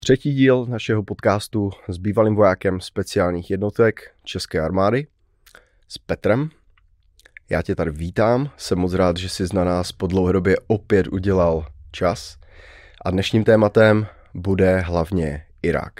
Třetí díl našeho podcastu s bývalým vojákem speciálních jednotek České armády, s Petrem. Já tě tady vítám, jsem moc rád, že jsi na nás po dlouhé době opět udělal čas. A dnešním tématem bude hlavně Irák.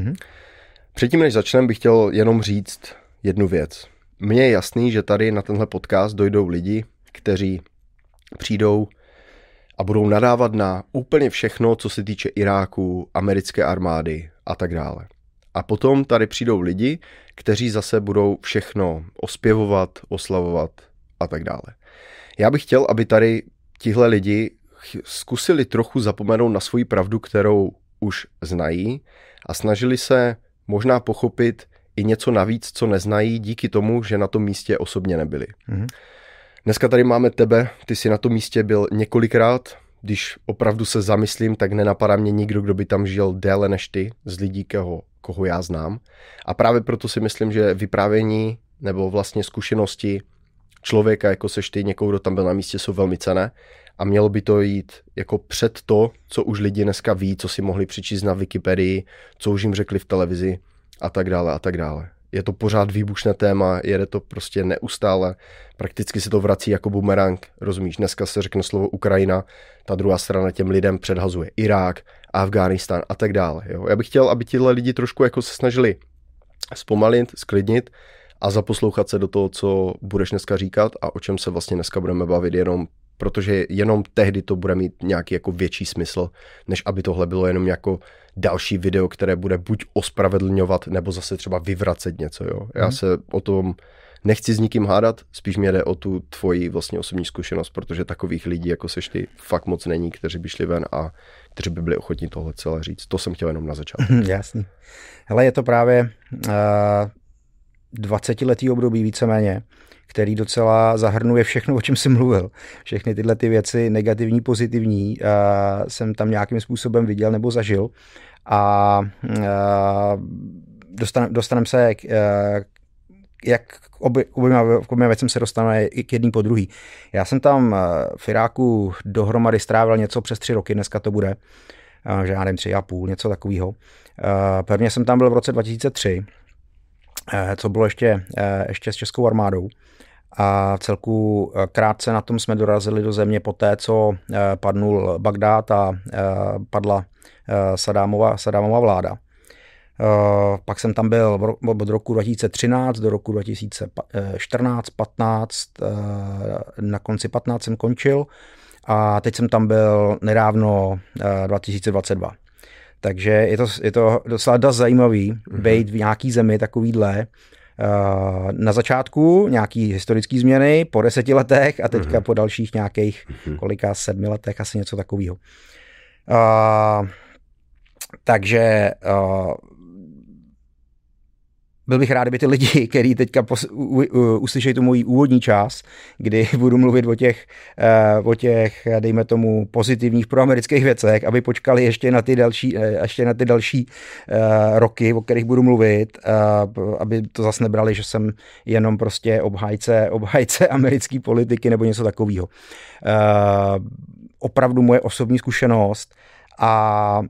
Předtím, než začneme, bych chtěl jenom říct jednu věc. Mně je jasný, že tady na tenhle podcast dojdou lidi, kteří přijdou a budou nadávat na úplně všechno, co se týče Iráku, americké armády a tak dále. A potom tady přijdou lidi, kteří zase budou všechno ospěvovat, oslavovat a tak dále. Já bych chtěl, aby tady tihle lidi zkusili trochu zapomenout na svoji pravdu, kterou už znají, a snažili se možná pochopit i něco navíc, co neznají, díky tomu, že na tom místě osobně nebyli. Dneska tady máme tebe, ty jsi na tom místě byl několikrát. Když opravdu se zamyslím, tak nenapadá mě nikdo, kdo by tam žil déle než ty, z lidí, koho já znám. A právě proto si myslím, že vyprávění nebo vlastně zkušenosti člověka, jako seš ty, někoho, kdo tam byl na místě, jsou velmi cenné. A mělo by to jít jako před to, co už lidi dneska ví, co si mohli přečíst na Wikipedii, co už jim řekli v televizi a tak dále a tak dále. Je to pořád výbušné téma, jede to prostě neustále, prakticky se to vrací jako bumerang, rozumíš, dneska se řekne slovo Ukrajina, ta druhá strana těm lidem předhazuje Irák, Afghánistán a tak dále. Jo. Já bych chtěl, aby tihle lidi trošku jako se snažili zpomalit, sklidnit a zaposlouchat se do toho, co budeš dneska říkat a o čem se vlastně dneska budeme bavit, protože jenom tehdy to bude mít nějaký jako větší smysl, než aby tohle bylo jenom jako další video, které bude buď ospravedlňovat, nebo zase třeba vyvracet něco. Jo. Já se o tom nechci s nikým hádat, spíš mě jde o tu tvoji vlastně osobní zkušenost, protože takových lidí, jako seš ty, fakt moc není, kteří by šli ven a kteří by byli ochotní tohle celé říct. To jsem chtěl jenom na začátku. Jasný. Hele, je to právě 20letý období víceméně, který docela zahrnuje všechno, o čem jsem mluvil. Všechny tyhle ty věci, negativní, pozitivní, jsem tam nějakým způsobem viděl nebo zažil. A dostaneme se jak k oběma věcem se dostaneme i k jedný po druhý. Já jsem tam v Iráku dohromady strávil něco přes 3 roky, dneska to bude, že já nevím, 3,5, něco takového. Prvně jsem tam byl v roce 2003, co bylo ještě s českou armádou. A celku krátce na tom jsme dorazili do země poté, co padnul Bagdád a padla Saddámova vláda. Pak jsem tam byl od roku 2013 do roku 2014, 15, na konci 15 jsem končil a teď jsem tam byl nedávno 2022. Takže je to docela dost zajímavý být v nějaký zemi takovýhle. Na začátku nějaký historický změny, po 10 letech a teďka po dalších nějakých 7 letech, asi něco takového. Takže byl bych rád, kdyby ty lidi, kteří teďka uslyšejí tu moji úvodní část, kdy budu mluvit o těch, dejme tomu, pozitivních proamerických věcech, aby počkali ještě na ty další roky, o kterých budu mluvit, aby to zase nebrali, že jsem jenom prostě obhájce americké politiky nebo něco takového. Opravdu moje osobní zkušenost a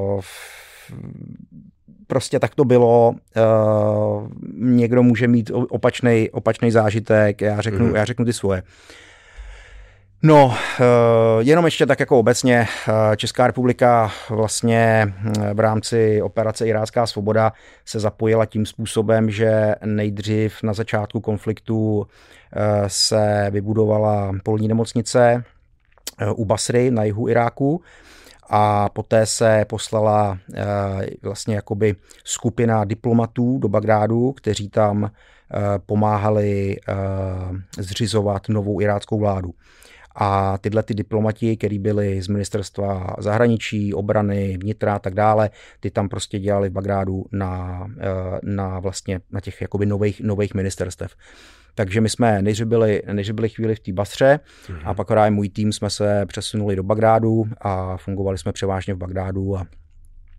prostě tak to bylo, někdo může mít opačný zážitek, já řeknu ty svoje. No, jenom ještě tak jako obecně, Česká republika vlastně v rámci operace Irácká svoboda se zapojila tím způsobem, že nejdřív na začátku konfliktu se vybudovala polní nemocnice u Basry na jihu Iráku, a poté se poslala vlastně jakoby skupina diplomatů do Bagdádu, kteří tam pomáhali zřizovat novou iráckou vládu. A tyhle ty diplomati, kteří byli z ministerstva zahraničí, obrany, vnitra a tak dále, ty tam prostě dělali v Bagdádu na těch jakoby nových ministerstev. Takže my jsme než byli chvíli v té Basře a pak můj tým jsme se přesunuli do Bagdádu a fungovali jsme převážně v Bagdádu a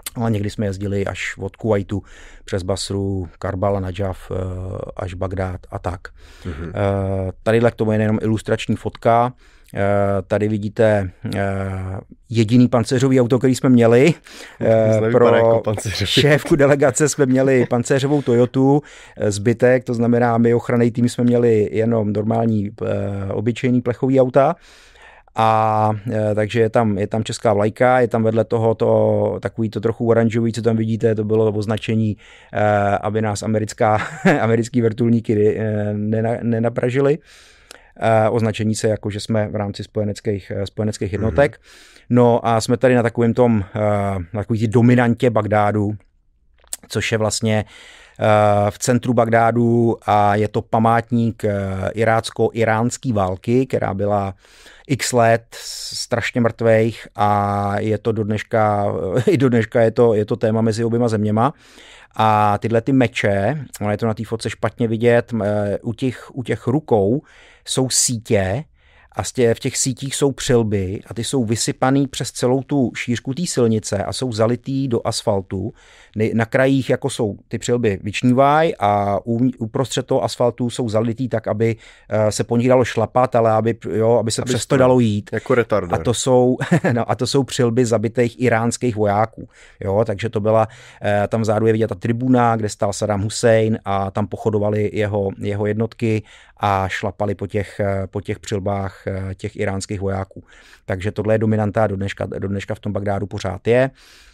ale někdy jsme jezdili až od Kuwaitu přes Basru, Karbala, Nadžaf až Bagdád a tak. Tadyhle k tomu je jenom ilustrační fotka. Tady vidíte jediný pancéřový auto, který jsme měli. Pro jako šéfku delegace jsme měli pancéřovou Toyotu, zbytek, to znamená my ochranný tým jsme měli jenom normální obyčejný plechový auta. A takže je tam česká vlajka, je tam vedle toho takový to trochu oranžový, co tam vidíte, to bylo označení, aby nás americký vrtulníky nenapražili. Označení se jako, že jsme v rámci spojeneckých jednotek. No a jsme tady na takovém takový dominantě Bagdádu, což je vlastně v centru Bagdádu a je to památník irácko-iránské války, která byla x let strašně mrtvejch a je to do dneška je to téma mezi oběma zeměma. A tyhle ty meče, ono je to na té fotce špatně vidět, u těch rukou jsou sítě a v těch sítích jsou přilby a ty jsou vysypaný přes celou tu šířku té silnice a jsou zalitý do asfaltu. Na krajích jako jsou ty přilby vyčnívají a uprostřed toho asfaltu jsou zalitý tak, aby se po nich dalo šlapat, ale aby se přesto dalo jít. Jako retarder. A to jsou přilby zabitých iránských vojáků. Jo, takže to byla, tam vzadu je vidět ta tribuna, kde stál Saddam Hussein a tam pochodovali jeho jednotky a šlapali po těch přilbách těch iránských vojáků. Takže tohle je dominanta do dneška v tom Bagdádu pořád je.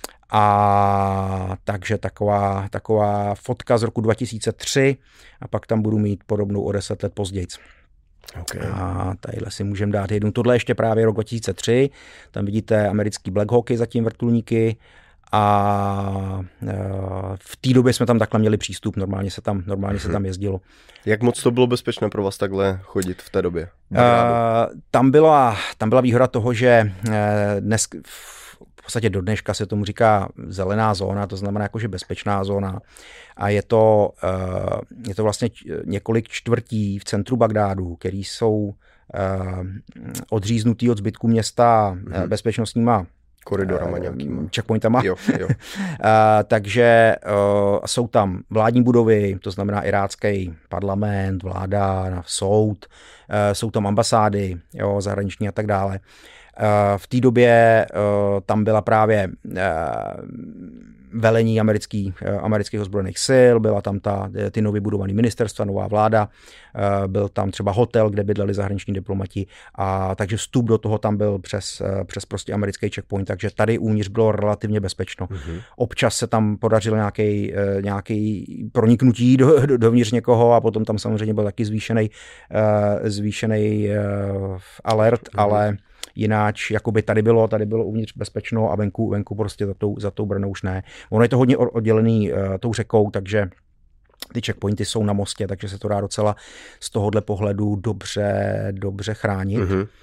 A takže taková fotka z roku 2003 a pak tam budu mít podobnou o 10 let později. Okay. A tadyhle si můžeme dát jednu. Tohle ještě právě rok 2003, tam vidíte americký Black Hawky, zatím vrtulníky a v té době jsme tam takhle měli přístup, normálně se tam jezdilo. Jak moc to bylo bezpečné pro vás takhle chodit v té době? Tam byla výhoda toho, že dnes v podstatě do dneška se tomu říká zelená zóna, to znamená jakože bezpečná zóna a je to vlastně několik čtvrtí v centru Bagdádu, který jsou odříznutý od zbytku města bezpečnostníma koridorama nějakýma. Checkpointama. Jo. Takže jsou tam vládní budovy, to znamená irácký parlament, vláda, soud, jsou tam ambasády, zahraniční a tak dále. V té době tam byla právě velení amerických ozbrojených sil, byla tam ty nově budované ministerstva, nová vláda, byl tam třeba hotel, kde bydleli zahraniční diplomati, a takže vstup do toho tam byl přes prostě americký checkpoint, takže tady uvnitř bylo relativně bezpečno. Občas se tam podařilo nějaký proniknutí dovnitř někoho a potom tam samozřejmě byl taky zvýšený alert, ale jináč, jakoby tady bylo uvnitř bezpečno a venku prostě za tou branou už ne. Ono je to hodně oddělený tou řekou, takže ty checkpointy jsou na mostě, takže se to dá docela z tohohle pohledu dobře chránit.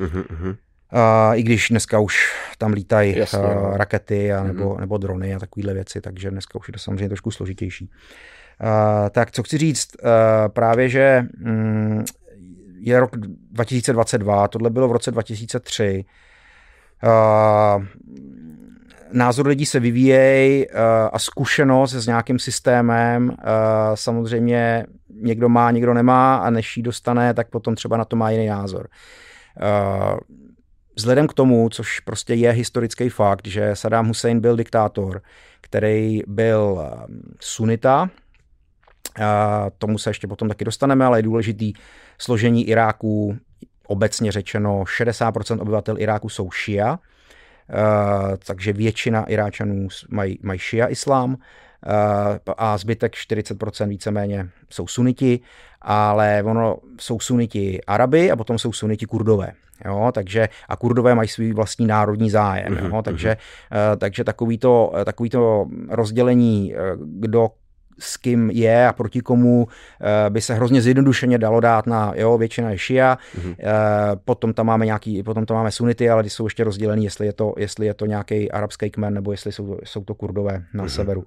I když dneska už tam lítají rakety nebo drony a takovéhle věci, takže dneska už je to samozřejmě trošku složitější. Tak co chci říct, právě, že je rok 2022, tohle bylo v roce 2003. Názor lidí se vyvíjejí a zkušenost s nějakým systémem samozřejmě někdo má, někdo nemá a než ji dostane, tak potom třeba na to má jiný názor. Vzhledem k tomu, což prostě je historický fakt, že Saddam Hussein byl diktátor, který byl sunita, tomu se ještě potom taky dostaneme, ale je důležitý složení Iráku, obecně řečeno 60% obyvatel Iráku jsou šia, takže většina Iráčanů mají šia islám a zbytek 40% víceméně jsou suniti, ale jsou suniti Araby a potom jsou suniti Kurdové. Jo, takže a Kurdové mají svůj vlastní národní zájem. Jo, takže takovýto rozdělení, kdo s kým je a proti komu by se hrozně zjednodušeně dalo dát na většina je šia, potom tam máme sunity, ale ty jsou ještě rozdělený, jestli je to nějaký arabský kmen, nebo jestli jsou to Kurdové na severu.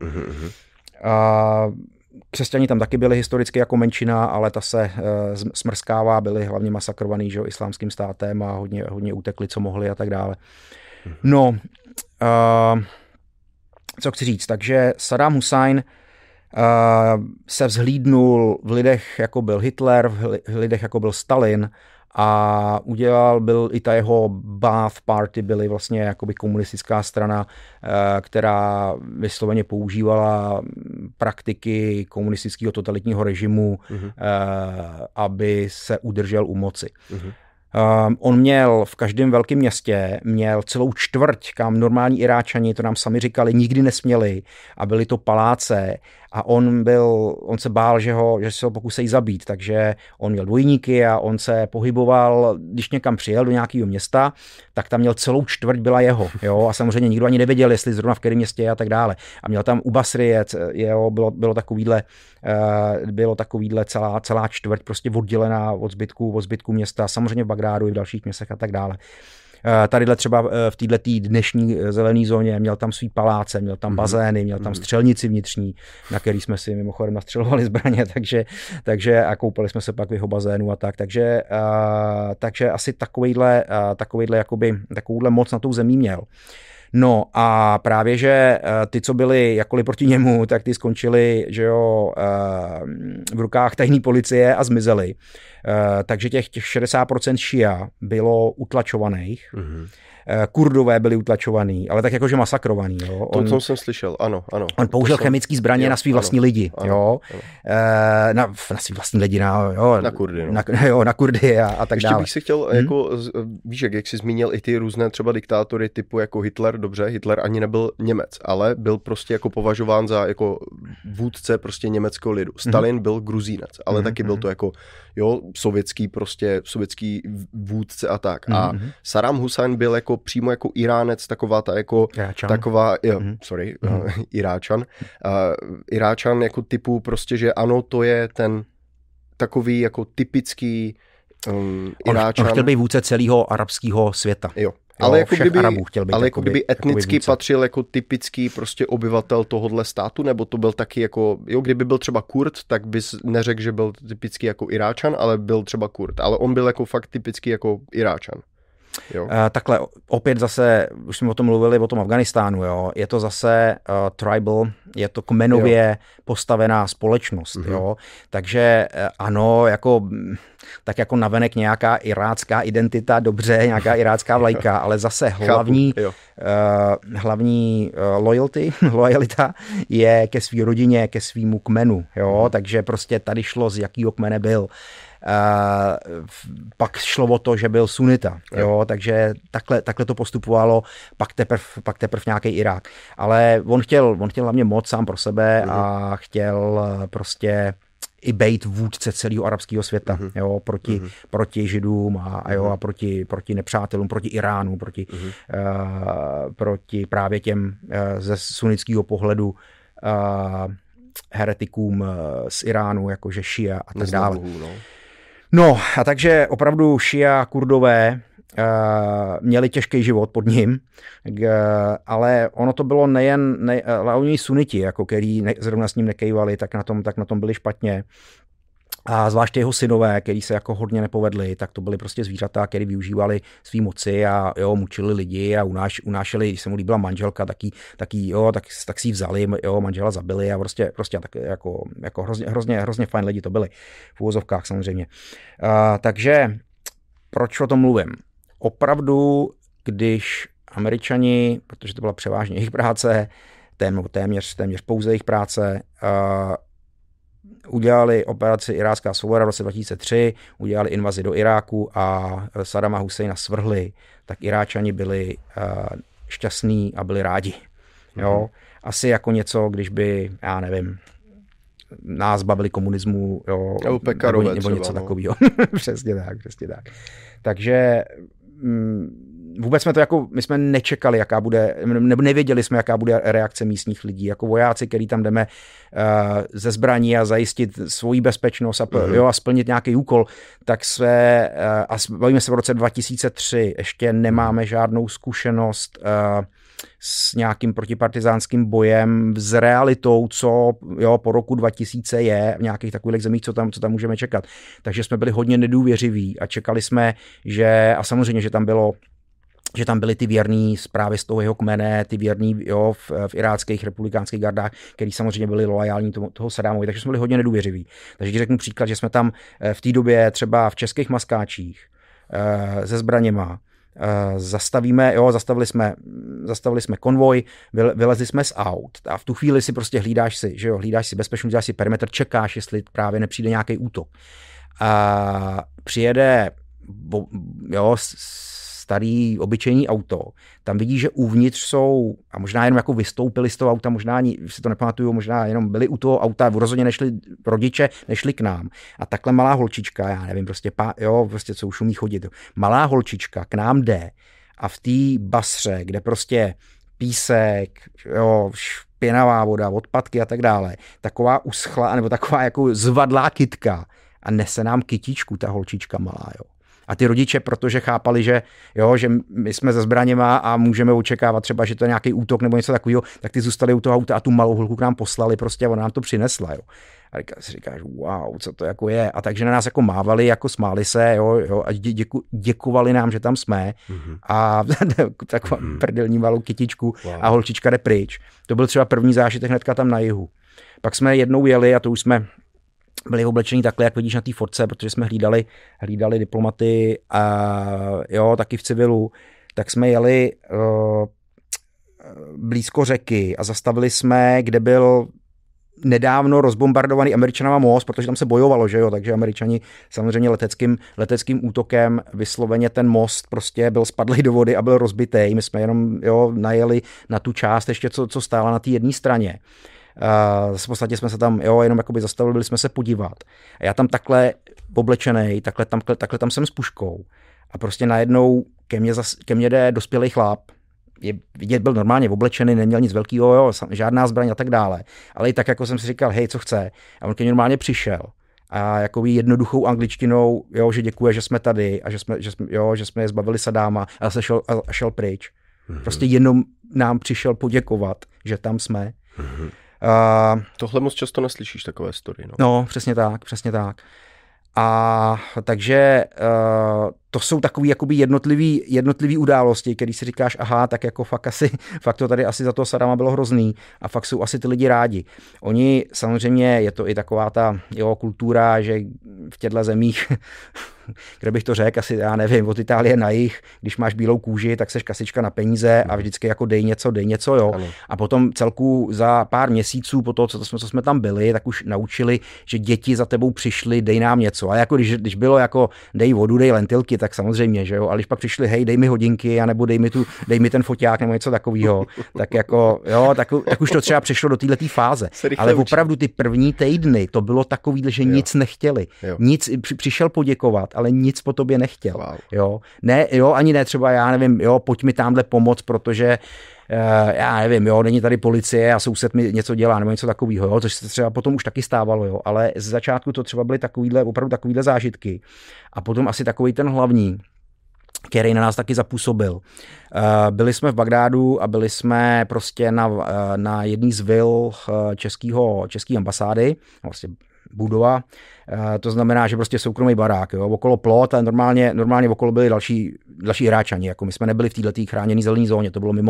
Křesťani tam taky byli historicky jako menšina, ale ta se smrskává, byli hlavně masakrovaný islámským státem a hodně utekli, co mohli a tak dále. No, co chci říct, takže Saddam Hussein se vzhlídnul v lidech, jako byl Hitler, v lidech, jako byl Stalin, a byl i ta jeho Baath Party, byly vlastně jakoby komunistická strana, která vysloveně používala praktiky komunistického totalitního režimu, aby se udržel u moci. On měl v každém velkém městě, měl celou čtvrť, kam normální Iráčani, to nám sami říkali, nikdy nesměli, a byly to paláce, a on se bál, že se ho pokusejí zabít, takže on měl dvojníky a on se pohyboval, když někam přijel do nějakého města, tak tam měl celou čtvrť, byla jeho, jo, a samozřejmě nikdo ani nevěděl, jestli zrovna v kterém městě je a tak dále. A měl tam u Basry, bylo takovýhle celá čtvrť prostě oddělená od zbytku města, samozřejmě v Bagdádu i v dalších městech a tak dále. Tadyhle třeba v této dnešní zelené zóně měl tam svý paláce, měl tam bazény, měl tam střelnici vnitřní, na který jsme si mimochodem nastřelovali zbraně, takže a koupali jsme se pak v jeho bazénu a tak. Takže asi takovouhle moc na tou zemí měl. No a právě, že ty, co byli jakkoliv proti němu, tak ty skončili, že jo, v rukách tajné policie a zmizeli. Takže těch 60% šia bylo utlačovaných. Kurdové byli utlačovaní, ale tak jakože masakrovaní. Jo. To jsem slyšel, ano. On použil chemické zbraně na svý vlastní lidi. Jo. Na svý vlastní lidi, na Kurdy. Na Kurdy a tak dále. Ještě bych si chtěl, jako, víš, jak jsi zmínil i ty různé třeba diktátory typu jako Hitler, dobře, Hitler ani nebyl Němec, ale byl prostě jako považován za jako vůdce prostě německého lidu. Stalin byl Gruzínec, ale taky byl to jako sovětský vůdce a tak. A Saddam Hussein byl jako přímo jako Iránec, Iráčan. Iráčan jako typu prostě, že ano, to je ten takový jako typický Iráčan. On chtěl být vůdce celého arabského světa. Jo. Ale jako kdyby etnicky vůdce. patřil jako typický prostě obyvatel tohohle státu, nebo to byl taky jako, kdyby byl třeba Kurd, tak bys neřekl, že byl typický jako Iráčan, ale byl třeba Kurd. Ale on byl jako fakt typický jako Iráčan. Jo. Takhle, opět zase, už jsme o tom mluvili, o tom Afganistánu, jo, je to zase tribal, je to kmenově postavená společnost, jo, takže ano, tak jako navenek nějaká irácká identita, dobře, nějaká irácká vlajka, ale zase hlavní lojalita je ke své rodině, ke svýmu kmenu, jo, takže prostě tady šlo, z jakýho kmene byl. Pak šlo o to, že byl sunita, jo, takže takhle to postupovalo, pak teprv nějaký Irák. Ale on chtěl hlavně moc sám pro sebe a chtěl prostě i bejt vůdce celého arabského světa, jo, proti Židům a proti nepřátelům, proti Iránu, proti právě těm ze sunnického pohledu heretikům z Iránu, jakože šia a tak dále. No a takže opravdu šia Kurdové měli těžký život pod ním, ale ono to bylo nejen oni suniti, jako který zrovna s ním nekejvali, tak na tom byli špatně. A zvláště jeho synové, který se jako hodně nepovedli, tak to byly prostě zvířata, který využívali svý moci a mučili lidi a unášeli, když se mu líbila manželka, tak si ji vzali, manžela zabili a prostě tak jako hrozně fajn lidi to byli v uvozovkách samozřejmě. Takže proč o tom mluvím? Opravdu, když Američani, protože to byla převážně jejich práce, téměř pouze jejich práce, udělali operaci Irácká svoboda v roce 2003, udělali invazi do Iráku a Saddama Husseina svrhli, tak Iráčani byli šťastní a byli rádi. Jo? Asi jako něco, když by, já nevím, nás bavili komunismu, jo, nebo něco takového. Přesně tak. Takže vůbec jsme to my jsme nečekali, jaká bude, nebo nevěděli jsme, jaká bude reakce místních lidí. Jako vojáci, který tam jdeme ze zbraní a zajistit svoji bezpečnost a splnit nějaký úkol, tak a bavíme se v roce 2003, ještě nemáme žádnou zkušenost s nějakým protipartizánským bojem, s realitou, co po roku 2000 je v nějakých takových zemích, co tam můžeme čekat. Takže jsme byli hodně nedůvěřiví a čekali jsme, a samozřejmě, že tam bylo že tam byli ty věrní právě z toho jeho kmene, ty věrní jo, v iráckých republikánských gardách, který samozřejmě byli loajální toho Saddámovi, takže jsme byli hodně nedůvěřiví. Takže ti řeknu příklad, že jsme tam v té době třeba v českých maskáčích se zbraněma zastavili jsme konvoj, vylezli jsme z aut a v tu chvíli si prostě hlídáš si bezpečnost, děláš si perimetr, čekáš, jestli právě nepřijde nějaký útok. A přijede starý obyčejný auto, tam vidí, že uvnitř jsou, a možná jenom jako vystoupili z toho auta, možná ani si to nepamatuju, možná jenom byli u toho auta, rozhodně nešli rodiče, nešli k nám. A takhle malá holčička, já nevím, prostě co už umí chodit, malá holčička k nám jde a v té basře, kde prostě písek, špinavá voda, odpadky a tak dále, taková uschlá, nebo taková jako zvadlá kytka a nese nám kytičku, ta holčička malá, jo. A ty rodiče, protože chápali, že my jsme se zbraněma a můžeme očekávat třeba, že to je nějaký útok nebo něco takového, tak ty zůstali u toho auta a tu malou holku k nám poslali prostě a ona nám to přinesla. Jo. A si říkáš, wow, co to jako je. A takže na nás jako mávali, jako smáli se a děkovali nám, že tam jsme. A taková prdelní malou kytičku a holčička jde pryč. To byl třeba první zážitek hnedka tam na jihu. Pak jsme jednou jeli a to už jsme byli oblečení takhle, jak vidíš na té fotce, protože jsme hlídali diplomaty a taky v civilu, tak jsme jeli blízko řeky a zastavili jsme, kde byl nedávno rozbombardovaný Američanama most, protože tam se bojovalo, že jo, takže Američani samozřejmě leteckým útokem vysloveně ten most prostě byl spadlý do vody a byl rozbitý. My jsme jenom najeli na tu část ještě, co stála na té jedné straně. V podstatě jsme se tam jenom jakoby zastavili, byli jsme se podívat. A já tam takhle oblečenej, takhle tam jsem s puškou a prostě najednou ke mně jde dospělý chlap. Vidět, byl normálně oblečený, neměl nic velkého, žádná zbraň a tak dále. Ale i tak jako jsem si říkal, hej, co chce? A on ke mně normálně přišel. A jako jednoduchou angličtinou, že děkuje, že jsme tady a že jsme je zbavili Saddáma a šel pryč. Prostě jenom nám přišel poděkovat, že tam jsme. Tohle moc často neslyšíš, takové story. No, přesně tak. A takže to jsou takový jakoby jednotlivý události, který si říkáš, aha, tak jako fakt to tady asi za toho Saddáma bylo hrozný a fakt jsou asi ty lidi rádi. Oni samozřejmě, je to i taková ta kultura, že v těchto zemích, kde bych to řekl, asi já nevím, od Itálie na jih, když máš bílou kůži, tak seš kasička na peníze a vždycky jako dej něco, jo. Ano. A potom celku za pár měsíců po toho, co jsme tam byli, tak už naučili, že děti za tebou přišli, dej nám něco. A jako když bylo jako dej vodu, dej lentilky, tak samozřejmě, že jo. Ale když pak přišli, hej, dej mi hodinky, anebo dej mi ten foťák nebo něco takového, tak jako tak už to třeba přišlo do této fáze. Ale opravdu ty první týdny to bylo takový, že nic nechtěli. Nic přišel poděkovat, ale nic po tobě nechtěl. Wow. Jo. Ne, ani ne třeba, já nevím, pojď mi tamhle pomoct, protože já nevím, není tady policie a soused mi něco dělá, nebo něco takového, což se třeba potom už taky stávalo, ale z začátku to třeba byly opravdu takovýhle zážitky. A potom asi takový ten hlavní, který na nás taky zapůsobil. Byli jsme v Bagdádu a byli jsme prostě na jedný z vil české ambasády, vlastně budova. To znamená, že prostě soukromý barák, okolo plot a normálně okolo byli další Iráčani, jako my jsme nebyli v této chráněné zelené zóně, to bylo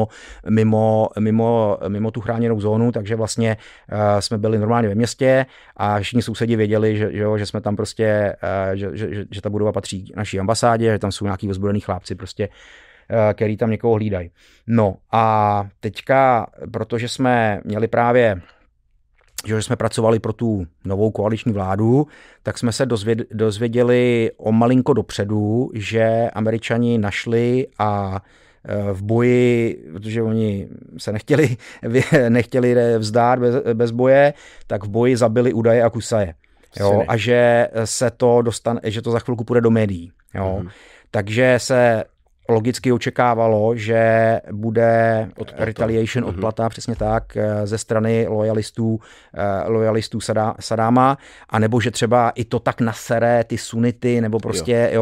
mimo tu chráněnou zónu, takže vlastně jsme byli normálně ve městě a všichni sousedi věděli, že jsme tam prostě, že ta budova patří naší ambasádě, že tam jsou nějaký ozbrojený chlápci prostě, který tam někoho hlídají. No a teďka, protože jsme měli právě že jsme pracovali pro tu novou koaliční vládu, tak jsme se dozvěděli o malinko dopředu, že Američani našli a v boji, protože oni se nechtěli vzdát bez boje, tak v boji zabili Udaje a Kusaje. Jo, a že se to že to za chvilku půjde do médií. Jo. Takže se logicky očekávalo, že bude retaliation, odplata, přesně tak, ze strany lojalistů Saddáma, anebo že třeba i to tak nasere ty sunity, nebo prostě,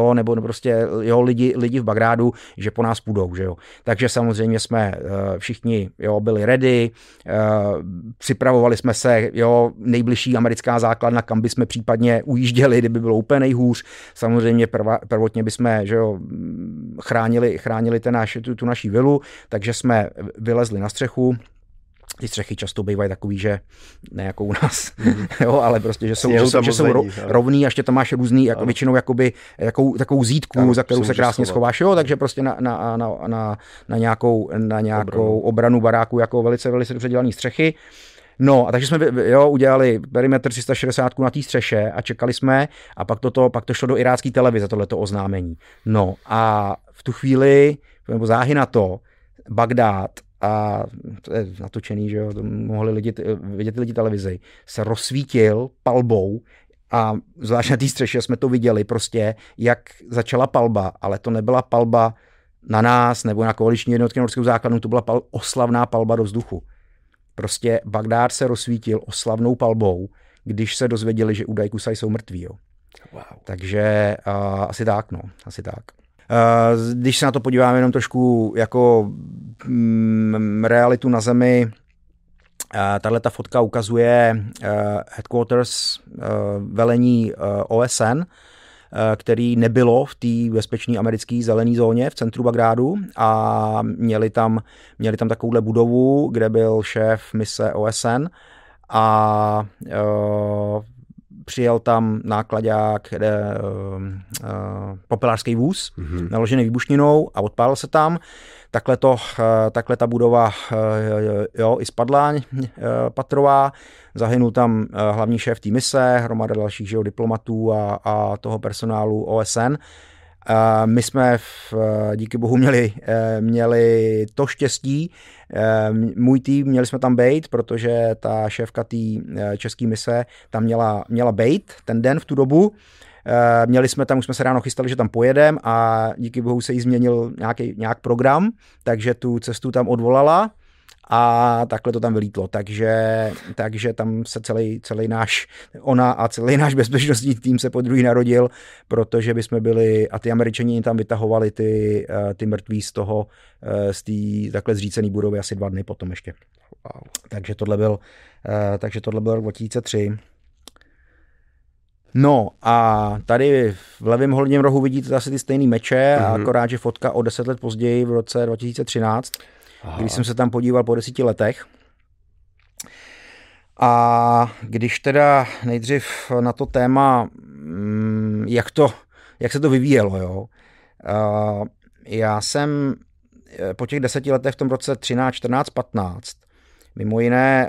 lidi v Bagdádu, že po nás půjdou, že jo. Takže samozřejmě jsme všichni, byli ready, připravovali jsme se, nejbližší americká základna, kam bychom případně ujížděli, kdyby bylo úplně nejhůř. Samozřejmě prvotně bychom, chránili chránili tu naší vilu, takže jsme vylezli na střechu. Ty střechy často bývají takový, že ne jako u nás, jo, ale prostě, že jsou rovný a ještě tam máš různý, jako většinou jakoby, takovou zítku, za kterou se krásně schováš, jo, takže prostě na nějakou obranu baráku jako velice, velice dobře dělaný střechy. No a takže jsme udělali perimetr 360 na té střeše a čekali jsme a pak to šlo do irácké televize, tohleto oznámení. No a v tu chvíli, nebo záhy na to, Bagdád, a to je natočený, že jo, to mohli vidět lidi televizi, se rozsvítil palbou a zvlášť na té střeše jsme to viděli prostě, jak začala palba, ale to nebyla palba na nás nebo na koaliční jednotky norského základu, to byla oslavná palba do vzduchu. Prostě Bagdád se rozsvítil oslavnou palbou, když se dozvěděli, že údaj Kusaj jsou mrtví. Jo. Wow. Takže asi tak. Když se na to podíváme jenom trošku jako realitu na zemi, tato fotka ukazuje headquarters velení OSN, který nebylo v té bezpečné americké zelené zóně v centru Bagdádu a měli tam takovouhle budovu, kde byl šéf mise OSN a přijel tam náklaďák, popelářský vůz, naložený výbušninou a odpálil se tam. Takhle ta budova i spadla patrová. Zahynul tam hlavní šéf té mise, hromada dalších diplomatů a toho personálu OSN. My jsme díky bohu měli to štěstí. Můj tým, měli jsme tam bejt, protože ta šéfka té české mise tam měla bejt ten den v tu dobu. Už jsme se ráno chystali, že tam pojedeme a díky bohu se jí změnil nějak program, takže tu cestu tam odvolala a takhle to tam vylítlo. Takže tam se celý náš bezpečnostní tým se podruhý narodil, protože bychom byli, a ty Američani tam vytahovali ty mrtví z té takhle zřícený budovy asi 2 dny potom ještě. Wow. Takže tohle byl rok 2003. No a tady v levém horním rohu vidíte asi ty stejný meče, a akorát, že fotka o 10 let později v roce 2013, když jsem se tam podíval po 10 letech. A když teda nejdřív na to téma, jak se to vyvíjelo, jo. Já jsem po těch 10 letech v tom roce 13, 14, 15, mimo jiné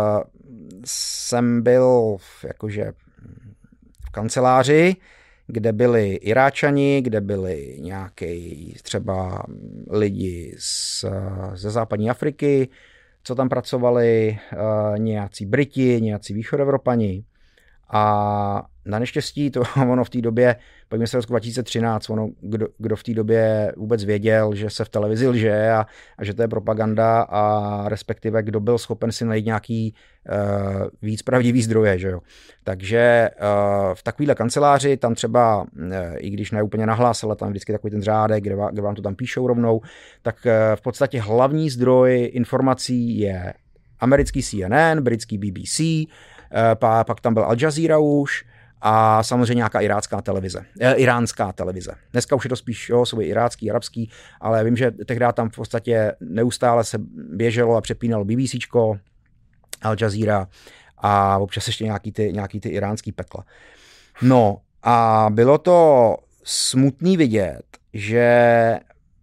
jsem byl jakože v kanceláři, kde byli Iráčani, kde byli nějaký třeba lidi ze západní Afriky, co tam pracovali, nějací Briti, nějací východoevropani. A na neštěstí to ono v té době, pojďme se roku 2013, kdo v té době vůbec věděl, že se v televizi lže a že to je propaganda a respektive kdo byl schopen si najít nějaký víc pravdivý zdroje. Že jo? Takže v takovýhle kanceláři tam třeba, i když ne úplně nahlas, ale tam vždycky takový ten řádek, kde vám to tam píšou rovnou, tak v podstatě hlavní zdroj informací je americký CNN, britský BBC, pak tam byl Al Jazeera už a samozřejmě nějaká iránská televize. Dneska už je to spíš jsou irácký, arabský, ale vím, že tehdy tam v podstatě neustále se běželo a přepínalo BBCčko, Al Jazeera a občas ještě nějaký ty iránský pekla. No a bylo to smutný vidět, že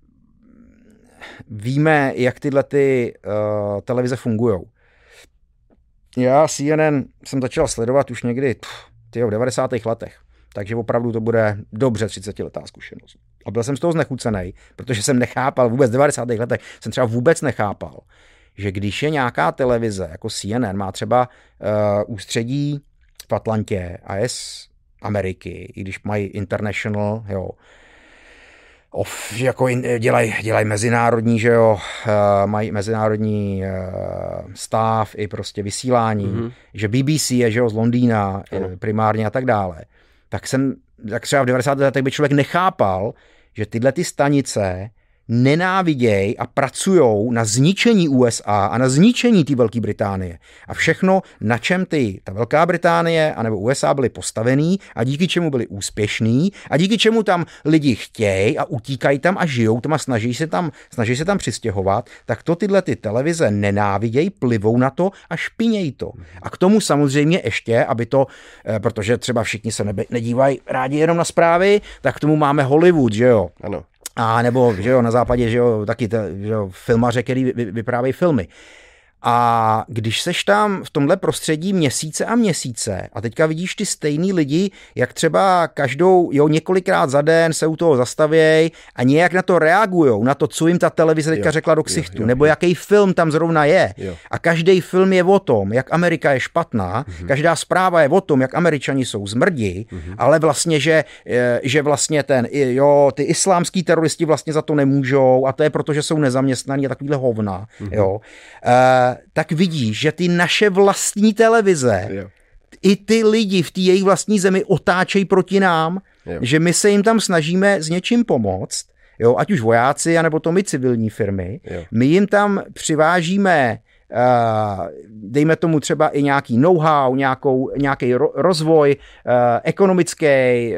víme, jak tyhle ty televize fungujou. Já CNN jsem začal sledovat už někdy v 90. letech, takže opravdu to bude dobře 30letá zkušenost. A byl jsem z toho znechucený, protože jsem nechápal vůbec v 90. letech, jsem třeba vůbec nechápal, že když je nějaká televize jako CNN, má třeba ústředí v Atlantě a je z Ameriky, i když mají international, jo, jako dělají mezinárodní, že jo, mají mezinárodní stav i prostě vysílání, že BBC je, že jo, z Londýna primárně a tak dále. Tak třeba v 90. letech by člověk nechápal, že tyhle ty stanice nenávidějí a pracují na zničení USA a na zničení té Velké Británie. A všechno, na čem ta Velká Británie anebo USA byly postavený a díky čemu byli úspěšní a díky čemu tam lidi chtějí a utíkají tam a žijou tam a snaží se tam přistěhovat, tak to tyhle ty televize nenávidějí, plivou na to a špinějí to. A k tomu samozřejmě ještě, aby to, protože třeba všichni se nedívají rádi jenom na zprávy, tak k tomu máme Hollywood, že jo? Ano. A nebo, že jo, na západě, že jo, taky že jo, filmaře, který vyprávějí filmy. A když seš tam v tomhle prostředí měsíce a měsíce a teďka vidíš ty stejný lidi, jak třeba několikrát za den se u toho zastavějí a nějak na to reagujou, na to, co jim ta televize teďka řekla do ksichtu, nebo jaký film tam zrovna je. Jo. A každý film je o tom, jak Amerika je špatná, každá zpráva je o tom, jak Američani jsou zmrdi, ale vlastně, že vlastně ty islámský teroristi vlastně za to nemůžou a to je proto, že jsou nezaměstnaní a takovýhle hovna, jo. Tak vidíš, že ty naše vlastní televize, i ty lidi v té jejich vlastní zemi otáčejí proti nám, že my se jim tam snažíme s něčím pomoct, jo, ať už vojáci, anebo to my civilní firmy, my jim tam přivážíme dejme tomu třeba i nějaký know-how, nějaký rozvoj ekonomický,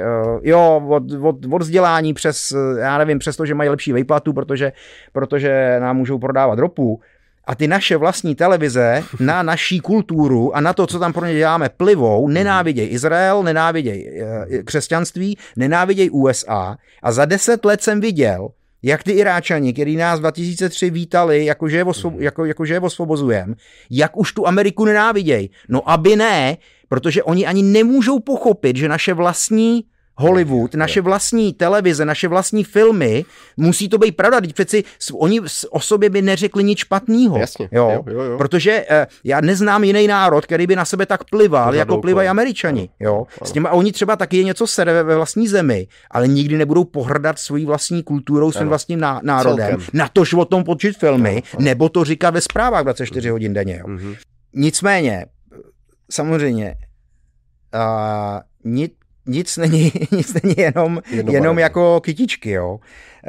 od vzdělání přes, já nevím, přes to, že mají lepší výplatu, protože nám můžou prodávat ropu. A ty naše vlastní televize na naší kulturu a na to, co tam pro ně děláme, plivou, nenáviděj Izrael, nenáviděj křesťanství, nenáviděj USA. A za 10 let jsem viděl, jak ty Iráčani, který nás 2003 vítali, jakože je osvobozujeme, jak už tu Ameriku nenáviděj. No aby ne, protože oni ani nemůžou pochopit, že naše vlastní Hollywood, naše vlastní televize, naše vlastní filmy, musí to být pravda, teď přeci oni o sobě by neřekli nic špatného. Jasně, jo. Protože já neznám jiný národ, který by na sebe tak plival, jako plivají Američani. Jo. S těma, oni třeba taky je něco sere ve vlastní zemi, ale nikdy nebudou pohrdat svojí vlastní kulturou, svým vlastním národem, natož o tom počít filmy, nebo to říkat ve zprávách 24 hodin denně. Jo. Nicméně, samozřejmě, nic není jenom jako kytičky, jo.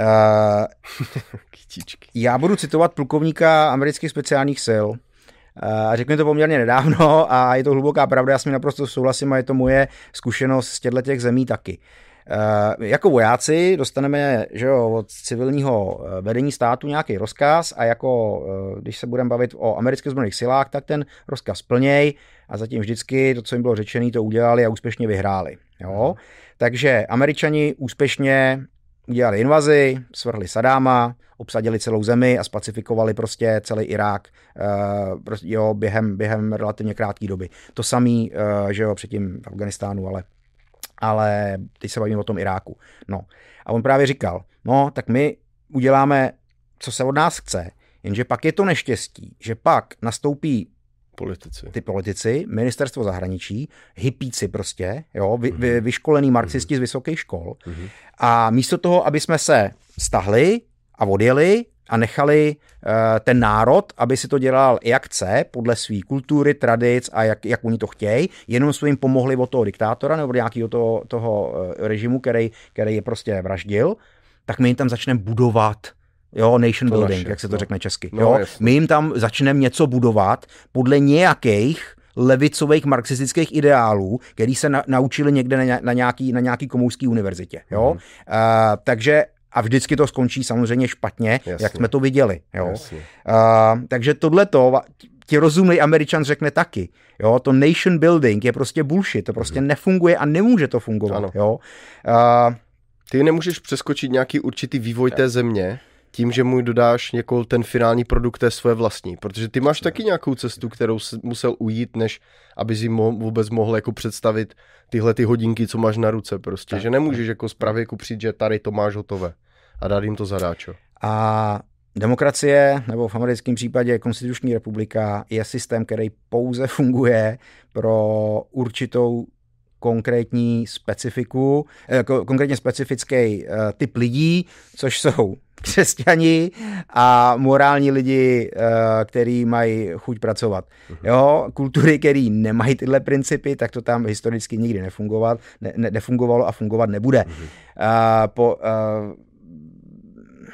Kytičky. Já budu citovat plukovníka amerických speciálních sil. A řekl mi to poměrně nedávno a je to hluboká pravda, já s ním naprosto souhlasím a je to moje zkušenost z těchto zemí taky. Jako vojáci dostaneme, že jo, od civilního vedení státu nějaký rozkaz a jako když se budeme bavit o amerických ozbrojených silách, tak ten rozkaz plněj a zatím vždycky to, co jim bylo řečené, to udělali a úspěšně vyhráli. Jo? Takže Američani úspěšně udělali invazi, svrhli Sadáma, obsadili celou zemi a spacifikovali prostě celý Irák během relativně krátké doby. To samý, že jo, předtím v Afganistánu, ale teď se bavíme o tom Iráku. No. A on právě říkal, no, tak my uděláme, co se od nás chce, jenže pak je to neštěstí, že pak nastoupí ty politici, ministerstvo zahraničí, hippíci prostě, jo, vyškolený marxisti z vysokých škol. A místo toho, aby jsme se stahli a odjeli a nechali ten národ, aby si to dělal jak chce, podle své kultury, tradic a jak oni to chtějí, jenom jsme jim pomohli od toho diktátora nebo od nějakého toho režimu, který je prostě vraždil, tak my jim tam začneme budovat, jo, nation building, jak se to řekne česky. Jo? My jim tam začneme něco budovat podle nějakých levicových marxistických ideálů, který se naučili někde na nějaký komouský univerzitě. Jo? Takže a vždycky to skončí samozřejmě špatně, jak jsme to viděli. Jo? Takže tohleto ti rozumný Američan řekne taky. Jo? To nation building je prostě bullshit, to prostě nefunguje a nemůže to fungovat. Jo? Ty nemůžeš přeskočit nějaký určitý vývoj té země tím, že mu dodáš jako ten finální produkt té své vlastní, protože ty máš taky nějakou cestu, kterou jsi musel ujít, než aby si vůbec mohl jako představit tyhle ty hodinky, co máš na ruce prostě, tak, že nemůžeš jako z pravěku přijít, že tady to máš hotové a dát jim to zadáčo. A demokracie, nebo v americkém případě konstituční republika, je systém, který pouze funguje pro určitou konkrétní specifiku, konkrétně specifický typ lidí, což jsou křesťani a morální lidi, který mají chuť pracovat. Jo, kultury, který nemají tyhle principy, tak to tam historicky nikdy nefungovalo a fungovat nebude.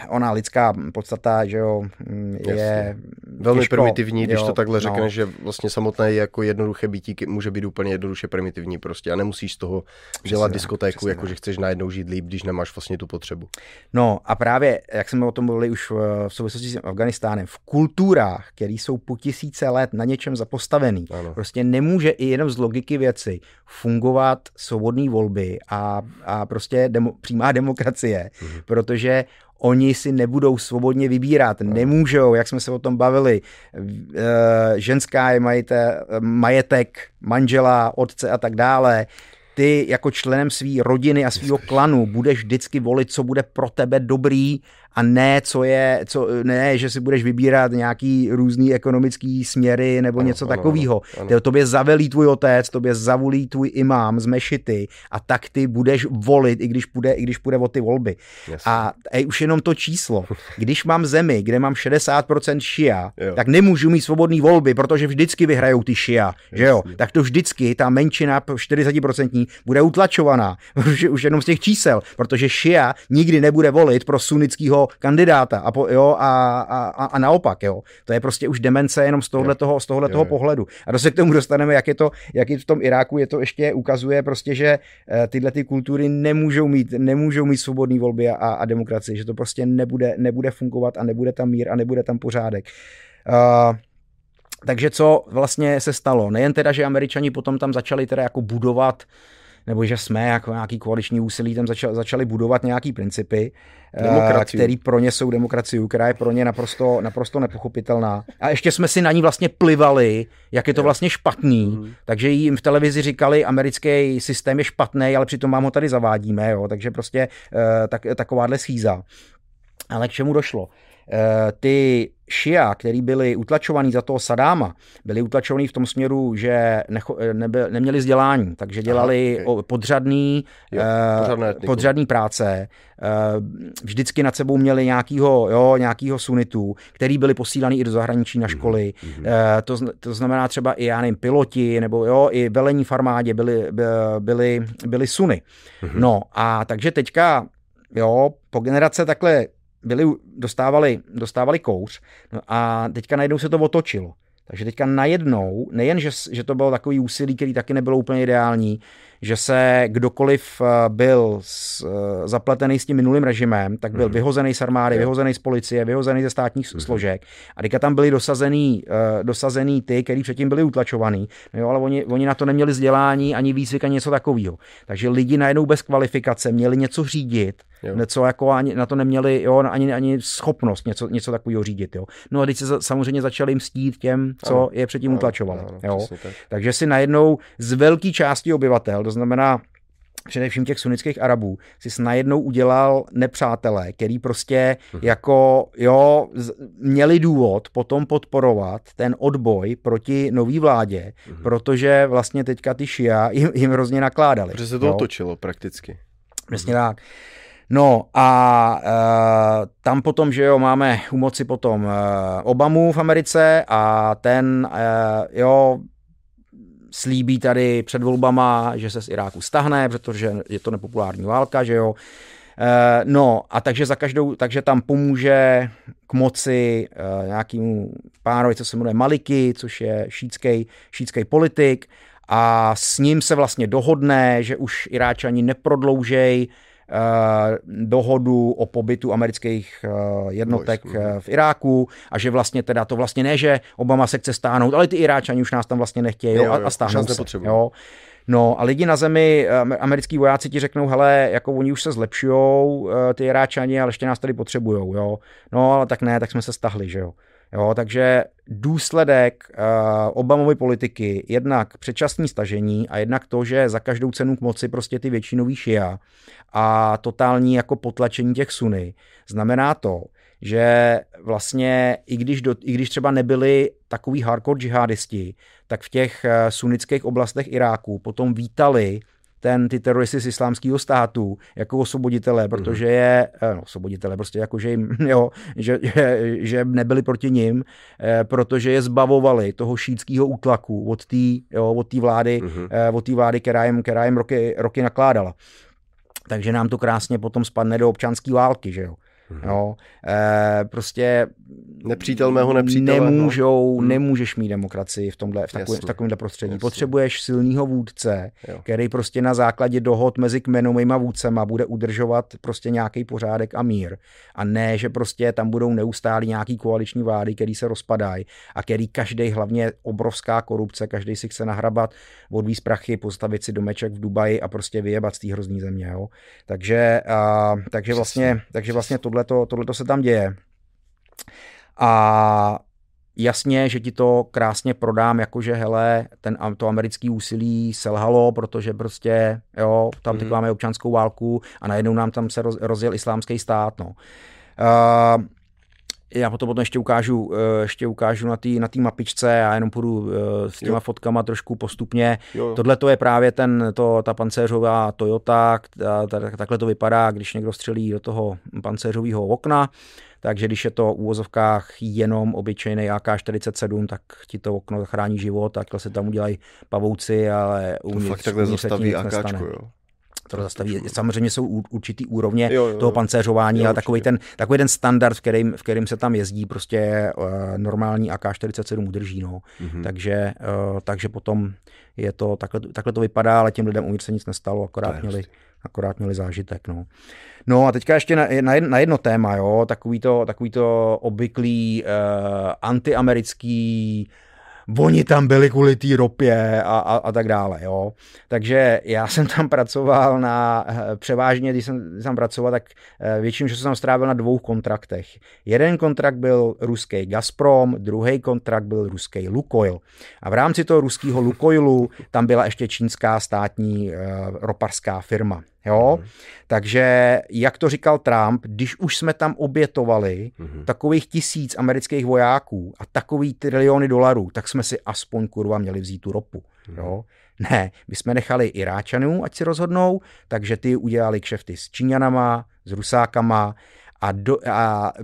ona lidská podstata, že jo, je velmi těžko, primitivní, když jo, to takhle řekneš, že vlastně samotné jako jednoduché bytí může být úplně jednoduše primitivní prostě a nemusíš z toho dělat diskotéku, jako že chceš najednou žít líp, když nemáš vlastně tu potřebu. No a právě, jak jsme o tom mluvili už v souvislosti s Afganistánem, v kulturách, které jsou po tisíce let na něčem zapostavený, prostě nemůže i jenom z logiky věci fungovat svobodné volby a prostě přímá demokracie, protože oni si nebudou svobodně vybírat, nemůžou, jak jsme se o tom bavili. Ženská je majetek manžela, otce a tak dále. Ty jako členem své rodiny a svého klanu budeš vždycky volit, co bude pro tebe dobrý a ne, ne, že si budeš vybírat nějaký různý ekonomický směry nebo něco takového. Tobě zavelí tvůj otec, tobě zavolí tvůj imám z mešity a tak ty budeš volit, i když půjde o ty volby. Jasně. A už jenom to číslo. Když mám zemi, kde mám 60% šia, tak nemůžu mít svobodný volby, protože vždycky vyhrajou ty šia, že jo? Tak to vždycky ta menšina 40% bude utlačovaná. Už jenom z těch čísel, protože šia nikdy nebude volit pro sunnického kandidáta a naopak, jo. To je prostě už demence jenom z tohoto pohledu. A to se k tomu dostaneme, jak je v tom Iráku, je to ještě ukazuje prostě, že tyhle ty kultury nemůžou mít svobodné volby a demokracii, že to prostě nebude fungovat a nebude tam mír a nebude tam pořádek. Takže co vlastně se stalo? Nejen teda, že Američani potom tam začali teda jako budovat, nebo že jsme jako nějaký koaliční úsilí tam začali budovat nějaký principy, který pro ně jsou demokracií, která je pro ně naprosto nepochopitelná. A ještě jsme si na ní vlastně plivali, jak je to vlastně špatný. Takže jim v televizi říkali, americký systém je špatný, ale přitom vám ho tady zavádíme. Jo? Takže prostě takováhle schýza. Ale k čemu došlo? Ty šia, který byli utlačovaní za toho Sadáma, byli utlačovaní v tom směru, že neměli vzdělání, takže dělali podřadný práce, vždycky nad sebou měli nějakýho sunnitu, který byli posílaný i do zahraničí na školy. To znamená třeba i, já nevím, piloti, nebo i velení v armádě byli sunny. No a takže teďka, po generace takhle dostávali kouř, no a teďka najednou se to otočilo. Takže teďka najednou, nejen, že to bylo takový úsilí, který taky nebylo úplně ideální, že se kdokoliv byl zapletený s tím minulým režimem, tak byl vyhozený z armády, vyhozený z policie, vyhozený ze státních složek. A teďka tam byli dosazený ty, kteří předtím byli utlačovaný, ale oni na to neměli vzdělání, ani výcvik, ani něco takového. Takže lidi najednou bez kvalifikace měli něco řídit, něco jako ani na to neměli ani schopnost něco takového řídit. Jo. No a teď se samozřejmě začali mstít těm, co je předtím utlačovali. Takže si najednou z velké části obyvatel, to znamená především těch sunnických Arabů, si najednou udělal nepřátelé, který prostě měli důvod potom podporovat ten odboj proti nový vládě, protože vlastně teďka ty šia jim hrozně nakládali. Protože se to otočilo prakticky. Přesně tak. No a tam potom, že máme u moci potom Obamu v Americe a ten slíbí tady před volbama, že se z Iráku stáhne, protože je to nepopulární válka, že jo. No a takže tam pomůže k moci nějakému pánovi, co se jmenuje Maliki, což je šítský politik a s ním se vlastně dohodne, že už Iráčani neprodloužej dohodu o pobytu amerických jednotek v Iráku a že vlastně teda to vlastně ne, že Obama se chce stáhnout, ale ty Iráčani už nás tam vlastně nechtějí a stáhnou se. Jo. No a lidi na zemi, americký vojáci ti řeknou, hele, jako oni už se zlepšujou, ty Iráčani, ale ještě nás tady potřebujou, jo. No ale tak ne, tak jsme se stahli, že jo. Jo, takže důsledek Obamovy politiky, jednak předčasné stažení a jednak to, že za každou cenu k moci prostě ty většinový šia a totální jako potlačení těch sunny, znamená to, že vlastně i když třeba nebyli takový hardcore džihadisti, tak v těch sunnických oblastech Iráku potom vítali ty teroristy z Islámského státu jako osvoboditelé, protože prostě jako, že jim, že nebyli proti nim, protože je zbavovali toho šítského útlaku od té vlády, která jim roky nakládala. Takže nám to krásně potom spadne do občanské války, že jo. Jo, prostě nepřítel mého nepřítele. Nemůžeš mít demokracii v takovémhle prostředí. Jasně. Potřebuješ silného vůdce, který prostě na základě dohod mezi kmenovýma vůdcema bude udržovat prostě nějaký pořádek a mír. A ne, že prostě tam budou neustále nějaký koaliční vlády, který se rozpadají a který každý, hlavně obrovská korupce, každý si chce nahrabat, odvíz prachy, postavit si domeček v Dubaji a prostě vyjebat z té hrozný země. Jo. Takže vlastně tohleto se tam děje. A jasně, že ti to krásně prodám, jakože hele, to americké úsilí selhalo, protože prostě, jo, tam teď máme občanskou válku a najednou nám tam se rozjel islámský stát, no. Já to potom ještě ukážu na té mapičce a jenom půjdu s těma fotkama trošku postupně. Tohle to je právě ta pancéřová Toyota, takhle to vypadá, když někdo střelí do toho pancéřového okna, takže když je to v úvozovkách jenom obyčejný AK-47, tak ti to okno zachrání život, takhle se tam udělají pavouci, ale uvnitř fakt takhle zastaví AKčko, jo. To zastaví. Samozřejmě jsou určitý úrovně toho pancéřování, ale takový ten standard, v kterým se tam jezdí, prostě normální AK-47 udrží. No. Takže potom je to, takhle to vypadá, ale těm lidem uvnitř se nic nestalo, akorát měli zážitek. No a teďka ještě na jedno téma, jo, takový to obvyklý antiamerický, oni tam byli kvůli té ropě a tak dále, jo. Takže já jsem tam pracoval převážně, když jsem tam pracoval, tak většinou, že jsem tam strávil na 2 kontraktech. Jeden kontrakt byl ruský Gazprom, druhý kontrakt byl ruský Lukoil. A v rámci toho ruského Lukoilu tam byla ještě čínská státní ropařská firma. Jo? Takže, jak to říkal Trump, když už jsme tam obětovali takových 1000 amerických vojáků a takový triliony dolarů, tak jsme si aspoň kurva měli vzít tu ropu. Jo? Ne, my jsme nechali Iráčanů, ať si rozhodnou, takže ty udělali kšefty s Číňanama, s Rusákama a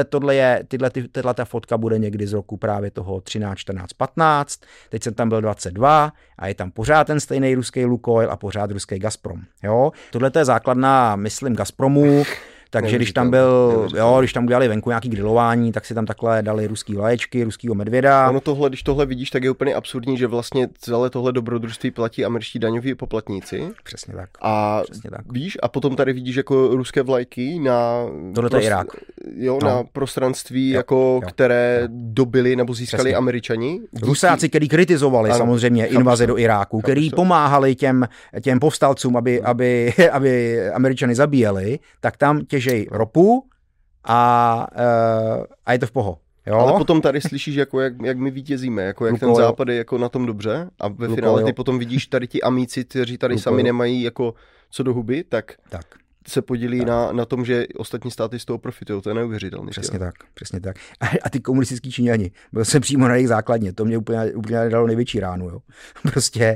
tahle ta fotka bude někdy z roku právě toho 13, 14, 15. Teď jsem tam byl 22 a je tam pořád ten stejný ruský Lukoil a pořád ruský Gazprom. Jo? Tohle je základna, myslím, Gazpromu. Takže když tam udělali venku nějaký grilování, tak si tam takhle dali ruský vlaječky, ruskýho medvěda. Když tohle vidíš, tak je úplně absurdní, že vlastně celé tohle dobrodružství platí američtí daňoví poplatníci. Přesně tak. Přesně tak. Víš, a potom tady vidíš jako ruské vlajky na Irák. Na prostranství, které dobili nebo získali Američani. Rusáci, kteří kritizovali samozřejmě invazi do Iráku, kteří pomáhali těm povstalcům, aby Američany zabíjeli, tak tam těžej ropu a je to v poho. Jo? Ale potom tady slyšíš, jak my vítězíme, jak ten západ je jako na tom dobře a ve finále ty potom vidíš tady ti amíci, kteří tady sami nemají jako co do huby, tak se podělí na tom, že ostatní státy z toho profitují. To je neuvěřitelné. Přesně tak. A ty komunistický Číňani, byl jsem přímo na jejich základně, to mě úplně dalo největší ránu. Jo? Prostě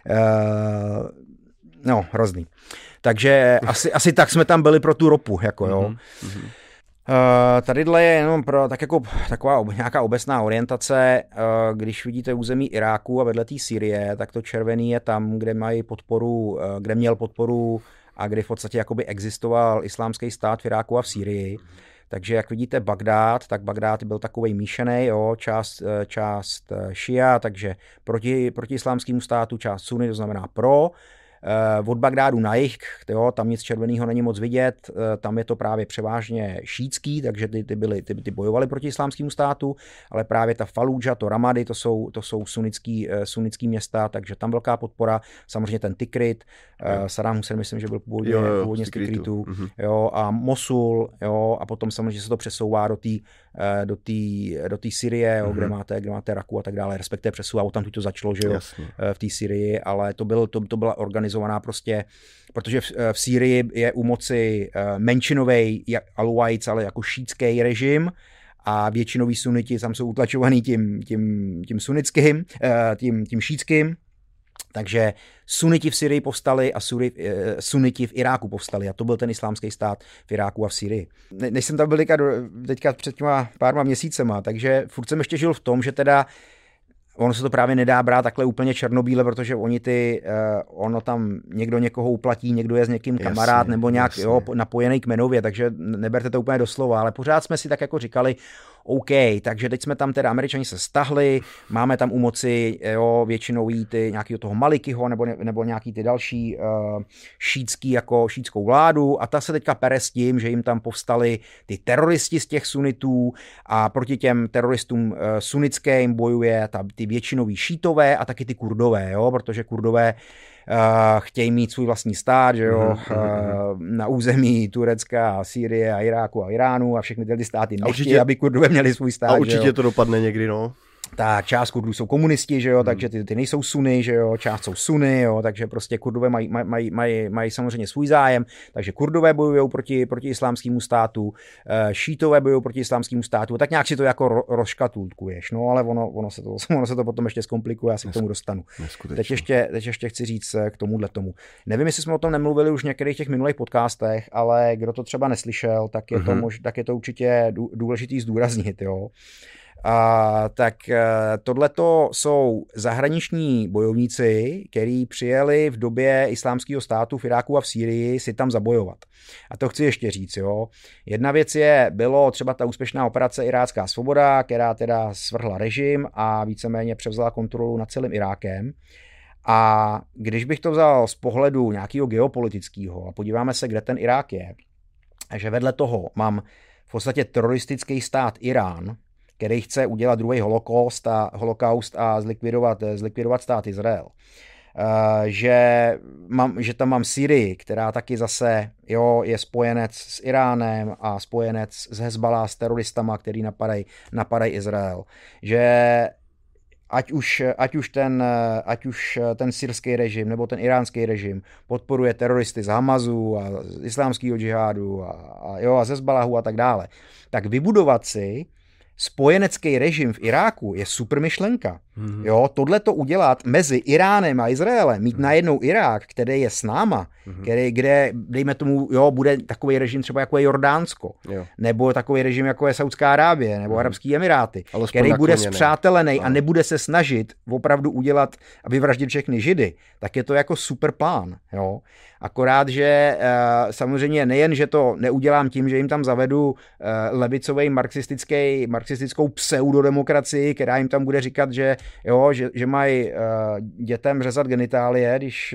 hrozný. Takže asi tak jsme tam byli pro tu ropu, jako jo. Tadyhle je jenom taková nějaká obecná orientace. Když vidíte území Iráku a vedle té Sýrie, tak to červený je tam, kde měl podporu a kde v podstatě jakoby existoval islámský stát v Iráku a v Sýrii. Takže jak vidíte Bagdád, tak Bagdád byl takovej míšený, jo, část šia, takže proti islámskému státu, část sunny, to znamená pro. Od Bagdádu na jih, tam nic červeného není moc vidět, tam je to právě převážně šítský, takže ty bojovali proti islámskému státu, ale právě ta Falúdža, to Ramady, to jsou sunnický města, takže tam velká podpora, samozřejmě ten Tikrit, Saddam Hussein myslím, že byl původně z Tikritu, jo, a Mosul, jo, a potom samozřejmě se to přesouvá do té Syrie, jo, kde máte Raku a tak dále, respektive přesouvá, tam to začalo, že jo, v té Syrii, ale to byla organizovaná prostě, protože v Sýrii je u moci menšinový Aluajc, ale jako šítský režim a většinový suniti tam jsou utlačovaný tím sunnickým, tím šítským. Takže suniti v Syrii povstali a suniti v Iráku povstali a to byl ten islámský stát v Iráku a v Syrii. Než jsem tam byl teďka před těma párma měsícema, takže furt jsem ještě žil v tom, že teda ono se to právě nedá brát takhle úplně černobíle, protože ono tam někdo někoho uplatí, někdo je s někým kamarád nebo nějak napojený kmenově, takže neberte to úplně doslova, ale pořád jsme si tak jako říkali, OK, takže teď jsme tam teda, Američani se stahli, máme tam u moci většinou jít nějakého toho Malikyho nebo nějaký ty další šítskou vládu a ta se teďka pere s tím, že jim tam povstali ty teroristi z těch sunitů a proti těm teroristům sunnickým bojuje ty většinový šítové a taky ty kurdové, protože kurdové chtějí mít svůj vlastní stát, že jo, na území Turecka, Sýrie a Iráku a Iránu a všechny ty státy nechtějí, aby Kurdové měli svůj stát. A určitě to dopadne někdy, no. Tak část Kurdů jsou komunisti, že jo, takže ty nejsou Sunny, že jo, část jsou Sunny, jo, takže prostě Kurdové mají samozřejmě svůj zájem, takže Kurdové bojují proti islámskému státu, šítové bojují proti islámskému státu, tak nějak si to jako rozškatulkuješ, no, ale ono se to potom ještě zkomplikuje, já se k tomu dostanu. Teď ještě chci říct k tomu. Nevím, jestli jsme o tom nemluvili už v některých těch minulých podcastech, ale kdo to třeba neslyšel, tak je to určitě důležitý zdůraznit, jo. Tak tohleto jsou zahraniční bojovníci, kteří přijeli v době islámského státu v Iráku a v Sýrii si tam zabojovat. A to chci ještě říct, jo. Jedna věc bylo třeba ta úspěšná operace Irácká svoboda, která teda svrhla režim a víceméně převzala kontrolu nad celým Irákem. A když bych to vzal z pohledu nějakého geopolitického a podíváme se, kde ten Irák je, že vedle toho mám v podstatě teroristický stát Irán, který chce udělat druhý holokaust a zlikvidovat stát Izrael. Že tam mám Syrii, která taky zase je spojenec s Iránem a spojenec s Hezbollah, s teroristama, který napadají Izrael. Že ať už ten syrský režim nebo ten iránský režim podporuje teroristy z Hamasu a z islámského džihádu a z Hezbollahu a tak dále, tak vybudovat si spojenecký režim v Iráku je super myšlenka. Jo, tohleto udělat mezi Iránem a Izraelem, mít najednou Irák, který je s náma, kde, dejme tomu, bude takový režim třeba jako je Jordánsko, nebo takový režim jako je Saudská Arábie, nebo Arabský Emiráty, který bude spřátelený a nebude se snažit opravdu udělat a vyvraždit všechny Židy, tak je to jako super plán. Jo. Akorát, že samozřejmě nejen, že to neudělám tím, že jim tam zavedu levicovej marxistickou pseudodemokracii, která jim tam bude říkat, že mají dětem řezat genitálie,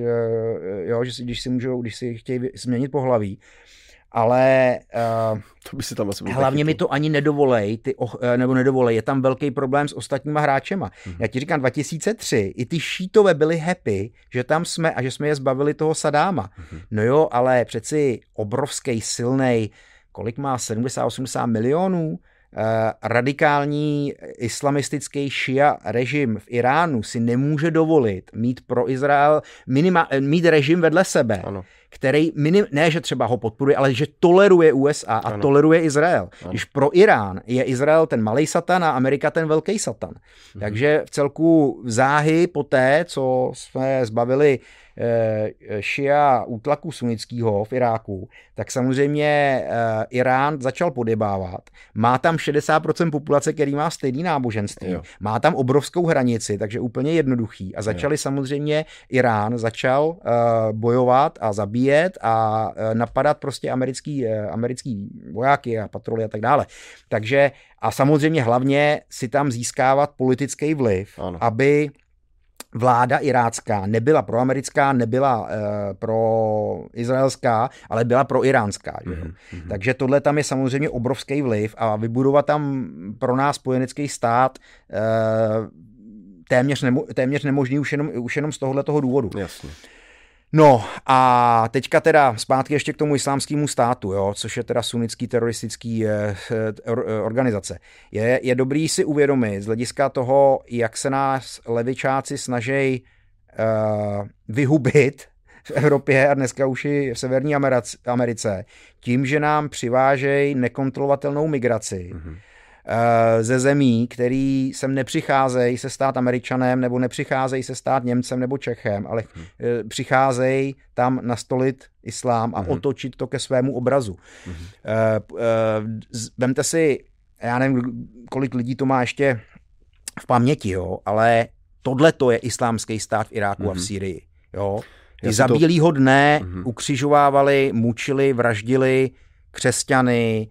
když si chtějí změnit pohlaví. Ale to by si tam hlavně mi to ani nedovolej, je tam velký problém s ostatníma hráčema. Já ti říkám, 2003, i ty šítové byli happy, že tam jsme a že jsme je zbavili toho Sadáma. No jo, ale přeci obrovský, silnej, kolik má, 70-80 milionů, radikální islamistický šia režim v Iránu si nemůže dovolit mít pro Izrael mít režim vedle sebe, ano, který ne, že třeba ho podporuje, ale že toleruje USA a ano, toleruje Izrael. Ano. Když pro Irán je Izrael ten malej satan a Amerika ten velký satan. Takže v celku záhy po té, co jsme zbavili šia útlaku sunnického v Iráku, tak samozřejmě Irán začal podjebávat. Má tam 60% populace, který má stejný náboženství. Jo. Má tam obrovskou hranici, takže úplně jednoduchý. A samozřejmě Irán začal bojovat a zabíjet a napadat prostě americký vojáky a patroly a tak dále. Takže a samozřejmě hlavně si tam získávat politický vliv, ano, aby vláda irácká nebyla proamerická, nebyla proizraelská, ale byla proiránská. Takže tohle tam je samozřejmě obrovský vliv a vybudovat tam pro nás spojenecký stát téměř nemožný už jenom z tohoto důvodu. Jasně. No a teďka teda zpátky ještě k tomu islámskému státu, jo, což je teda sunnický teroristický organizace. Je dobrý si uvědomit z hlediska toho, jak se nás levičáci snaží vyhubit v Evropě a dneska už i v Severní Americe tím, že nám přivážejí nekontrolovatelnou migraci ze zemí, který sem nepřicházejí se stát Američanem nebo nepřicházejí se stát Němcem nebo Čechem, ale přicházejí tam nastolit islám a otočit to ke svému obrazu. Vemte si, já nevím, kolik lidí to má ještě v paměti, jo, ale tohle to je islámský stát v Iráku a v Sýrii, jo. Ty za bílýho dne ukřižovávali, mučili, vraždili křesťany,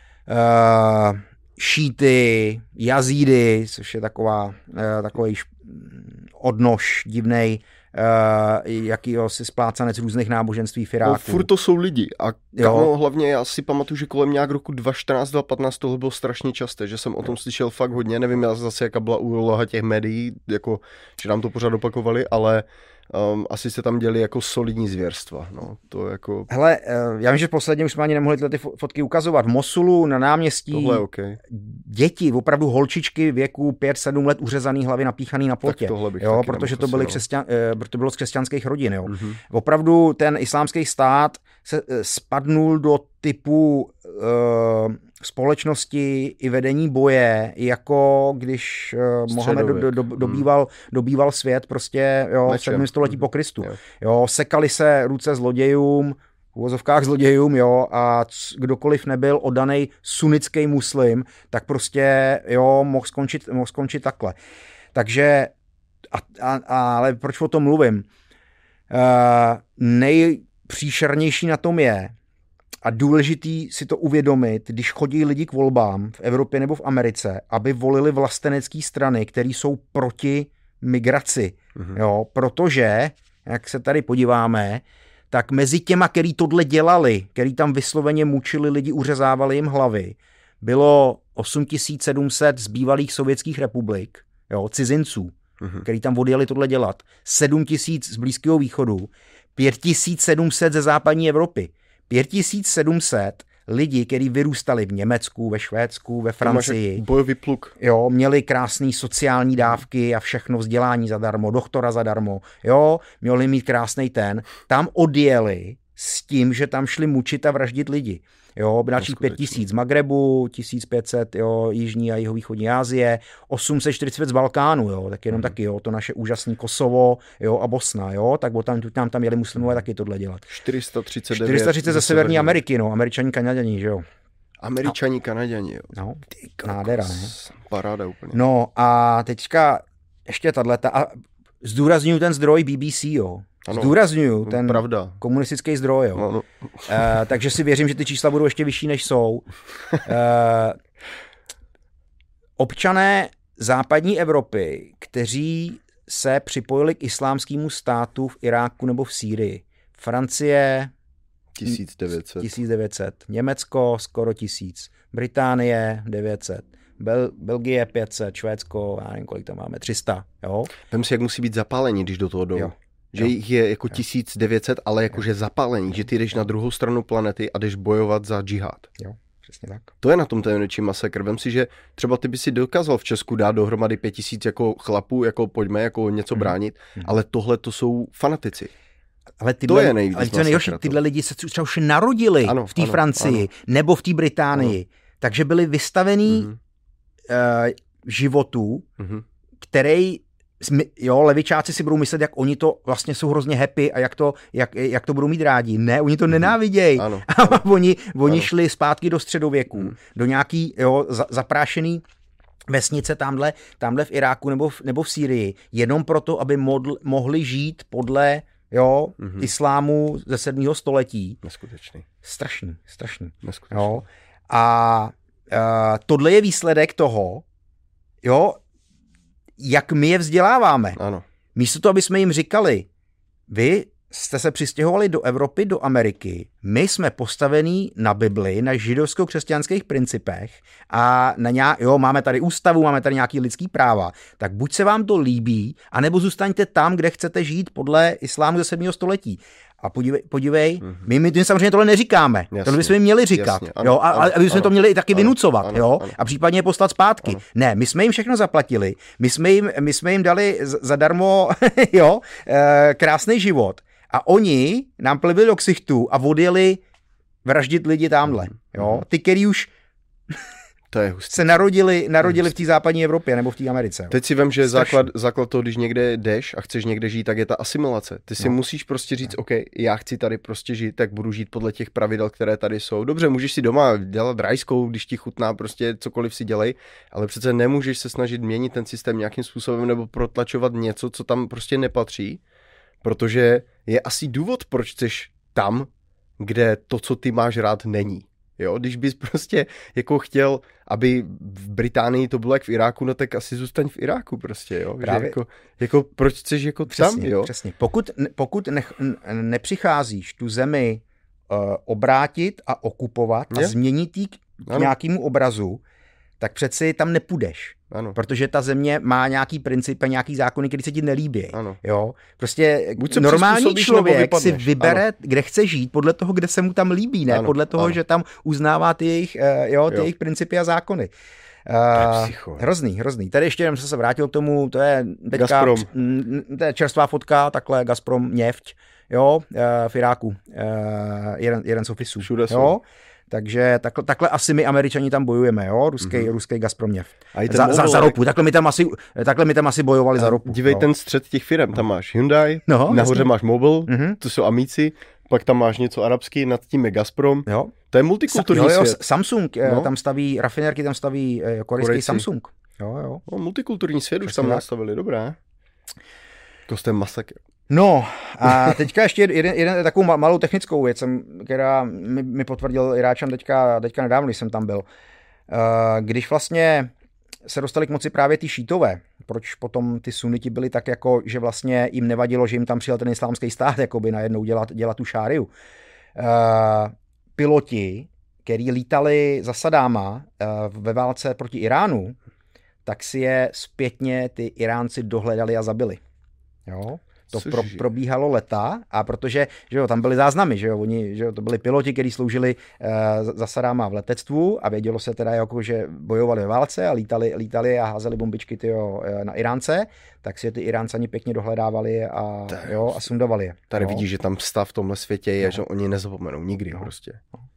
šíty, jazídy, což je takový odnož divnej, jakýho si splácanec různých náboženství v Iráku. No, furt to jsou lidi a kamo, hlavně já si pamatuju, že kolem nějak roku 2014, 2015 tohle bylo strašně časté, že jsem o tom slyšel fakt hodně, nevím já zase jaká byla úloha těch médií, jako, že nám to pořád opakovali, ale asi se tam děli jako solidní zvěrstva. No, to jako... Hele, já vím, že posledně už jsme ani nemohli ty fotky ukazovat. V Mosulu na náměstí tohle je okay. Děti, opravdu holčičky věku 5-7 let uřezaný hlavy napíchaný na plotě. Jo, protože to byly to bylo z křesťanských rodin. Jo. Opravdu ten islámský stát se spadnul do typu společnosti i vedení boje, jako když Mohamed dobýval svět prostě v 7. století po Kristu. Jo, sekali se ruce zlodějům, v uvozovkách zlodějům, jo, a kdokoliv nebyl oddaný sunnický muslim, tak prostě mohl skončit takhle. Takže, ale proč o tom mluvím? Nejpříšernější na tom je, a důležitý si to uvědomit, když chodí lidi k volbám v Evropě nebo v Americe, aby volili vlastenecké strany, které jsou proti migraci. Jo, protože, jak se tady podíváme, tak mezi těma, který tohle dělali, který tam vysloveně mučili lidi, uřezávali jim hlavy, bylo 8700 z bývalých sovětských republik, jo, cizinců, který tam odjeli tohle dělat, 7000 z Blízkého východu, 5700 ze západní Evropy. 5700 lidí, kteří vyrůstali v Německu, ve Švédsku, ve Francii. Bojový pluk. Jo, měli krásné sociální dávky a všechno, vzdělání zadarmo, doktora zadarmo. Jo, měli mít krásný ten. Tam odjeli s tím, že tam šli mučit a vraždit lidi. Jo, dalších 5000 z Magrebu, 1500 jižní a jihovýchodní Asie, 840 z Balkánu, jo, tak jenom taky, jo, to naše úžasné Kosovo, jo, a Bosna, jo, tak tam jeli muslimové taky tohle dělat. 430 ze Severní Ameriky, no, Američani, Kanaďani, že jo. Američani, Kanaďani, jo. No, nádhera, ne? Paráda úplně. No a teďka ještě tato, a zdůrazňuji ten zdroj BBC, jo. Zdůrazňuju ten komunistický zdroj. Jo. No. Takže si věřím, že ty čísla budou ještě vyšší, než jsou. Občané západní Evropy, kteří se připojili k islámskému státu v Iráku nebo v Sýrii. Francie 1900, Německo skoro 1000, Británie 900. Belgie 500, Švédsko, já nevím, kolik tam máme, 300. Jo? Vem si, jak musí být zapálení, když do toho jdou. Jo. Že jich je jako 1900, ale jakože zapálení, že ty jdeš na druhou stranu planety a jdeš bojovat za džihad. Jo, přesně tak. To je na tom ten největší masakr. Vem si, že třeba ty by si dokázal v Česku dát dohromady 5000 jako chlapů, jako pojďme jako něco bránit, ale tohle to jsou fanatici. Ale tyhle lidi se třeba už narodili v té Francii nebo v té Británii, takže byli vystavený životu, který levičáci si budou myslet, jak oni to vlastně jsou hrozně happy a jak to budou mít rádi. Ne, oni to nenávidějí. A oni šli zpátky do středověku, do nějaký zaprášený vesnice tamhle v Iráku nebo v Sýrii, jenom proto, aby mohli žít podle islámu ze 7. století. Neskutečný. Strašný. Neskutečný. Jo. A tohle je výsledek toho, jak my je vzděláváme. Ano. Místo toho, aby jsme jim říkali, vy jste se přistěhovali do Evropy, do Ameriky, my jsme postavení na Bibli, na židovsko-křesťanských principech a máme tady ústavu, máme tady nějaký lidský práva, tak buď se vám to líbí, anebo zůstaňte tam, kde chcete žít podle islámu ze 7. století. A podívej, my samozřejmě tohle neříkáme. Jasně, tohle bychom jim měli říkat. Jasně, ano, aby jsme to měli i taky vynucovat. Ano. A případně je poslat zpátky. Ano. Ne, my jsme jim všechno zaplatili. My jsme jim dali zadarmo krásný život. A oni nám plivili do ksichtů a odjeli vraždit lidi tamhle. Jo? Ty, který už se narodili v té západní Evropě nebo v té Americe. Teď si vem, že základ toho, když někde jdeš a chceš někde žít, tak je ta asimilace. Ty si musíš prostě říct, OK, já chci tady prostě žít, tak budu žít podle těch pravidel, které tady jsou. Dobře, můžeš si doma dělat rajskou, když ti chutná, prostě cokoliv si dělej, ale přece nemůžeš se snažit měnit ten systém nějakým způsobem nebo protlačovat něco, co tam prostě nepatří, protože je asi důvod, proč chceš tam, kde to, co ty máš rád, není. Jo, když bys prostě jako chtěl, aby v Británii to bylo jak v Iráku, no tak asi zůstaň v Iráku prostě, jo. Právě. Že jako proč chceš jako přesně, tam, jo. Přesně. Pokud nepřicházíš tu zemi obrátit a okupovat a změnit ji k nějakému obrazu, tak přeci tam nepůjdeš. Ano. Protože ta země má nějaký princip a nějaký zákony, který se ti nelíbí. Ano. Jo? Prostě normální člověk si vybere, kde chce žít, podle toho, kde se mu tam líbí, ne? Podle toho, že tam uznává ty jejich principy a zákony. Hrozný. Tady ještě jenom se vrátil k tomu, to je teďka, to je čerstvá fotka, takhle Gazprom nefť, jo, v Iráku, jeden z ofisů. Všude jsou. Jo? Takže takhle asi my Američani tam bojujeme, jo, ruský Gazprom nefť. Za ropu, takhle my tam asi bojovali za ropu. Dívej, ten střed těch firem, tam máš Hyundai, nahoře máš Mobil, to jsou Amici, pak tam máš něco arabský, nad tím je Gazprom. Jo. To je multikulturní svět. Samsung, tam staví, rafinérky tam staví korejský Samsung. Jo. No, multikulturní svět už tam nastavili, dobré. To jste masakr. No a teďka ještě jeden takovou malou technickou věc, která mi potvrdil Iráčan teďka nedávno, když jsem tam byl. Když vlastně se dostali k moci právě ty šítové, proč potom ty suniti byli tak jako, že vlastně jim nevadilo, že jim tam přijel ten islámský stát, jakoby najednou dělat tu šáriu. Piloti, který lítali za Sadáma ve válce proti Iránu, tak si je zpětně ty Iránci dohledali a zabili. Jo? To probíhalo leta a protože, že jo, tam byly záznamy, že jo, to byli piloti, kteří sloužili za Sadáma v letectvu a vědělo se teda, jako, že bojovali ve válce a lítali a házeli bombičky na Iránce, tak si je ty Iráncani pěkně dohledávali a sundovali je. Tady vidíš, že tam stav v tomhle světě je, že oni nezapomenou nikdy prostě.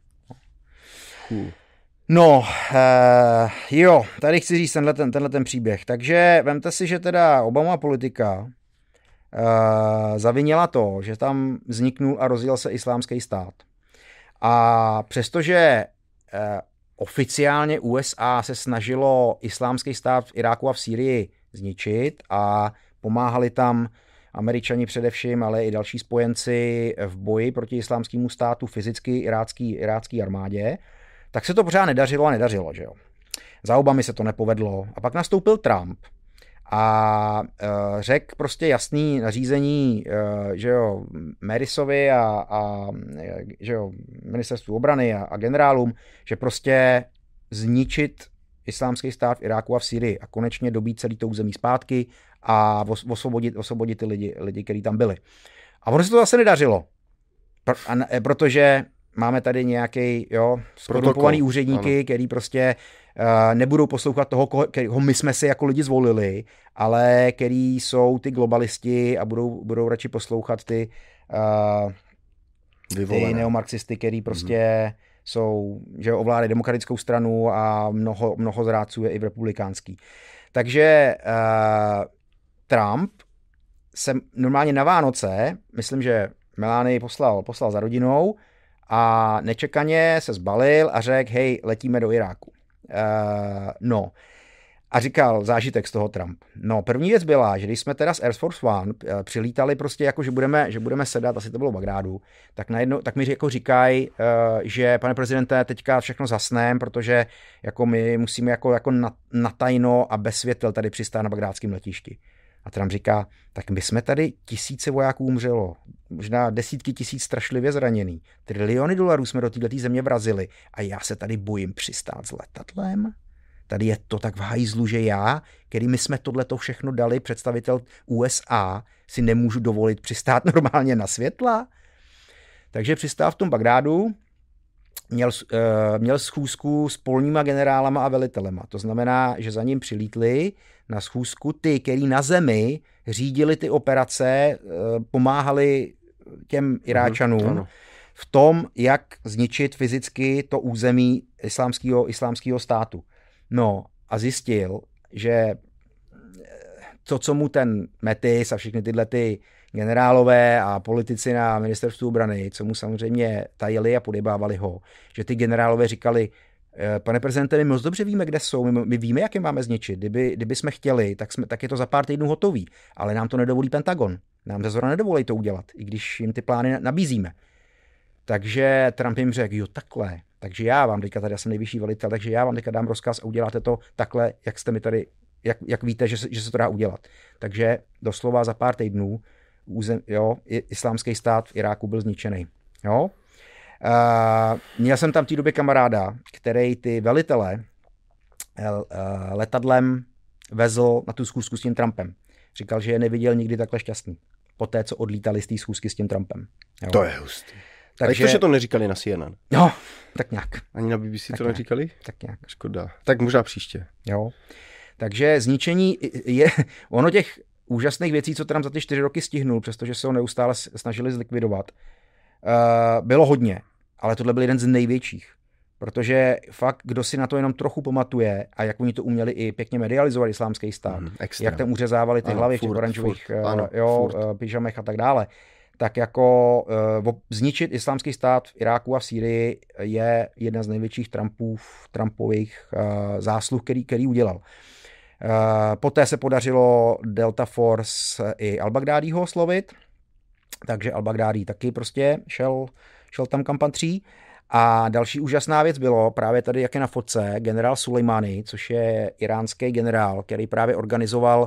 Tady chci říct tenhle ten příběh. Takže vemte si, že teda Obamova politika zavinila to, že tam vzniknul a rozjel se islámský stát. A přestože oficiálně USA se snažilo islámský stát v Iráku a v Sýrii zničit a pomáhali tam Američani především, ale i další spojenci v boji proti islámskému státu fyzicky irácké armádě, tak se to pořád nedařilo, že jo. Za Obamy se to nepovedlo. A pak nastoupil Trump a řekl prostě jasný nařízení, že jo, Marisovi a že jo, ministerstvu obrany a generálům, že prostě zničit islámský stát v Iráku a v Sýrii a konečně dobít celý to území zpátky a osvobodit ty lidi, kteří tam byli. A ono se to zase nedařilo, protože máme tady nějaký skorumpovaný úředníky, který prostě nebudou poslouchat toho, koho my jsme si jako lidi zvolili, ale který jsou ty globalisti a budou radši poslouchat ty neomarxisty, který prostě jsou, že ovládají demokratickou stranu a mnoho zrádců je i v republikánský. Takže Trump se normálně na Vánoce, myslím, že Melanie poslal za rodinou a nečekaně se zbalil a řekl, hej, letíme do Iráku. A říkal zážitek z toho Trump. No, první věc byla, že když jsme teda z Air Force One přilítali prostě jako, že budeme sedat, asi to bylo v Bagrádu, tak mi jako říkají, že pane prezidente, teďka všechno zasnem, protože jako my musíme jako natajno a bez světel tady přistát na bagdádském letišti. A Trump říká, tak my jsme tady, tisíce vojáků umřelo, možná desítky tisíc strašlivě zraněný, triliony dolarů jsme do této země vrazili a já se tady bojím přistát s letadlem? Tady je to tak v hajzlu, že já, který my jsme tohleto všechno dali, představitel USA, si nemůžu dovolit přistát normálně na světla? Takže přistál v tom Bagdádu, měl schůzku s polníma generálama a velitelema. To znamená, že za ním přilítli na schůzku ty, který na zemi řídili ty operace, pomáhali těm Iráčanům v tom, jak zničit fyzicky to území islámského státu. No a zjistil, že to, co mu ten Mattis a všechny tyhle ty generálové a politici na ministerstvu obrany, co mu samozřejmě tajili a podjebávali ho, že ty generálové říkali, pane prezidente, my moc dobře víme, kde jsou, my víme, jak je máme zničit. Kdyby jsme chtěli, tak je to za pár týdnů hotový, ale nám to nedovolí Pentagon. Nám to zrovna nedovolí to udělat, i když jim ty plány nabízíme. Takže Trump jim řekl, jo, takhle. Takže já vám teďka tady, já jsem nejvyšší velitel, takže já vám teďka dám rozkaz a uděláte to takhle, jak jste mi tady, jak víte, že se to dá udělat. Takže doslova za pár týdnů islámský stát v Iráku byl zničený. Jo? Měl jsem tam v té době kamaráda, který ty velitele letadlem vezl na tu schůzku s tím Trumpem. Říkal, že je neviděl nikdy takhle šťastný. Poté, co odlítali z té schůzky s tím Trumpem. Jo? To je hustý. Takže... že to neříkali na CNN? No, tak nějak. Ani na BBC tak to neříkali? Tak nějak. Škoda. Tak možná příště. Jo. Takže zničení je ono těch úžasných věcí, co Trump za ty 4 roky stihnul, přestože se ho neustále snažili zlikvidovat, bylo hodně. Ale tohle byl jeden z největších. Protože fakt, kdo si na to jenom trochu pamatuje a jak oni to uměli i pěkně medializovat islámský stát, jak tam uřezávali ty hlavy v těch oranžových pyžamech a tak dále, tak jako zničit islámský stát v Iráku a v Sýrii je jedna z největších Trumpových zásluh, který udělal. Poté se podařilo Delta Force i al-Baghdádího oslovit, takže al-Baghdádí taky prostě šel tam, kam patří. A další úžasná věc bylo právě tady, jak je na fotce, generál Sulejmani, což je iránský generál, který právě organizoval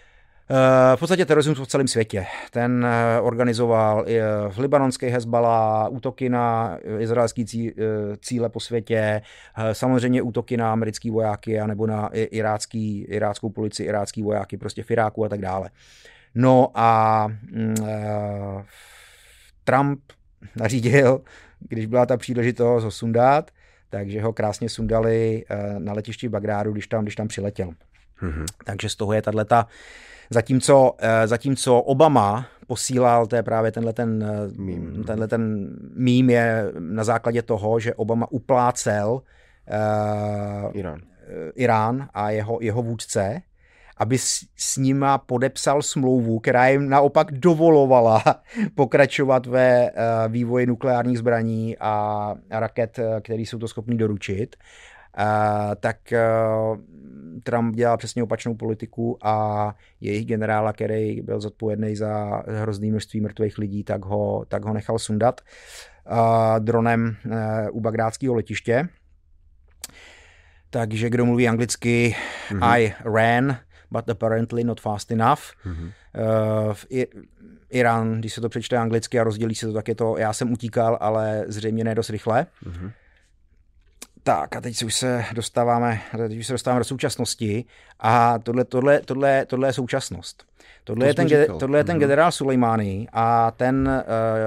v podstatě terorismus po celém světě. Ten organizoval v libanonské Hezbollah útoky na izraelské cíle po světě, samozřejmě útoky na americký vojáky anebo na iráckou policii, irácký vojáky prostě v Iráku a tak dále. No a Trump nařídil, když byla ta příležitost ho sundat, takže ho krásně sundali na letišti v Bagdádu, když tam přiletěl. Mm-hmm. Takže z toho je tato. Zatímco Obama posílal, to je právě tenhle mím je na základě toho, že Obama uplácel Irán a jeho vůdce, aby s nima podepsal smlouvu, která jim naopak dovolovala pokračovat ve vývoji nukleárních zbraní a raket, které jsou to schopní doručit. Tak Trump dělal přesně opačnou politiku a jejich generála, který byl zodpovědný za hrozný množství mrtvých lidí, tak ho nechal sundat dronem u bagdádského letiště. Takže kdo mluví anglicky, I ran, but apparently not fast enough. V Irán, když se to přečte anglicky a rozdělí se to, tak je to, já jsem utíkal, ale zřejmě ne dost rychle. Tak a teď se dostáváme do současnosti a tohle je současnost. Tohle je ten generál Sulejmani a ten,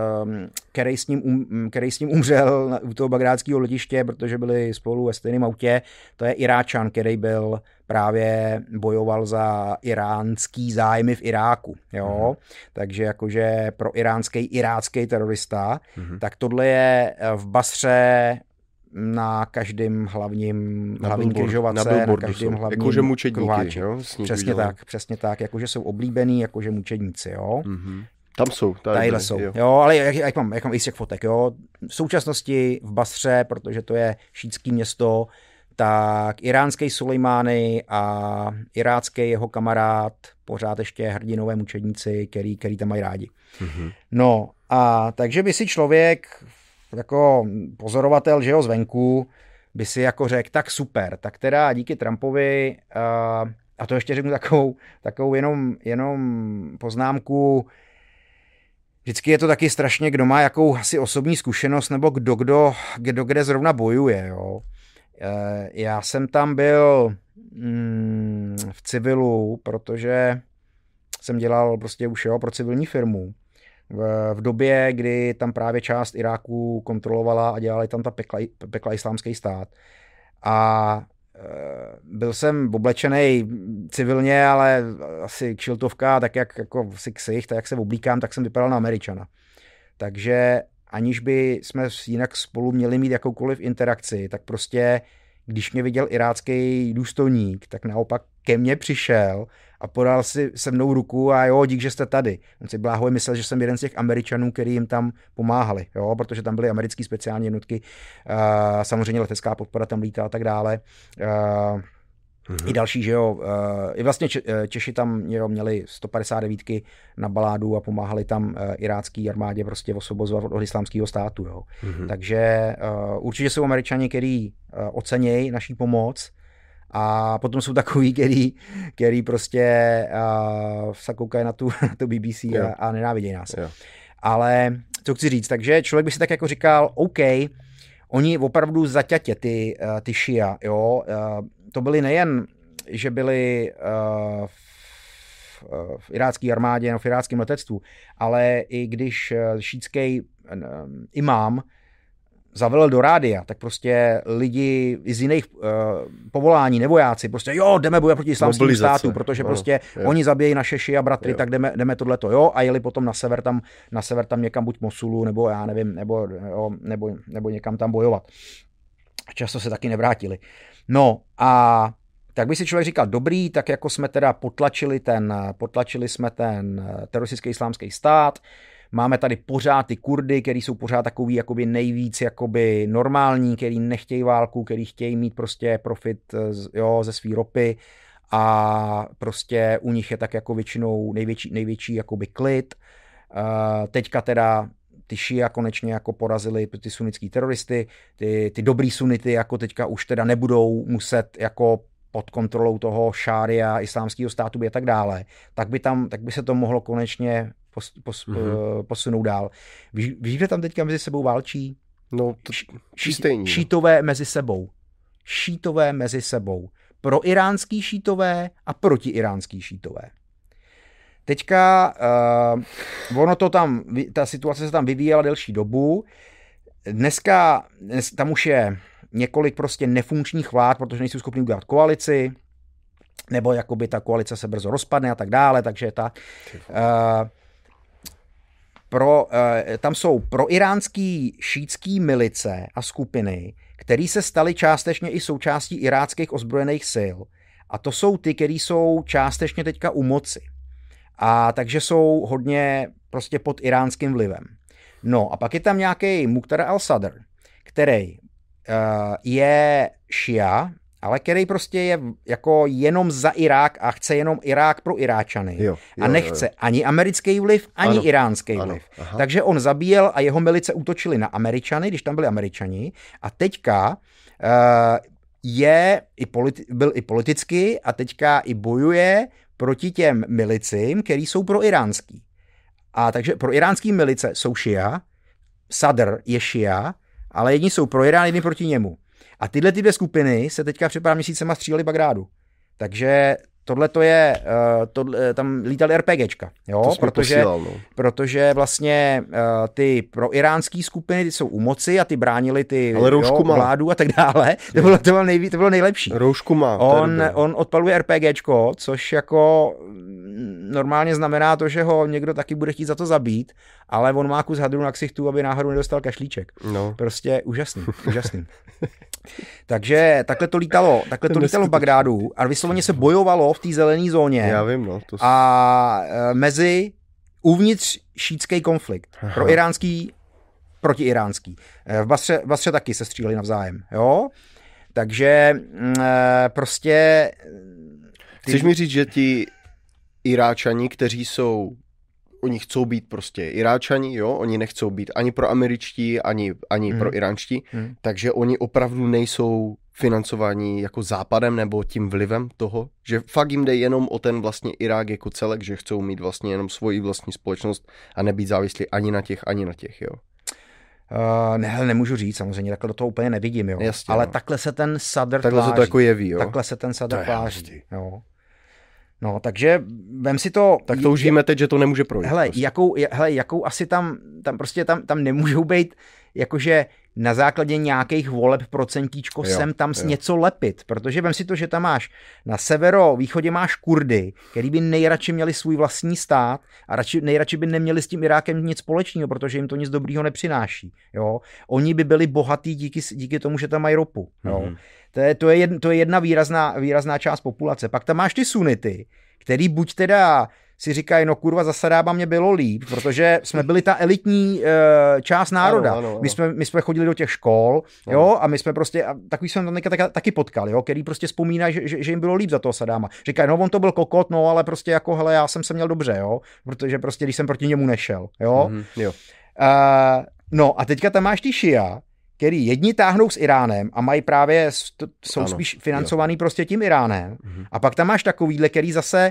který s ním umřel u toho bagdádského letiště, protože byli spolu ve stejném autě, to je Iráčan, který byl právě bojoval za iránský zájmy v Iráku. Jo? Takže jakože pro irácký terorista, tak tohle je v Basře na každém hlavním křižovatce, na každém hlavním jakože mučedníky, jo? Přesně tak, jakože jsou oblíbený, jakože mučedníci, jo. Tam jsou. Tadyhle jsou, jo, ale jak mám i z těch fotek, jo. V současnosti v Basře, protože to je šítský město, tak iránský Sulejmani a irácký jeho kamarád, pořád ještě hrdinové mučedníci, který tam mají rádi. No a takže by si člověk jako pozorovatel, že jo, zvenku, by si jako řekl, tak super, tak teda díky Trumpovi, a to ještě řeknu takovou jenom poznámku, vždycky je to taky strašně, kdo má jakou asi osobní zkušenost, nebo kdo kde zrovna bojuje, jo. Já jsem tam byl v civilu, protože jsem dělal prostě už pro civilní firmu. V době, kdy tam právě část Iráku kontrolovala a dělali tam ta pekla islámský stát. A byl jsem oblečený civilně, ale asi kšiltovka, tak jak jako si ksicht, tak jak se oblíkám, tak jsem vypadal na Američana. Takže aniž by jsme jinak spolu měli mít jakoukoliv interakci, tak prostě když mě viděl irácký důstojník, tak naopak ke mně přišel a podal si se mnou ruku a jo, dík, že jste tady. On si bláhově myslel, že jsem jeden z těch Američanů, který jim tam pomáhali, jo, protože tam byly americké speciální jednotky, samozřejmě letecká podpora tam lítá a tak dále. I další, že jo. I vlastně Češi tam měli 159 na Baládu a pomáhali tam irácké armádě prostě osvobozovat od islámského státu, jo. Takže určitě jsou Američani, který ocenějí naší pomoc, a potom jsou takový, který prostě se koukají na tu BBC a nenávidějí nás. Jo. Ale co chci říct, takže člověk by si tak jako říkal, OK, oni opravdu zaťatě ty šia, jo, to byli nejen, že byli v irácké armádě, no, v iráckém letectvu, ale i když šítský imám zavelel do rádia, tak prostě lidi z jiných povolání, nevojáci, prostě jo, jdeme bojovat proti islámskému státu, protože prostě oni zabíjejí naše šia bratry, tak jdeme tohleto, jo, a jeli potom na sever tam někam buď Mosulu, nebo já nevím, nebo někam tam bojovat. Často se taky nevrátili. No a tak by si člověk říkal, dobrý, tak jako jsme teda potlačili jsme ten teroristický islámský stát, máme tady pořád ty Kurdy, který jsou pořád takový jakoby nejvíc jakoby normální, který nechtějí válku, který chtějí mít prostě profit, jo, ze svý ropy a prostě u nich je tak jako většinou největší jakoby klid. Teďka teda ty šia konečně jako porazili ty sunnický teroristy, ty dobrý sunity jako teďka už teda nebudou muset jako pod kontrolou toho šária, islámského státu a tak dále, tak by se to mohlo konečně posunout dál. Víš, kde tam teďka mezi sebou válčí? No, stejný. Šítové mezi sebou. Proiránský šítové a protiiránský šítové. Teďka ta situace se tam vyvíjela delší dobu. Dneska tam už je několik prostě nefunkčních vlád, protože nejsou schopni udělat koalici, nebo jakoby ta koalice se brzo rozpadne a tak dále, takže tam jsou proiránský šítský milice a skupiny, které se staly částečně i součástí iráckých ozbrojených sil. A to jsou ty, které jsou částečně teďka u moci. A takže jsou hodně prostě pod iránským vlivem. No a pak je tam nějaký Muqtada al-Sadr, který je šia, ale který prostě je jako jenom za Irák a chce jenom Irák pro Iráčany. A nechce ani americký vliv, ani iránský vliv. Takže on zabíjel a jeho milice útočili na Američany, když tam byli Američani. A teďka byl i politicky a teďka i bojuje proti těm milicím, který jsou pro iránský. A takže pro iránský milice jsou šia, Sadr je šia, ale jedni jsou pro Irán, jedni proti němu. A tyhle dvě skupiny se teďka před pár měsícema střílely Bagdádu. Takže tohle to je, tam lítaly RPGčka, jo, protože vlastně ty proiránský skupiny ty jsou u moci a ty bránili ty vládu a tak dále. To bylo nejlepší. Roušku má. On odpaluje RPGčko, což jako normálně znamená to, že ho někdo taky bude chtít za to zabít, ale on má kus hadru na ksichtu, aby náhodou nedostal kašlíček. No. Prostě úžasný. Takže takhle to lítalo v Bagdádu a vysloveně se bojovalo v té zelené zóně. Já vím, no. A uvnitř šítský konflikt. Pro iránský, proti iránský. V Basře taky se stříleli navzájem, jo? Takže prostě... Chceš mi říct, že ti Iráčani, kteří oni chcou být prostě Iráčani, jo, oni nechcou být ani pro američtí, ani pro iránští, takže oni opravdu nejsou financováni jako západem nebo tím vlivem toho, že fakt jim jde jenom o ten vlastně Irák jako celek, že chcou mít vlastně jenom svoji vlastní společnost a nebýt závislí ani na těch, jo. Nemůžu říct, samozřejmě, takhle do toho úplně nevidím, jo. Jasně, ale takhle se ten Sadr takhle tváří. Se to jako jeví, jo. Takhle se ten Sadr tváří, jo. No, takže vem si to... Tak toužíme teď, že to nemůže projít. Jakou asi tam nemůžou být, jakože na základě nějakých voleb procentíčko sem tam něco lepit, protože vem si to, že tam máš na severovýchodě máš Kurdy, který by nejradši měli svůj vlastní stát a nejradši by neměli s tím Irákem nic společného, protože jim to nic dobrýho nepřináší. Jo? Oni by byli bohatí díky tomu, že tam mají ropu. Jo? To je jedna výrazná část populace. Pak tam máš ty sunity, který buď teda si říkají, no kurva, za Sadáma mě bylo líp, protože jsme byli ta elitní část národa. Ano. My jsme chodili do těch škol, jo, a my jsme prostě, a takový jsme tam taky potkali, jo, který prostě vzpomínají, že jim bylo líp za toho Sadáma. Říkají, no on to byl kokot, no, ale prostě jako, hele, já jsem se měl dobře, jo, protože prostě, když jsem proti němu nešel, jo. Jo. No a teďka tam máš ty šia, který jedni táhnou s Iránem a mají právě, jsou spíš financovaný prostě tím Iránem. A pak tam máš takovýhle, který zase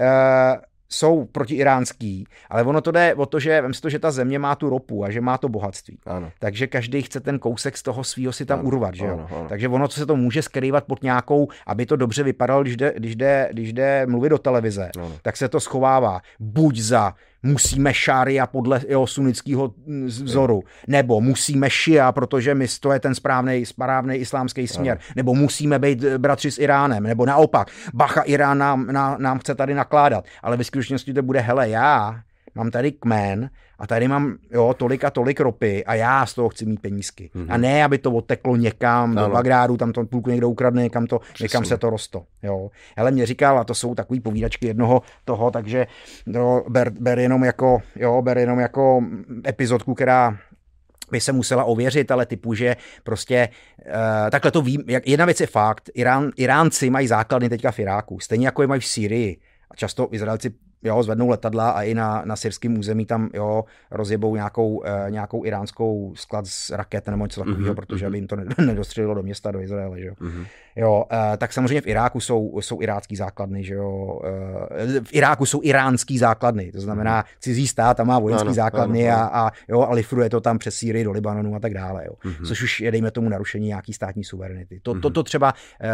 jsou protiiránský, ale ono to jde o to, že vem si to, že ta země má tu ropu a že má to bohatství. Ano. Takže každý chce ten kousek z toho svýho si tam urvat, že jo. Ano. Takže ono, co se to může skrývat pod nějakou, aby to dobře vypadalo, když jde mluvit do televize, tak se to schovává buď za musíme šária podle jeho sunnického vzoru, nebo musíme šia, protože to je ten správný islámský směr, nebo musíme být bratři s Iránem, nebo naopak, bacha, Irán nám chce tady nakládat, ale ve skutečnosti to bude, hele, já mám tady kmen a tady mám tolik a tolik ropy a já z toho chci mít penízky. A ne, aby to odteklo někam do Bagdádu, tam to půlku někdo ukradne, někam se to rosto. Jo. Hele, mě říkal, a to jsou takový povídačky jednoho toho, takže ber jenom jako epizodku, která by se musela ověřit, ale typu, že prostě takhle to vím. Jedna věc je fakt, Iránci mají základny teďka v Iráku, stejně jako je mají v Sýrii. A často Izraelci zvednou letadla a i na syrském území tam rozjebou nějakou iránskou sklad z raket nebo něco takového, protože aby jim to nedostřelilo do města, do Izraele. Že? Tak samozřejmě v Iráku jsou irácký základny. Že jo? V Iráku jsou iránský základny, to znamená cizí stát tam má vojenský základny a lifruje to tam přes Sýrii do Libanonu a tak dále. Jo? Což už je, dejme tomu, narušení nějaký státní suverenity. To třeba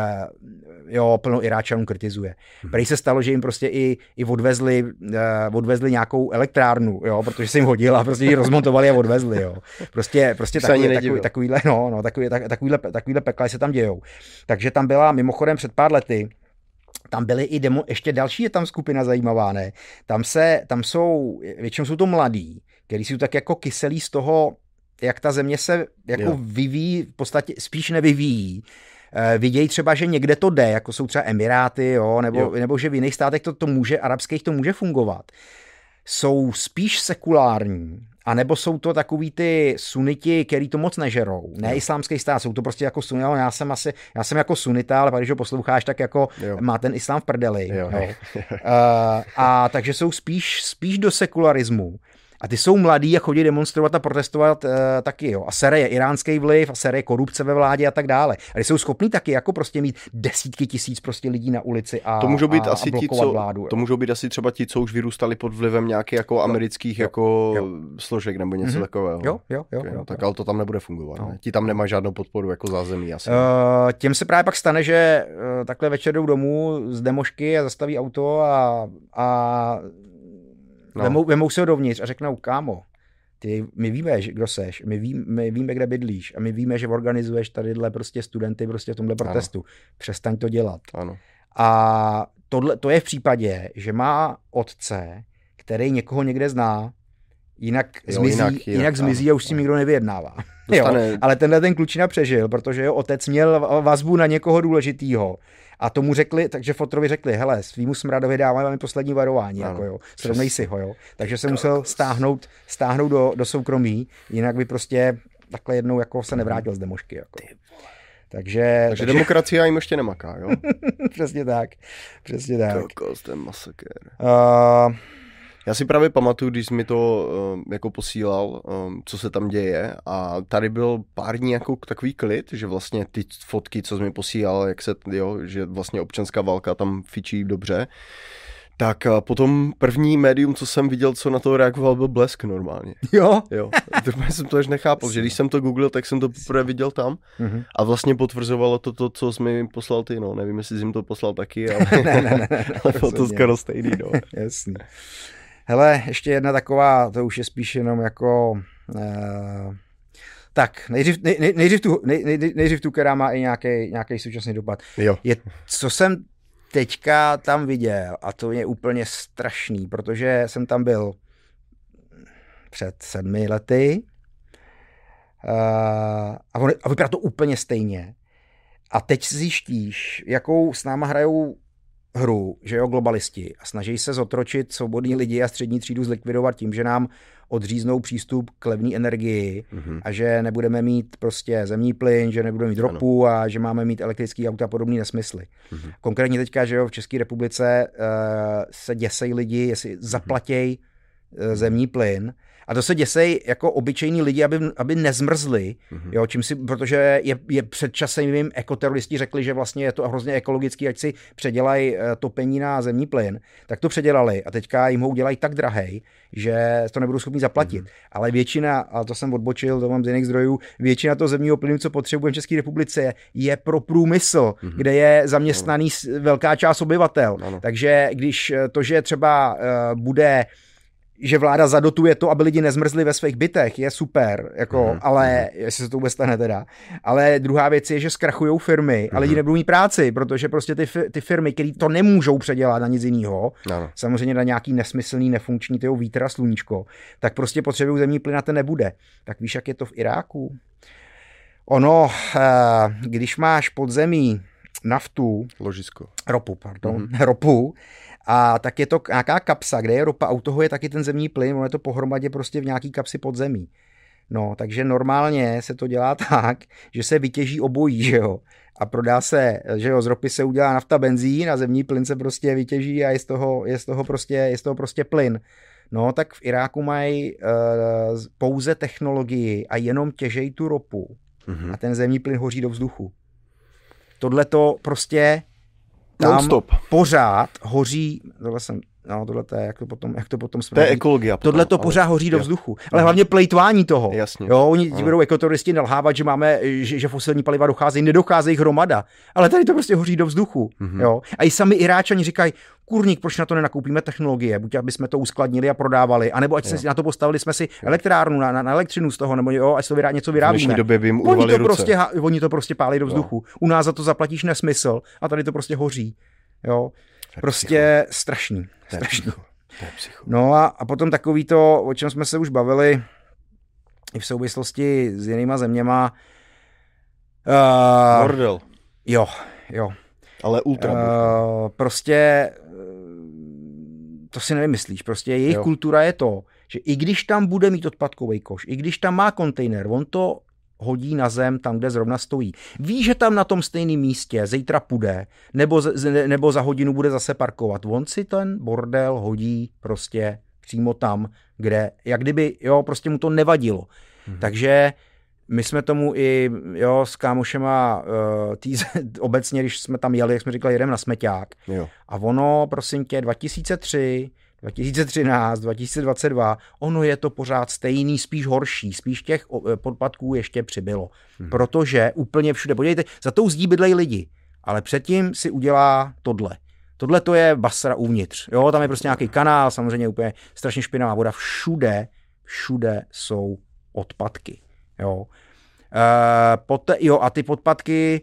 plno Iráčanů kritizuje. Prej se stalo, že jim prostě i odvezli nějakou elektrárnu, jo, protože se jim hodila a prostě ji rozmontovali a odvezli, jo. Prostě takovýhle pekla se tam dějou. Takže tam byla mimochodem před pár lety, tam byly i ještě další je tam skupina zajímavá, ne? Tam jsou, většinou jsou to mladí, kteří jsou tak jako kyselí z toho, jak ta země se jako vyvíjí, v podstatě spíš nevyvíjí. Vidějí třeba, že někde to jde, jako jsou třeba Emiráty, jo, nebo že v jiných státech to může, arabských to může fungovat. Jsou spíš sekulární, anebo jsou to takový ty suniti, který to moc nežerou. Ne islámský stát, jsou to prostě jako sunni, já jsem jako sunita, ale pak když ho posloucháš, tak jako má ten islám v prdeli. A takže jsou spíš do sekularismu. A ty jsou mladí a chodí demonstrovat a protestovat taky, jo. A sere je iránský vliv, a sere je korupce ve vládě a tak dále. A ty jsou schopní taky jako prostě mít desítky tisíc prostě lidí na ulici a to můžou být asi blokovat vládu. To můžou být asi třeba ti, co už vyrůstali pod vlivem nějakých jako amerických složek nebo něco takového. Jo. Tak ale to tam nebude fungovat. Ne? Ti tam nemají žádnou podporu jako zázemí asi. Těm se právě pak stane, že takhle večer jdou domů z demošky a zastaví auto a vemou se ho dovnitř a řeknou, kámo, my víme, kdo seš, my víme, kde bydlíš a my víme, že organizuješ tadyhle prostě studenty prostě v tomhle protestu. Ano. Přestaň to dělat. Ano. A to je v případě, že má otce, který někoho někde zná, jinak zmizí a už s tím nikdo nevyjednává. Ale ten klučina přežil, protože jeho otec měl vazbu na někoho důležitýho. A tomu řekli, takže fotrovi řekli, hele, svýmu smradovi dáváme poslední varování, jako jo, srovnej si ho, jo. Takže se musel stáhnout do soukromí, jinak by prostě takhle jednou jako se nevrátil z demošky, jako. Takže demokracie jim ještě nemaká, jo? Přesně tak. Ten masakér. Já si právě pamatuju, když jsi mi to jako posílal, co se tam děje, a tady byl pár dní jako takový klid, že vlastně ty fotky, co jsi mi posílal, že vlastně občanská válka tam fičí dobře, tak potom první médium, co jsem viděl, co na to reagoval, byl Blesk normálně. Jo. Jsem to až nechápal, že když jsem to googlil, tak jsem to poprvé viděl tam a vlastně potvrzovalo to, co jsi mi poslal ty, no. Nevím, jestli jsi jim to poslal taky, ale, ale bylo to skoro stejný, no. Jasný. Hele, ještě jedna taková, to už je spíš jenom jako Tak, nejdřív tu, která má i nějaký současný dopad. Jo. Co jsem teďka tam viděl, a to je úplně strašný, protože jsem tam byl před 7 lety a vypadá to úplně stejně. A teď zjištíš, jakou s náma hrajou hru, že jo, globalisti, a snaží se zotročit svobodní lidi a střední třídu zlikvidovat tím, že nám odříznou přístup k levné energii a že nebudeme mít prostě zemní plyn, že nebudeme mít ropu a že máme mít elektrický auta a podobné nesmysly. Konkrétně teďka, že jo, v České republice se děsej lidi, jestli zaplatěj zemní plyn. A to se děsej jako obyčejní lidi, aby nezmrzli, jo, protože je před časem jim ekoteroristi řekli, že vlastně je to hrozně ekologický, ať si předělají topení na zemní plyn, tak to předělali a teďka jim ho udělají tak drahej, že to nebudou schopni zaplatit. Ale většina, a to jsem odbočil, to mám z jiných zdrojů, většina toho zemního plynu, co potřebujeme v České republice, je pro průmysl, kde je zaměstnaný velká část obyvatel. Takže když to, že třeba bude, že vláda zadotuje to, aby lidi nezmrzli ve svých bytech, je super, jako, ale jestli se to vůbec stane teda. Ale druhá věc je, že zkrachujou firmy a lidi nebudou mít práci, protože prostě ty firmy, které to nemůžou předělat na nic jiného, samozřejmě na nějaký nesmyslný, nefunkční tyho vítr a sluníčko, tak prostě potřebují zemní plyn a ten nebude. Tak víš, jak je to v Iráku? Ono, když máš pod zemí naftu, ropu, a tak je to nějaká kapsa, kde je ropa, a u toho je taky ten zemní plyn, ono je to pohromadě prostě v nějaký kapsi pod zemí. No, takže normálně se to dělá tak, že se vytěží obojí, že jo, a prodá se, že jo, z ropy se udělá nafta, benzín a zemní plyn se prostě vytěží a je z toho prostě plyn. No, tak v Iráku mají pouze technologii a jenom těžejí tu ropu a ten zemní plyn hoří do vzduchu. Tohle to prostě tam pořád hoří, tohle to je, jak to potom to je ekologie. Tohle to pořád hoří do vzduchu. Ale hlavně plejtvání toho. Jasně. Jo, oni budou ekoteroristi nalhávat, že fosilní paliva nedocházejí hromada. Ale tady to prostě hoří do vzduchu. Jo. A i sami Iráčani říkají, kurník, proč na to nenakoupíme technologie, buď aby jsme to uskladnili a prodávali, anebo ať si na to postavili jsme si elektrárnu na elektřinu z toho, nebo jo, ať to něco vyrábíme. V dnešní době by jim urvali ruce. Oni to prostě pálí do vzduchu. U nás za to zaplatíš nesmysl a tady to prostě hoří. Jo. Prostě strašný. No a potom takový to, o čem jsme se už bavili i v souvislosti s jinýma zeměma. Bordel. Jo. Ale ultra. Prostě to si nevymyslíš. Prostě jejich kultura je to, že i když tam bude mít odpadkový koš, i když tam má kontejner, on to hodí na zem tam, kde zrovna stojí. Ví, že tam na tom stejném místě zítra půjde, nebo za hodinu bude zase parkovat. On si ten bordel hodí prostě přímo tam, kde, jak kdyby, prostě mu to nevadilo. Takže my jsme tomu i, s kámošema obecně, když jsme tam jeli, jak jsme říkali, jedeme na smeťák. A ono, prosím tě, 2003, 2013, 2022, ono je to pořád stejný, spíš horší, spíš těch podpadků ještě přibylo. Protože úplně všude, podívejte, za tou zdí bydlejí lidi, ale předtím si udělá tohle. Tohle to je Basra uvnitř, tam je prostě nějaký kanál, samozřejmě úplně strašně špinavá voda, všude jsou odpadky, a ty podpadky,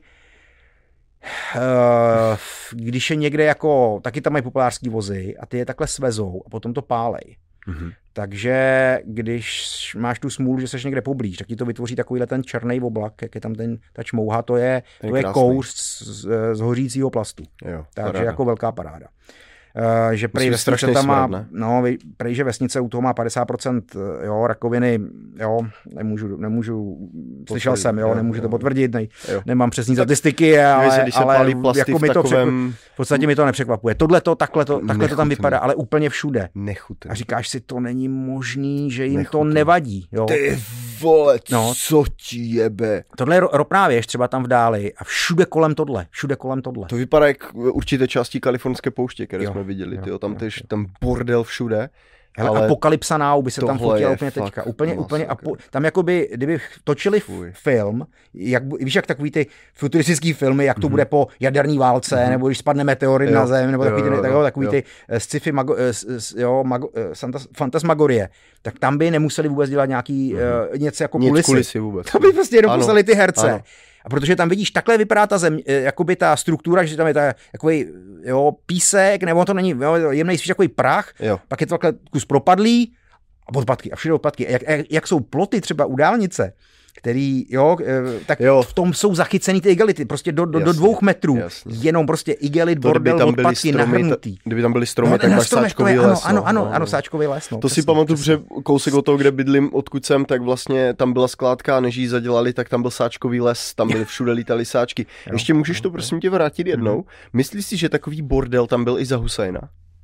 když je někde taky tam mají populářský vozy a ty je takhle svezou a potom to pálej. Takže když máš tu smůlu, že seš někde poblíž, tak ti to vytvoří takovýhle ten černý oblak, jak je tam ta čmouha, to je kouř z hořícího plastu. Takže paráda. Jako velká paráda. Že prej vesnice tam má, prej, že vesnice u toho má 50% rakoviny, nemůžu slyšel jsem, nemůžu to potvrdit, nemám přesný statistiky, ale jako mi to v podstatě mi to nepřekvapuje. Takhle to tam vypadá, ale úplně všude. Nechutné. A říkáš si, to není možný, že jim to nevadí. Ty vole, co ti jebe. Tohle je ropná věž, třeba tam v dáli a všude kolem tohle. To vypadá jak určité části kalifornské pouště, které jsme viděli, tam bordel všude Hele, Apokalypsa Now by se tam fotila úplně teďka. Úplně, tam jakoby, kdyby točili film, víš, jak takový ty futuristický filmy, jak to bude po jaderní válce, nebo když spadne meteorit na zem, nebo takový ty sci-fi fantasmagorie, tak tam by nemuseli vůbec dělat nějaký něco jako kulisy vůbec. To by prostě jenom poslali ty herce. Ano. A protože tam vidíš, takhle vypadá ta zem, jakoby ta struktura, že tam je takový písek, nebo to není jemnej spíš takový prach, pak je to takhle kus propadlý a odpadky a všude odpadky. Jak jsou ploty třeba u dálnice, který, tak v tom jsou zachycený ty igelity, prostě do 2 metrů, jenom prostě igelit, bordel, odpadky nahrnutý. Kdyby tam byly stromy, tak máš sáčkový les. Ano, sáčkový les. To si pamatuju, že kousek od toho, kde bydlím, odkud jsem, tak vlastně tam byla skládka a než ji zadělali, tak tam byl sáčkový les, tam byly všude lítaly sáčky. Ještě můžeš to prosím tě vrátit jednou? Myslíš si, že takový bordel tam byl i za Husajna?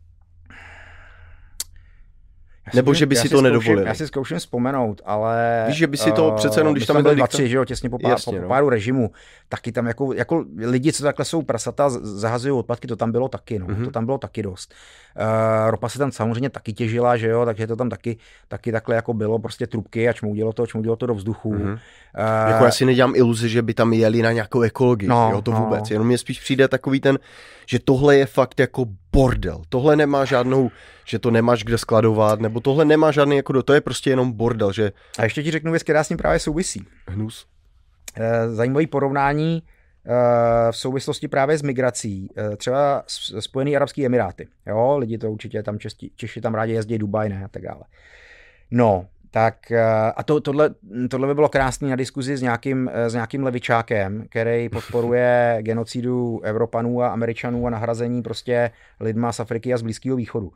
Nebo že by si to nedovolil. Já si zkouším vzpomenout, ale... Víš, že by si to přece jenom, když tam byl 2-3, že jo, těsně po pádu režimu, taky tam jako lidi, co takhle jsou prasata, zahazují odpadky, to tam bylo taky, to tam bylo taky dost. Ropa se tam samozřejmě taky těžila, že jo, takže to tam taky takhle jako bylo, prostě trubky a čmoudilo to do vzduchu. Jako já si nedělám iluzi, že by tam jeli na nějakou ekologii, vůbec, jenom mě spíš přijde takový ten, že tohle je fakt jako bordel, tohle nemá žádnou, že to nemáš kde skladovat, nebo tohle nemá žádný, jako to je prostě jenom bordel, že... A ještě ti řeknu věc, která s ním právě souvisí. Hnus. Zajímavý porovnání v souvislosti právě s migrací, třeba Spojený arabský emiráty, jo, lidi to určitě tam Češi tam rádi jezdí, Dubaj, ne, a tak dále. No, tak a tohle by bylo krásný na diskuzi s nějakým levičákem, který podporuje genocidu Evropanů a Američanů a nahrazení prostě lidma z Afriky a z Blízkého východu.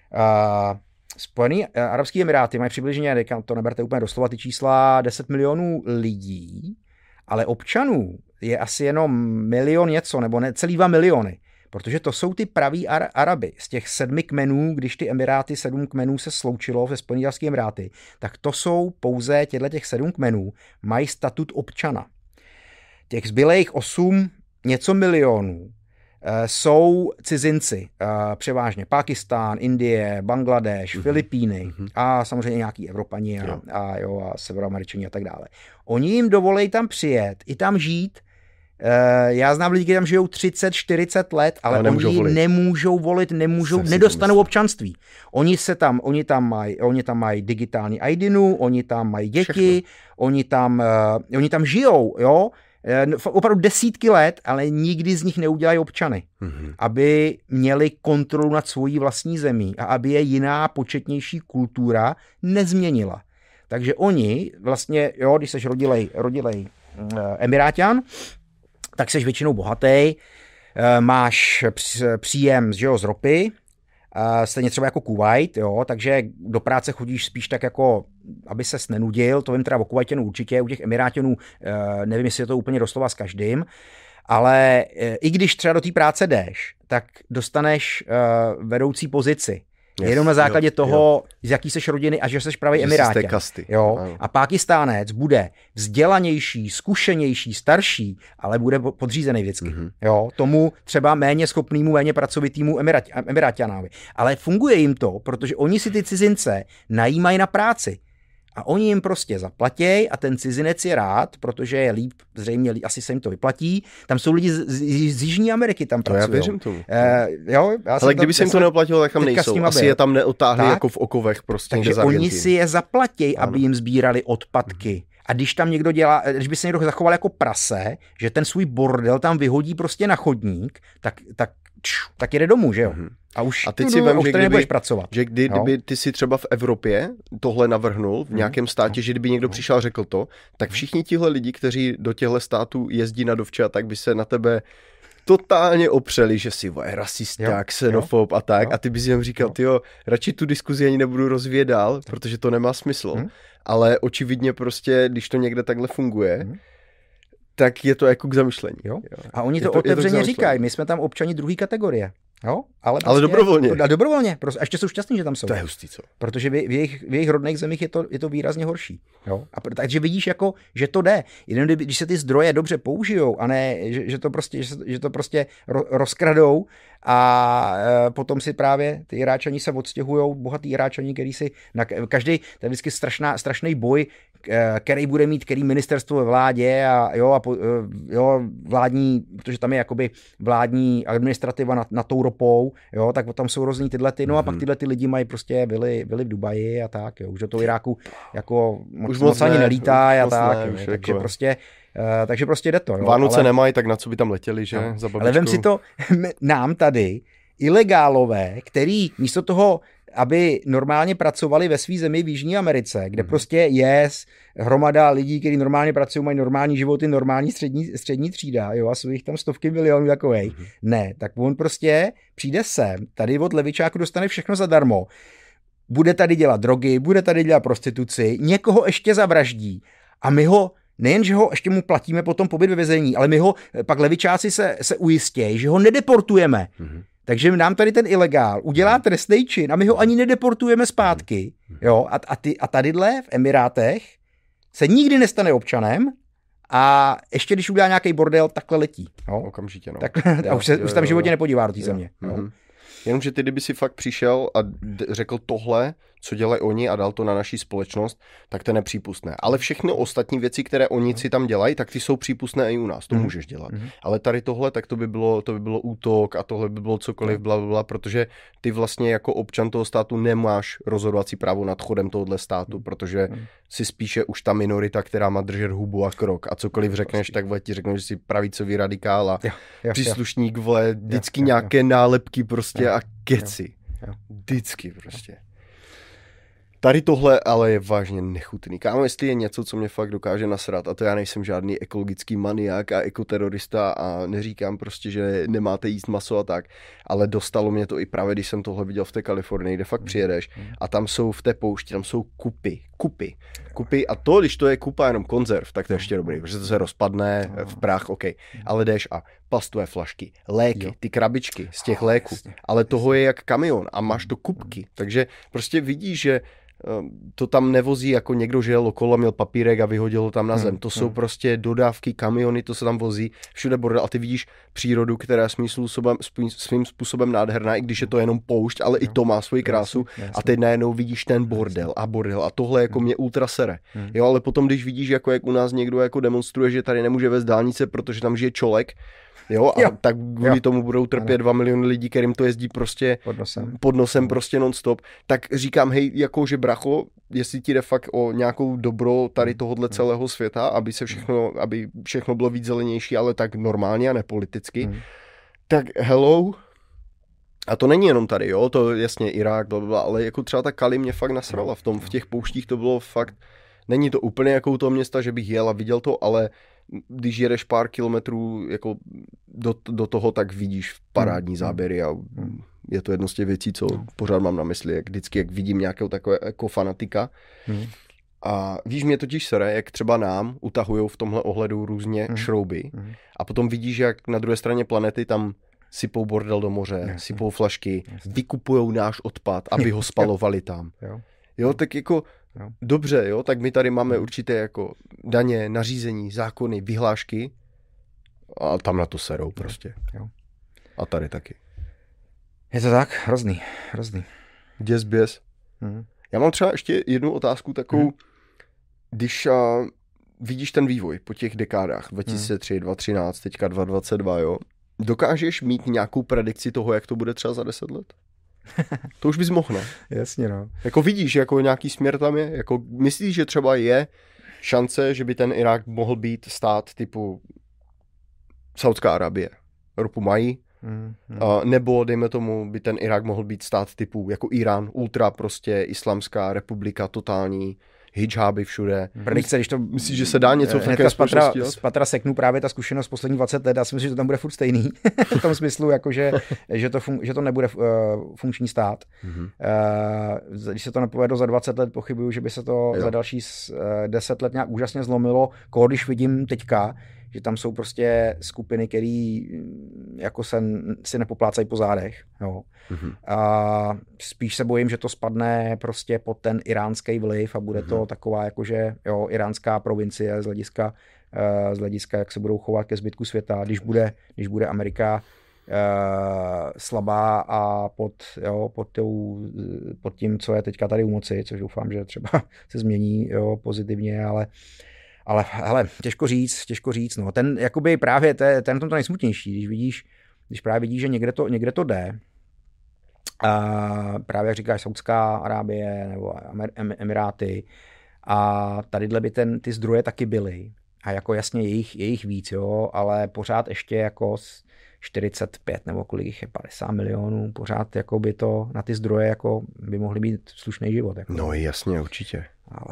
Spojený arabský emiráty mají přibližně, to neberte úplně doslova ty čísla, 10 milionů lidí, ale občanů je asi jenom milion něco, nebo celý 2 miliony. Protože to jsou ty praví Araby. Z těch 7 kmenů, když ty Emiráty 7 kmenů se sloučilo ve Spojených arabských Emiráty, tak to jsou pouze těch 7 kmenů, mají statut občana. Těch zbylejch 8 něco milionů jsou cizinci, převážně Pákistán, Indie, Bangladeš, Filipíny a samozřejmě nějaký Evropani a Severoameričani a tak dále. Oni jim dovolí tam přijet, i tam žít. Já znám lidi, kteří tam žijou 30-40 let, ale oni nemůžou volit, nedostanou občanství. Oni tam mají digitální IDinu, oni tam mají děti, oni tam žijou, jo, opravdu desítky let, ale nikdy z nich neudělají občany, aby měli kontrolu nad svojí vlastní zemí a aby je jiná početnější kultura nezměnila. Takže oni vlastně, jo, když seš rodilej Emiráťan, tak seš většinou bohatý, máš příjem z ropy, stejně třeba jako Kuvajt, jo, takže do práce chodíš spíš tak jako, aby ses nenudil, to vím teda o Kuvajtěnu určitě, u těch Emiráťanů nevím, jestli je to úplně doslova s každým, ale i když třeba do té práce jdeš, tak dostaneš vedoucí pozici. Jenom na základě toho, z jaký seš rodiny a že seš pravý Emiráťan. Jo? A Pákistánec bude vzdělanější, zkušenější, starší, ale bude podřízený vždycky. Jo? Tomu třeba méně schopnému, méně pracovitýmu Emiráťanovi. Ale funguje jim to, protože oni si ty cizince najímají na práci. A oni jim prostě zaplatí a ten cizinec je rád, protože je líp, zřejmě asi se jim to vyplatí. Tam jsou lidi z Jižní Ameriky, tam pracují. Já věřím tomu. Ale kdyby se jim to neoplatilo, tak tam nejsou. Asi je tam neotáhli jako v okovech prostě. Takže oni si je zaplatí, aby jim sbírali odpadky. A když tam někdo když by se někdo zachoval jako prase, že ten svůj bordel tam vyhodí prostě na chodník, tak jede domů, že jo? A teď si vem, že kdyby ty si třeba v Evropě tohle navrhnul v nějakém státě, že kdyby někdo přišel a řekl to, tak všichni tihle lidi, kteří do těchto států jezdí na dovče, tak by se na tebe totálně opřeli, že jsi rasista, xenofob a tak. A ty bys jim říkal, tyjo, radši tu diskuzi ani nebudu rozvíjet dál, protože to nemá smysl. Ale očividně prostě, když to někde takhle funguje, tak je to jako k zamyšlení. A oni to otevřeně říkají, my jsme tam občani druhé kategorie. Jo? Ale dobrovolně. Dobrovolně. Prostě, a ještě jsou šťastní, že tam jsou. To je hustý, co? Protože v jejich rodných zemích je to výrazně horší. Jo? Takže vidíš, jako, že to jde. Jenom když se ty zdroje dobře použijou a ne, že to prostě rozkradou a potom si právě ty Iráčani se odstěhujou, bohatý Iráčani, který si každý, to je vždycky strašný boj, který bude mít který ministerstvo ve vládě a vládní, protože tam je jakoby vládní administrativa nad tou ropou, jo, tak tam jsou různý tyhle ty, no a pak tyhle ty lidi mají prostě byli v Dubaji a tak, jo, už do toho Iráku jako moc ani nelítá a tak, takže prostě jde to. Jo, Vánoce nemají, tak na co by tam letěli, že? No, ale vem si to, nám tady ilegálové, který místo toho, aby normálně pracovali ve své zemi v Jižní Americe, kde prostě je hromada lidí, kteří normálně pracují, mají normální životy, normální střední třída, jo, a jsou jich tam stovky milionů takovej. Ne, tak on prostě přijde sem, tady od levičáku dostane všechno zadarmo, bude tady dělat drogy, bude tady dělat prostituci, někoho ještě zavraždí a my ho nejen, že ho ještě mu platíme potom pobyt ve vězení, ale my ho, pak levičáci se ujistějí, že ho nedeportujeme. Takže nám tady ten ilegál udělá trestný čin a my ho ani nedeportujeme zpátky. Jo? A tadyhle v Emirátech se nikdy nestane občanem a ještě když udělá nějaký bordel, takhle letí. Jo? Okamžitě, no. A už se tam v životě nepodívá do té země. Jenomže ty, kdyby si fakt přišel a řekl tohle, co dělají oni a dal to na naší společnost, tak to je nepřípustné. Ale všechny ostatní věci, které oni si tam dělají, tak ty jsou přípustné i u nás. To můžeš dělat. Ale tady tohle, tak to by bylo útok a tohle by bylo cokoliv, blablabla, protože ty vlastně jako občan toho státu nemáš rozhodovací právo nad chodem tohohle státu, protože si spíše už ta minorita, která má držet hubu a krok a cokoliv řekneš, tak ti řeknou, že jsi pravicový radikál a příslušník, vole, vždycky nějaké nálepky prostě a keci. Vždycky prostě. Tady tohle ale je vážně nechutný. Kámo, jestli je něco, co mě fakt dokáže nasrat, a to já nejsem žádný ekologický maniak a ekoterorista a neříkám prostě, že nemáte jíst maso a tak, ale dostalo mě to i právě, když jsem tohle viděl v té Kalifornii, kde fakt přijedeš a tam jsou v té poušti, tam jsou kupy a to, když to je kupa jenom konzerv, tak to je ještě dobrý, protože to se rozpadne v prach, OK, ale jdeš a plastové flašky, léky, ty krabičky z těch léků, ale toho je jak kamion a máš to kupky, takže prostě vidíš, že to tam nevozí jako někdo, že jel okolo a měl papírek a vyhodil ho tam na zem. To jsou prostě dodávky, kamiony, to se tam vozí, všude bordel a ty vidíš přírodu, která je svým způsobem nádherná, i když je to jenom poušť, ale i to má svoji krásu a teď najednou vidíš ten bordel a tohle jako mě ultra sere. Jo, ale potom, když vidíš, jako jak u nás někdo jako demonstruje, že tady nemůže vést dálnice, protože tam žije čolek, jo, a tak kvůli tomu budou trpět 2 miliony lidí, kterým to jezdí prostě pod nosem prostě non-stop, tak říkám, hej, jako že bracho, jestli ti jde fakt o nějakou dobro tady tohodle celého světa, aby všechno bylo víc zelenější, ale tak normálně a nepoliticky, tak hello. A to není jenom tady, jo, to jasně Irák, blablabla, ale jako třeba ta Kali mě fakt nasrala v těch pouštích, to bylo fakt, není to úplně jako u toho města, že bych jel a viděl to, ale když jedeš pár kilometrů jako do toho, tak vidíš parádní záběry a je to jedno z těch věcí, co pořád mám na mysli, jak vždycky, jak vidím nějakého takového jako fanatika. A víš, mě totiž sere, jak třeba nám utahujou v tomhle ohledu různě šrouby a potom vidíš, jak na druhé straně planety tam sypou bordel do moře, sypou flašky, vykupujou náš odpad, aby ho spalovali tam. Jo, tak jako dobře, jo, tak my tady máme určité jako daně, nařízení, zákony, vyhlášky a tam na to serou prostě. A tady taky. Je to tak? Hrozný. Děs. Já mám třeba ještě jednu otázku takovou, když vidíš ten vývoj po těch dekádách, 2003, 2013, teďka 2022, jo, dokážeš mít nějakou predikci toho, jak to bude třeba za 10 let? To už bys mohl, ne? Jasně, no. Jako vidíš, jako nějaký směr tam je? Jako myslíš, že třeba je šance, že by ten Irák mohl být stát typu Saudská Arábie? Ropu mají? Nebo dejme tomu, by ten Irák mohl být stát typu jako Irán, ultra prostě islámská republika, totální, hidžáby všude. Predikce, když to myslíš, že se dá něco v takové společnosti dělat? Z patra seknu právě ta zkušenost poslední 20 let, já si myslím, že to tam bude furt stejný. V tom smyslu, jako že to nebude funkční stát. Když se to nepovedlo za 20 let, pochybuju, že by se to za další 10 let nějak úžasně zlomilo. Když vidím teďka, že tam jsou prostě skupiny, které jako si nepoplácají po zádech. Jo. A spíš se bojím, že to spadne prostě pod ten iránský vliv a bude to taková jakože iránská provincie z hlediska, jak se budou chovat ke zbytku světa, když bude Amerika slabá a pod tím, co je teďka tady u moci, což doufám, že třeba se změní pozitivně, ale hele, těžko říct, no. Ten jakoby právě ten to nejsmutnější, když právě vidíš, že někde to jde, a právě jak říkáš Saudská Arábie nebo Emiráty, a tadyhle by ty zdroje taky byly a jako jasně jejich víc, jo, ale pořád ještě jako 45 nebo kolik jich je, 50 milionů, pořád jako by to na ty zdroje jako by mohly být slušný život. Jako. No jasně, určitě.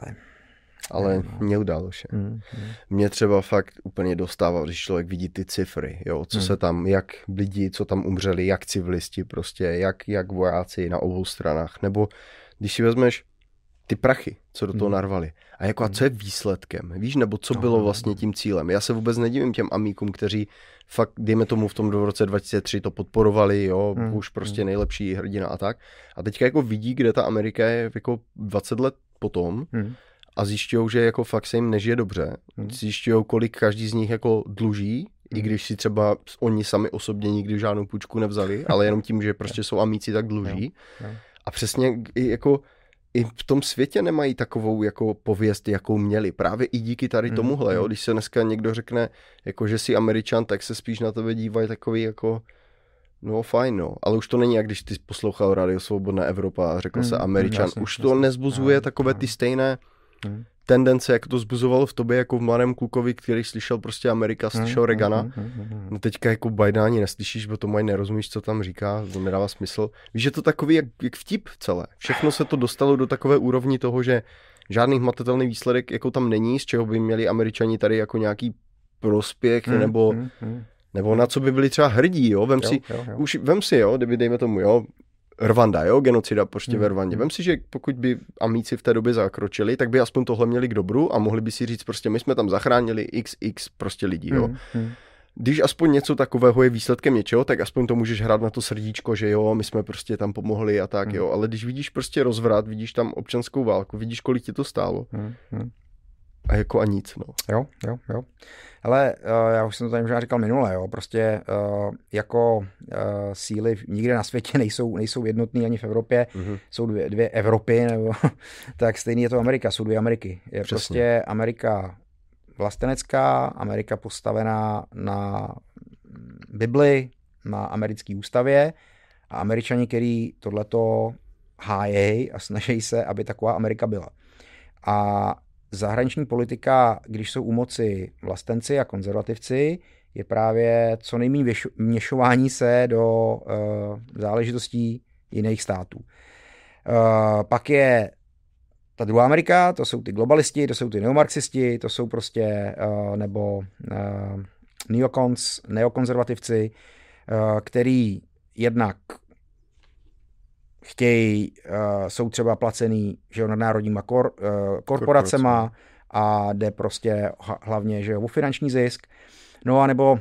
Ale no. neudalo se. Mě třeba fakt úplně dostává, když člověk vidí ty cifry, jo, co se tam, jak lidi, co tam umřeli, jak civilisti prostě, jak vojáci na obou stranách, nebo když si vezmeš ty prachy, co do toho narvali. A jako a co je výsledkem, víš, nebo co bylo vlastně tím cílem. Já se vůbec nedivím těm amíkům, kteří fakt, dejme tomu v tom roce 2003 to podporovali, jo, už prostě nejlepší hrdina a tak. A teďka jako vidí, kde ta Amerika je jako 20 let potom a zjišťují, že jako fakt se jim nežije dobře. Zjišťují, kolik každý z nich jako dluží, i když si třeba oni sami osobně nikdy žádnou půjčku nevzali, ale jenom tím, že prostě jsou amíci, tak dluží. A přesně jako i v tom světě nemají takovou jako pověst, jakou měli. Právě i díky tady tomuhle, jo. Když se dneska někdo řekne, jako že jsi Američan, tak se spíš na tebe dívají takový jako, no fajn, no. Ale už to není, jak když ty poslouchal Radio Svobodná Evropa a řekl se Američan. Jasně, už to nezbuzuje takové ty stejné tendence, jak to zbuzovalo v tobě jako v mladém klukovi, který slyšel prostě Amerika, slyšel Reagana. No teďka jako Bidena ani neslyšíš, bo to mají nerozumíš, co tam říká, to nedává smysl. Víš, že to takový jak vtip celé. Všechno se to dostalo do takové úrovni toho, že žádný hmatatelný výsledek jako tam není, z čeho by měli Američani tady jako nějaký prospěch, nebo na co by byli třeba hrdí, jo. Vem si, kdyby dejme tomu, jo, Rwanda, jo, genocida prostě ve Rwandě. Vem si, že pokud by amíci v té době zakročili, tak by aspoň tohle měli k dobru a mohli by si říct prostě my jsme tam zachránili XX prostě lidí, jo. Když aspoň něco takového je výsledkem něčeho, tak aspoň to můžeš hrát na to srdíčko, že jo, my jsme prostě tam pomohli a tak, jo. Ale když vidíš prostě rozvrat, vidíš tam občanskou válku, vidíš, kolik ti to stálo. A jako a nic, no. Jo. Ale já už jsem to tady možná říkal minule, jo, prostě jako síly nikde na světě nejsou jednotný ani v Evropě, jsou dvě Evropy, nebo tak stejný je to Amerika, jsou dvě Ameriky. Je přesně. Prostě Amerika vlastenecká, Amerika postavená na Bibli, na americké ústavě a Američani, který tohleto hájejí a snaží se, aby taková Amerika byla. A zahraniční politika, když jsou u moci vlastenci a konzervativci, je právě co nejméně vměšování se do záležitostí jiných států. Pak je ta druhá Amerika, to jsou ty globalisti, to jsou ty neomarxisti, to jsou prostě nebo neokonzervativci, který jednak chtějí, jsou třeba placený, že jo, nadnárodníma korporacema a jde prostě hlavně, že jo, o finanční zisk. No a nebo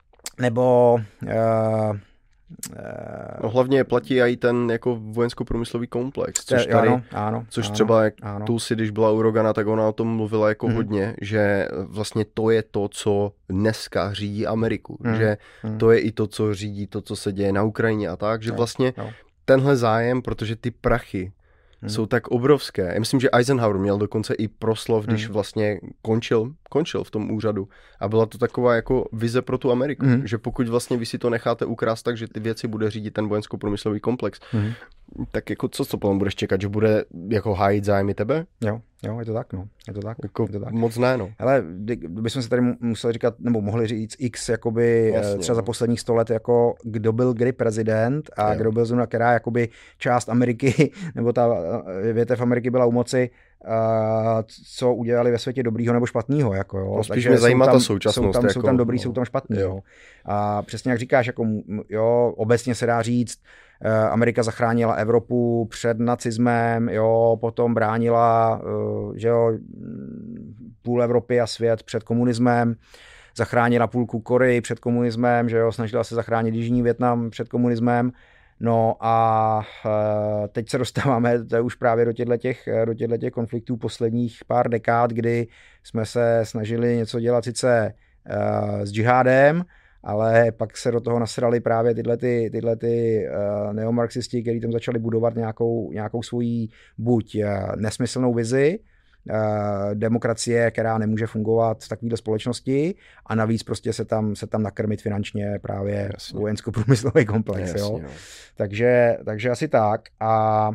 no hlavně platí i ten jako vojensko-průmyslový komplex, což tady, což třeba jak Tulsi, když byla u Rogana, tak ona o tom mluvila jako hodně, že vlastně to je to, co dneska řídí Ameriku, že to je i to, co řídí to, co se děje na Ukrajině a tak, že vlastně tenhle zájem, protože ty prachy jsou tak obrovské. Já myslím, že Eisenhower měl dokonce i proslov, když vlastně končil v tom úřadu. A byla to taková jako vize pro tu Ameriku, že pokud vlastně vy si to necháte ukrást tak, že ty věci bude řídit ten vojensko-průmyslový komplex, tak jako co potom budeš čekat, že bude jako hájit zájmy tebe? Jo, je to tak, no. Je to tak. Moc ne, no. Ale bychom se tady museli říkat, nebo mohli říct x, jakoby vlastně, třeba za posledních 100 let, jako kdo byl kdy prezident a kdo byl zrovna, která jakoby část Ameriky, nebo ta větev Ameriky byla u moci, co udělali ve světě dobrýho nebo špatného. Jako, jo. No, spíš mě zajímá ta současnost. Jsou tam dobrý, jsou tam špatný. Jo. A přesně jak říkáš, jako, jo, obecně se dá říct, Amerika zachránila Evropu před nacismem, jo, potom bránila že jo, půl Evropy a svět před komunismem, zachránila půlku Koreji před komunismem, že jo, snažila se zachránit Jižní Vietnam před komunismem. No a teď se dostáváme už právě do těchto konfliktů posledních pár dekád, kdy jsme se snažili něco dělat sice s džihádem, ale pak se do toho nasrali právě tyhle neomarxisti, kteří tam začali budovat nějakou svoji buď nesmyslnou vizi, demokracie, která nemůže fungovat v takovéhle společnosti a navíc prostě se tam nakrmit finančně právě vojensko-průmyslový komplex. Jasně, jo. Takže asi tak. A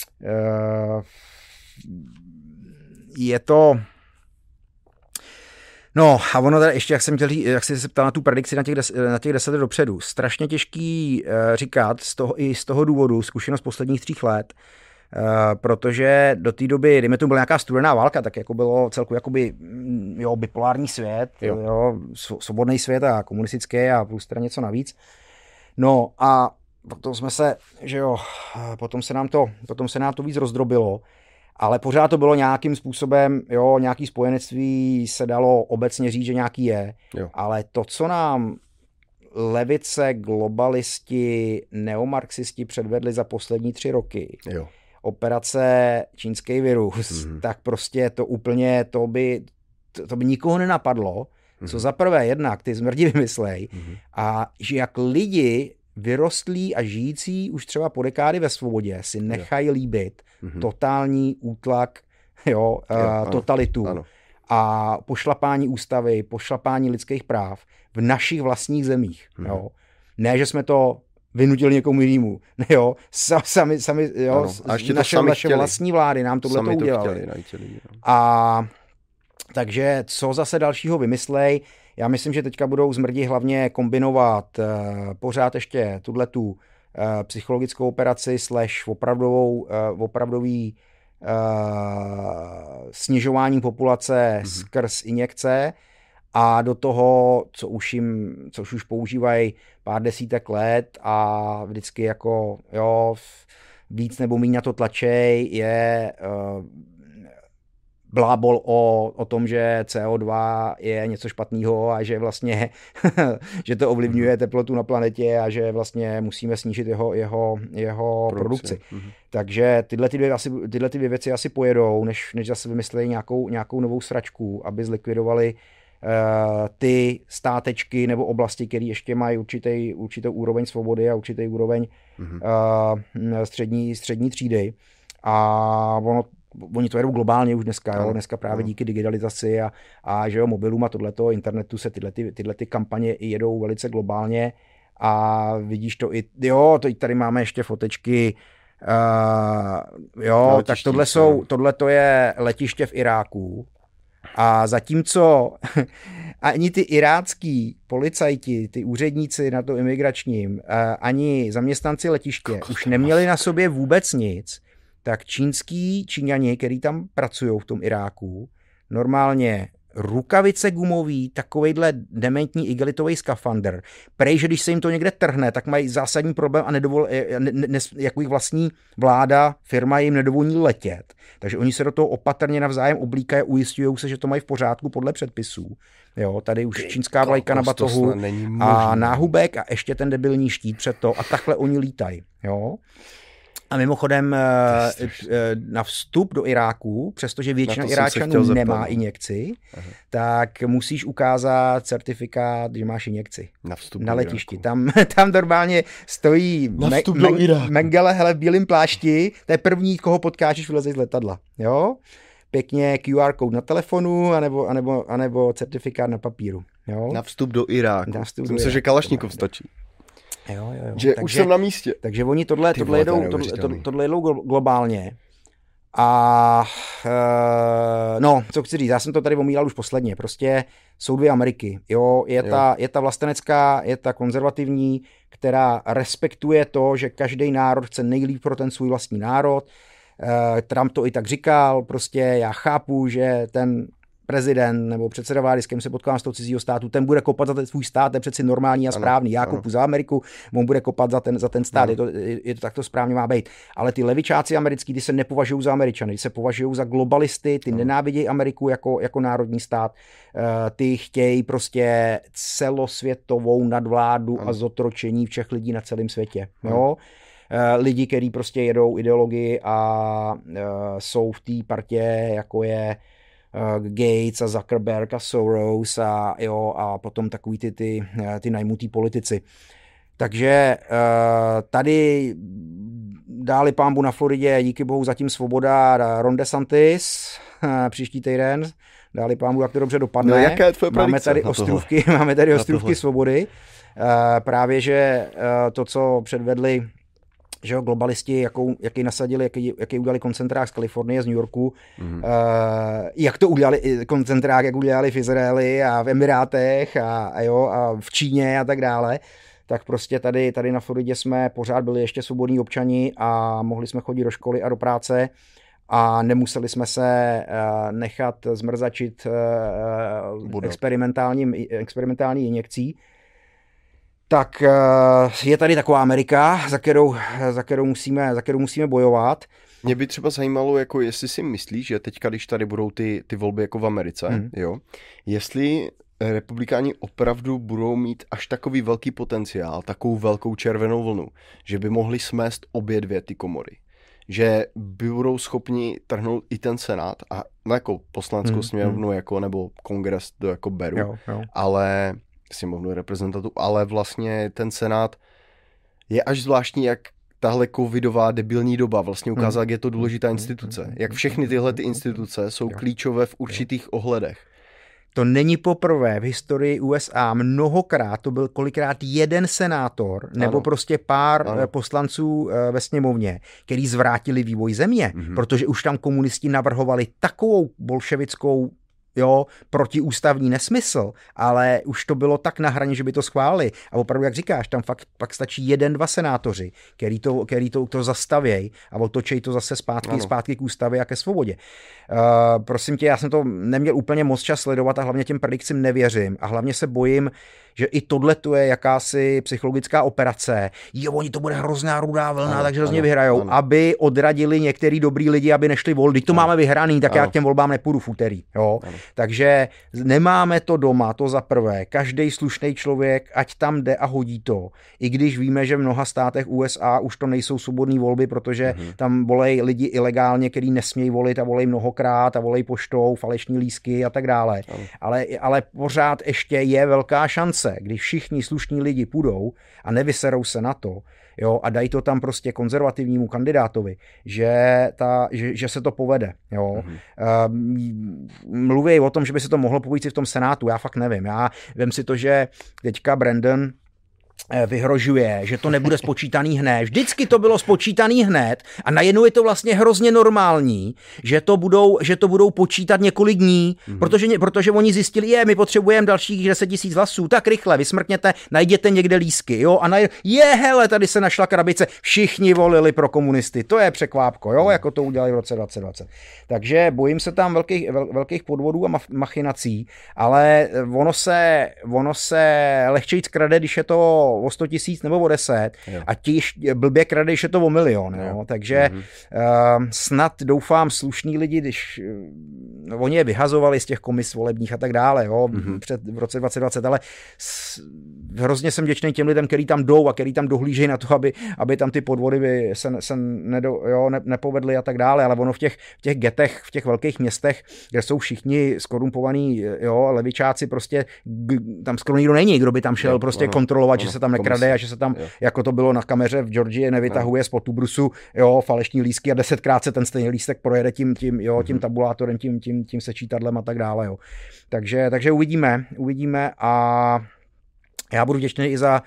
je to... No a ono tady ještě, jak jsi se ptal na tu predikci na těch 10 let dopředu, strašně těžký říkat z toho důvodu, zkušenost posledních 3 let, protože do té doby, dejme tomu, byla nějaká studená válka, tak jako bylo celku jakoby, jo, bipolární svět, jo, svobodný svět a komunistický a plus teda něco navíc. No a potom jsme se, že jo, potom se nám to víc rozdrobilo, ale pořád to bylo nějakým způsobem, jo, nějaký spojenectví se dalo obecně říct, že nějaký je, jo. Ale to, co nám levice, globalisti, neomarxisti předvedli za poslední 3 roky, jo. Operace čínský virus, tak prostě to úplně, to by nikoho nenapadlo, co za prvé jednak ty zmrdi vymyslej a že jak lidi vyrostlí a žijící už třeba po dekády ve svobodě si nechají líbit totální útlak, jo, totalitu ano. A pošlapání ústavy, pošlapání lidských práv v našich vlastních zemích. Jo. Ne, že jsme to vynutili někomu jinému. Jo. Sami jo, naše vlastní vlády nám tohle to udělali. A takže co zase dalšího vymyslej? Já myslím, že teďka budou zmrdi hlavně kombinovat pořád ještě tuhletu psychologickou operaci / opravdový snižování populace skrz injekce a do toho, co už používají pár desítek let a vždycky jako jo, víc nebo méně na to tlačej, je blábol o tom, že CO2 je něco špatného a že vlastně že to ovlivňuje teplotu na planetě a že vlastně musíme snížit jeho produkci. Takže tyhle dvě věci asi pojedou, než zase vymyslejí nějakou novou sračku, aby zlikvidovali ty státečky nebo oblasti, které ještě mají určitou úroveň svobody a určitý úroveň střední třídy. A oni to jedou globálně už dneska, jo? Dneska právě díky digitalizaci a že jo, mobilům a tohleto, internetu se tyhle kampaně jedou velice globálně a vidíš to i, jo, to i tady máme ještě fotečky, jo, tak tohle to je letiště v Iráku a zatímco ani ty irácký policajti, ty úředníci na to imigračním, ani zaměstnanci letiště už neměli na sobě vůbec nic, tak Číňani, který tam pracují v tom Iráku, normálně rukavice gumový, takovejhle dementní igelitový skafandr. Prej, že když se jim to někde trhne, tak mají zásadní problém a jako jich vlastní vláda, firma jim nedovolí letět. Takže oni se do toho opatrně navzájem oblíkají, ujišťují se, že to mají v pořádku podle předpisů. Jo, tady už čínská vlajka na batohu a náhubek a ještě ten debilní štít před to a takhle oni lítají. Jo. A mimochodem na vstup do Iráku, přestože většina Iráčanů nemá injekci, tak musíš ukázat certifikát, že máš injekci. Na letišti. Tam normálně stojí Mengele hele v bílém plášti, to je první, koho potkáš, když vylezeš z letadla. Jo? Pěkně QR kód na telefonu anebo certifikát na papíru. Jo? Na vstup do Iráku. Myslím, že Kalašnikov stačí. Jo. Že už jsem na místě. Takže oni tohle jedou globálně. A no, co chci říct, já jsem to tady omílal už posledně. Prostě jsou 2 Ameriky. Jo, je ta vlastenecká, je ta konzervativní, která respektuje to, že každý národ chce nejlíp pro ten svůj vlastní národ. Trump to i tak říkal, prostě já chápu, že ten prezident nebo předseda vlády, s kým se potkám z toho cizího státu, ten bude kopat za ten svůj stát, to je přeci normální a správný. Já kopu za Ameriku, on bude kopat za ten stát, je to takto správně má být. Ale ty levičáci americký, ty se nepovažují za Američany, ty se považují za globalisty, ty nenávidějí Ameriku jako národní stát, ty chtějí prostě celosvětovou nadvládu a zotročení všech lidí na celém světě. Jo? Lidi, kteří prostě jedou ideologii a jsou v té partě, jako je Gates a Zuckerberg a Soros a potom takový ty najmutý politici. Takže tady dáli pánbu na Floridě, díky bohu zatím svoboda, Ron DeSantis příští týden, dáli pánbu, jak to dobře dopadne. No, jaká je tvoje predikce? Máme tady ostrůvky svobody. Právě, že to, co předvedli, že jo, globalisti, jaký nasadili, jaký udělali koncentrák z Kalifornie, z New Yorku, jak to udělali, koncentrák, jak udělali v Izraeli a v Emirátech a v Číně a tak dále, tak prostě tady na Floridě jsme pořád byli ještě svobodní občani a mohli jsme chodit do školy a do práce a nemuseli jsme se nechat zmrzačit experimentální injekcí. Tak je tady taková Amerika, za kterou musíme bojovat. Mě by třeba zajímalo, jako jestli si myslíš, že teďka, když tady budou ty volby jako v Americe, jo, jestli republikáni opravdu budou mít až takový velký potenciál, takovou velkou červenou vlnu, že by mohli smést obě dvě ty komory. Že budou schopni trhnout i ten senát a jako poslaneckou sněmovnu jako, nebo kongres to jako beru, jo. Ale sněmovnu reprezentantů, ale vlastně ten senát je až zvláštní, jak tahle covidová debilní doba vlastně ukázala, jak je to důležitá instituce. Jak všechny tyhle ty instituce jsou klíčové v určitých ohledech. To není poprvé v historii USA. Mnohokrát to byl kolikrát jeden senátor nebo prostě pár poslanců ve sněmovně, který zvrátili vývoj země, protože už tam komunisti navrhovali takovou bolševickou protiústavní nesmysl, ale už to bylo tak na hraně, že by to schválili. A opravdu, jak říkáš, tam fakt stačí 1-2 senátoři, který to zastavějí a otočejí to zase zpátky k ústavě a ke svobodě. Prosím tě, já jsem to neměl úplně moc čas sledovat a hlavně těm predikcím nevěřím a hlavně se bojím, že i tohle tu je jakási psychologická operace. Oni to bude hrozná rudá vlna, takže hrozně vyhrajou, aby odradili některý dobrý lidi, aby nešli volit. Když to máme vyhraný, tak já k těm volbám nepůjdu v úterý. Jo? Takže nemáme to doma, to za prvé. Každý slušný člověk, ať tam jde a hodí to. I když víme, že v mnoha státech USA už to nejsou svobodné volby, protože tam volej lidi ilegálně, kteří nesmějí volit a volej mnohokrát a volej poštou, falešní lístky a tak dále. Ale pořád ještě je velká šance, když všichni slušní lidi půjdou a nevyserou se na to, jo, a dají to tam prostě konzervativnímu kandidátovi, že se to povede. Jo. Mluví o tom, že by se to mohlo povít si v tom Senátu, já fakt nevím. Já vím si to, že teďka Brandon vyhrožuje, že to nebude spočítaný hned. Vždycky to bylo spočítaný hned a najednou je to vlastně hrozně normální, že to budou počítat několik dní, protože oni zjistili, my potřebujeme dalších 10 000 hlasů, tak rychle, vysmrkněte, najděte někde lístky, jo, a hele, tady se našla krabice, všichni volili pro komunisty, to je překvápko, jo, jako to udělali v roce 2020. Takže bojím se tam velkých podvodů a machinací, ale ono se lehčejc krade, když je to o 100 000 nebo o 10 a tíž blbě krade, když je to o 1 000 000. Jo. Takže snad doufám slušní lidi, když oni je vyhazovali z těch komis volebních a tak dále, jo, v roce 2020, ale hrozně jsem vděčný těm lidem, kteří tam jdou a kteří tam dohlížejí na to, aby tam ty podvody se nepovedly a tak dále, ale ono v těch getech, v těch velkých městech, kde jsou všichni skorumpovaní levičáci, prostě tam skoro nikdo není, kdo by tam šel kontrolovat, že se tam nekrade a že se tam, jako to bylo na kameře v Georgii, nevytahuje spod tubrusu, falešní lístky a 10krát se ten stejný lístek projede tím tabulátorem, tím sečítadlem a tak dále. Jo. Takže uvidíme a Já budu vděčný i za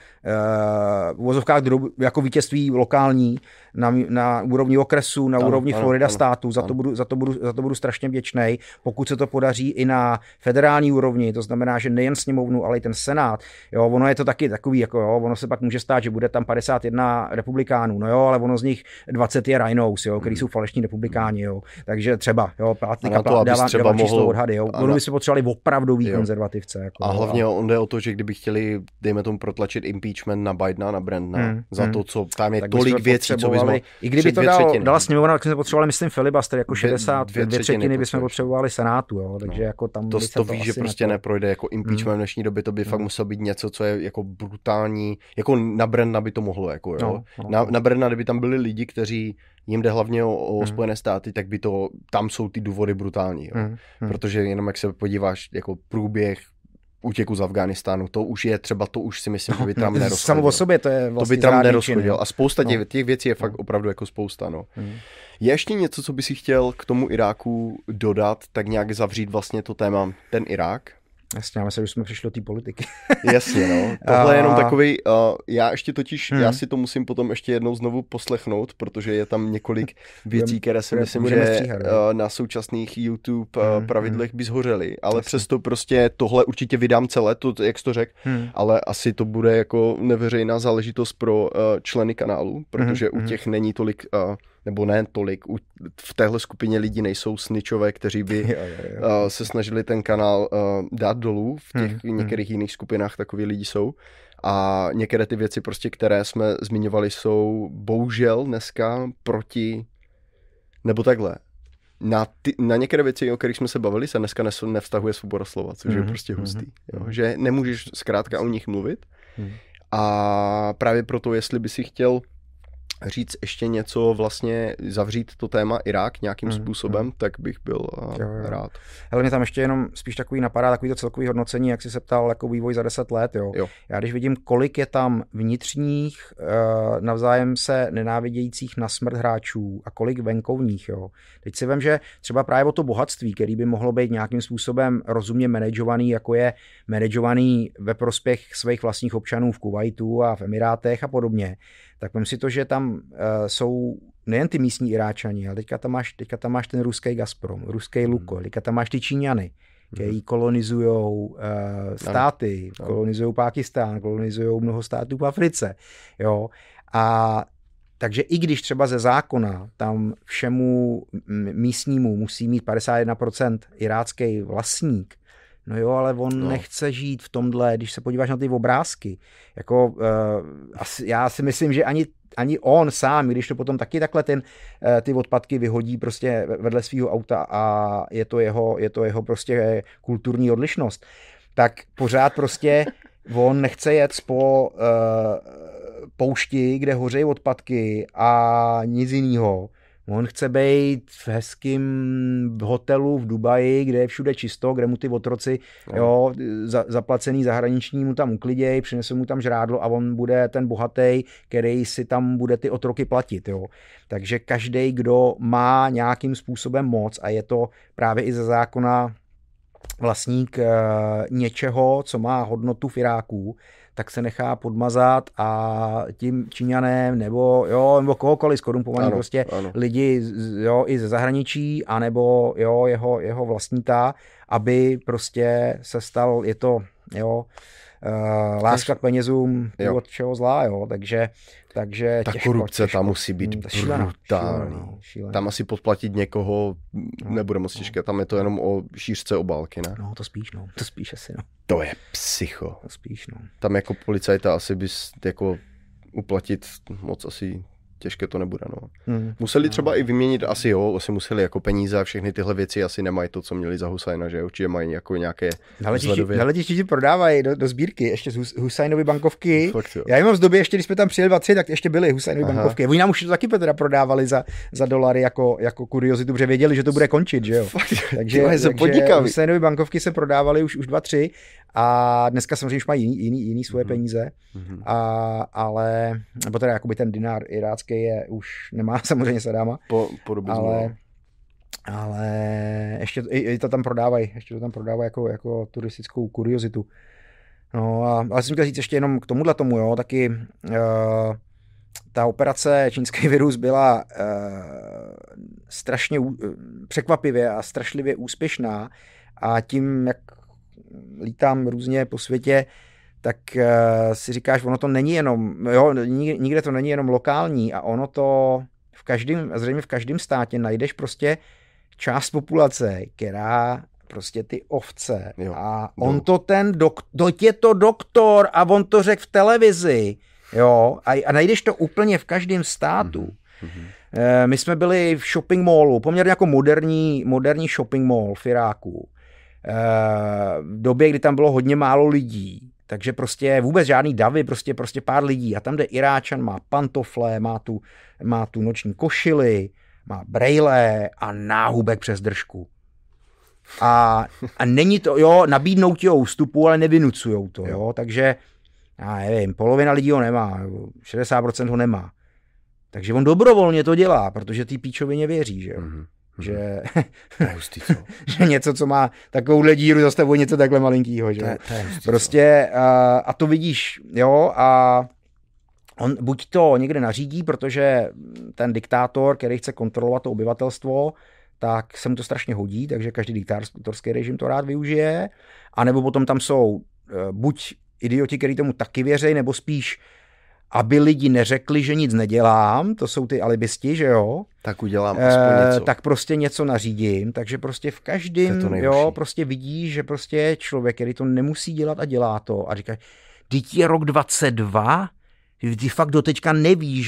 v uvozovkách jako vítězství lokální na úrovni okresu, na úrovni Florida státu. Za to budu strašně vděčný. Pokud se to podaří i na federální úrovni, to znamená, že nejen sněmovnu, ale i ten senát. Jo, ono je to taky takový, jako jo, ono se pak může stát, že bude tam 51 republikánů, no jo, ale ono z nich 20 je rhinos, jo, který jsou falešní republikáni, jo. Takže třeba, jo, dávám číslo odhady, jo. Ono by se potřebovali opravdový konzervativce. Jako, a hlavně on jde o to, že kdyby chtěli, dejme tomu, protlačit impeachment na Bidena, na Brandona, za to, co tam je tak tolik věcí, co bys mohl. I kdyby to dala sněmovna, tak jsme potřebovali, myslím, filibuster, jako 2/3 bychom potřebovali senátu, jo, takže jako tam to víš, že prostě neprojde, jako impeachment v dnešní době, to by fakt muselo být něco, co je jako brutální, jako na Brandona by to mohlo, jako jo. Na Brandona, kdyby tam byli lidi, kteří jim jde hlavně o Spojené státy, tak by to, tam jsou ty důvody brutální, jo. Protože jenom jak se podíváš, jako průběh útěku z Afghánistánu, to už je třeba, to už si myslím, že by Trump nerozchodil. Samo o sobě to je vlastně to by Trump nerozchodil. A spousta těch věcí je fakt opravdu jako spousta, no. Je ještě něco, co by si chtěl k tomu Iráku dodat, tak nějak zavřít vlastně to téma, ten Irák? Jasně, já myslím, že jsme přišli do té politiky. Jasně, no. Tohle je jenom takový, já ještě totiž, já si to musím potom ještě jednou znovu poslechnout, protože je tam několik věcí, které si myslím, že na současných YouTube pravidlech by zhořely, ale přesto prostě tohle určitě vydám celé, to, jak jsi to řekl, ale asi to bude jako neveřejná záležitost pro členy kanálu, protože u těch není tolik, nebo ne tolik, v téhle skupině lidí nejsou snitchové, kteří by se snažili ten kanál dát dolů, v těch některých jiných skupinách takový lidi jsou. A některé ty věci prostě, které jsme zmiňovali, jsou bohužel dneska proti, nebo takhle. Na některé věci, o kterých jsme se bavili, se dneska nevztahuje svoboda slova, což je prostě hustý. Jo? Že nemůžeš zkrátka o nich mluvit. A právě proto, jestli by si chtěl říct ještě něco, vlastně zavřít to téma Irák nějakým způsobem, tak bych byl rád. Hele, mě tam ještě jenom spíš takový napadá, takový to celkový hodnocení, jak jsi se ptal, jako vývoj za 10 let, jo. Já když vidím, kolik je tam vnitřních, navzájem se nenávidějících na smrt hráčů a kolik venkovních, jo. Teď si vem, že třeba právě o to bohatství, který by mohlo být nějakým způsobem rozumně manažovaný, jako je manažovaný ve prospěch svých vlastních občanů v Kuvajtu a v Emirátech a podobně, tak vem si to, že tam jsou nejen ty místní Iráčani, ale teďka tam máš ten ruský Gazprom, ruský Lukoil, teďka tam máš ty Číňany, který kolonizujou státy, kolonizujou Pákistán, kolonizujou mnoho států v Africe. Jo? A takže i když třeba ze zákona tam všemu místnímu musí mít 51% irácký vlastník, no jo, ale on nechce žít v tomhle, když se podíváš na ty obrázky. Jako, já si myslím, že ani on sám, když to potom taky takhle ty odpadky vyhodí prostě vedle svého auta a je to jeho prostě kulturní odlišnost, tak pořád prostě on nechce jet po poušti, kde hořejí odpadky a nic jinýho. On chce být v hezkým hotelu v Dubaji, kde je všude čisto, kde mu ty otroci zaplacený zahraniční mu tam uklidějí, přinesou mu tam žrádlo a on bude ten bohatý, který si tam bude ty otroky platit. Jo. Takže každý, kdo má nějakým způsobem moc a je to právě i ze zákona vlastník něčeho, co má hodnotu v Iráku, tak se nechá podmazat a tím Číňanem nebo kohokoliv skorumpovaný prostě lidi i ze zahraničí, anebo jeho vlastníta, aby prostě se stal, je to láska k penězům od čeho zlá, takže ta těžko, korupce tam musí být brutální. Tam asi podplatit někoho nebude moc těžké, tam je to jenom o šířce obálky, ne? No, to spíš asi, no. To je psycho. To spíš, no. Tam jako policajta asi bys jako uplatit moc asi těžké to nebude, no. Museli třeba i vyměnit, asi museli jako peníze a všechny tyhle věci asi nemají to, co měli za Husajna, že určitě mají jako nějaké na letišti ti prodávají do sbírky, ještě z Husajnovy bankovky. Fakt, já jim mám z doby, ještě když jsme tam přijeli 2-3, tak ještě byly Husajnovy bankovky. Oni nám už to taky teda prodávali za dolary jako kuriozitu, protože věděli, že to bude končit, že jo. Takže Husajnovy bankovky se prodávaly už 2-3 a dneska samozřejmě už mají jiný svoje peníze, ale nebo teda jakoby ten dinár irácký už nemá samozřejmě Sadáma, ale ještě to tam prodávají, jako turistickou kuriozitu. No ale jsem chtěl říct ještě jenom k tomuhle tomu, jo, taky ta operace Čínský virus byla strašně překvapivě a strašlivě úspěšná a tím, jak lítám různě po světě, tak si říkáš, ono to není jenom, jo, nikde to není jenom lokální a ono to zřejmě v každém státě najdeš prostě část populace, která prostě ty ovce jo, a on to je to doktor a on to řekl v televizi, jo, a najdeš to úplně v každém státu. My jsme byli v shopping mallu, poměrně jako moderní shopping mall v Iráku. V době, kdy tam bylo hodně málo lidí, takže prostě vůbec žádný davy, prostě pár lidí a tam, kde Iráčan má pantofle, má tu noční košili, má brejle a náhubek přes držku. A není to, jo, nabídnou ti ústupu, ale nevynucujou to, jo, takže já nevím, polovina lidí ho nemá, 60% ho nemá. Takže on dobrovolně to dělá, protože ty píčovině věří, že jo. Že, že něco, co má takovouhle díru, zase o něco takhle malinkýho, že prostě a to vidíš, jo, a on buď to někde nařídí, protože ten diktátor, který chce kontrolovat to obyvatelstvo, tak se mu to strašně hodí, takže každý diktátorský režim to rád využije, anebo potom tam jsou buď idioti, kteří tomu taky věří, nebo spíš aby lidi neřekli, že nic nedělám, to jsou ty alibisti, že jo? Tak udělám aspoň něco. Tak prostě něco nařídím, takže prostě v každém, jo, prostě vidíš, že prostě je člověk, který to nemusí dělat a dělá to a říká, teď je rok 22, ty fakt doteďka nevíš,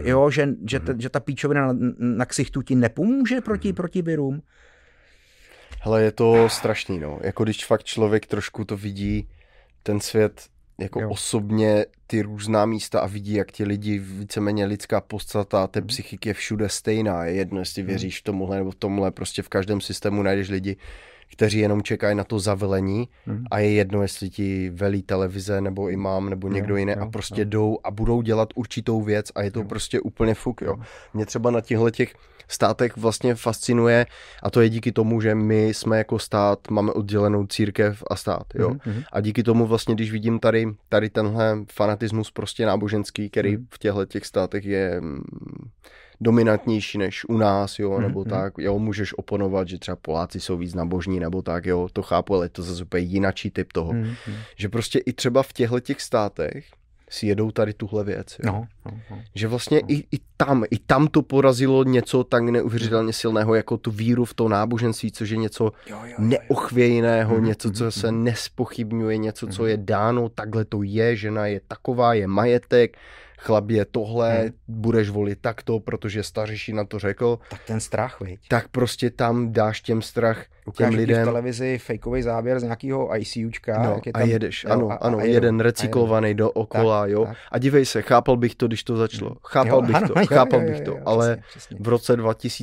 že ta píčovina na ksichtu ti nepomůže proti virům. Hele, je to strašný, no. Jako když fakt člověk trošku to vidí, ten svět jako osobně ty různá místa a vidí, jak ti lidi, víceméně lidská podstata té psychiky je všude stejná. Je jedno, jestli věříš v tomuhle nebo v tomhle, prostě v každém systému najdeš lidi, kteří jenom čekají na to zavelení a je jedno, jestli ti velí televize nebo imám nebo někdo jiný a prostě jdou a budou dělat určitou věc a je to prostě úplně fuk, jo. Mě třeba na těch státech vlastně fascinuje a to je díky tomu, že my jsme jako stát, máme oddělenou církev a stát, jo. A díky tomu vlastně, když vidím tady tenhle fanatismus prostě náboženský, který v těch státech je dominantnější než u nás, jo, nebo tak, jo, můžeš oponovat, že třeba Poláci jsou víc nabožní, nebo tak, jo, to chápu, ale to zase úplně jinačí typ toho, že prostě i třeba v těch státech si jedou tady tuhle věc, jo. Že vlastně i tam to porazilo něco tak neuvěřitelně silného, jako tu víru v to náboženství, což je něco neochvějného, něco, co se nespochybňuje, něco, co je dáno, takhle to je, žena je taková, je majetek, chlap je tohle, budeš volit takto, protože stařiší na to řekl. Tak ten strach, viď? Tak prostě tam dáš strach těm lidem. V televizi fejkový záběr z nějakého ICUčka. No, je tam, a jedeš, ano, jeden recyklovaný dookola, tak, jo. Tak. A dívej se, chápal bych to, když to začalo. Chápal bych to, ale přesně. V roce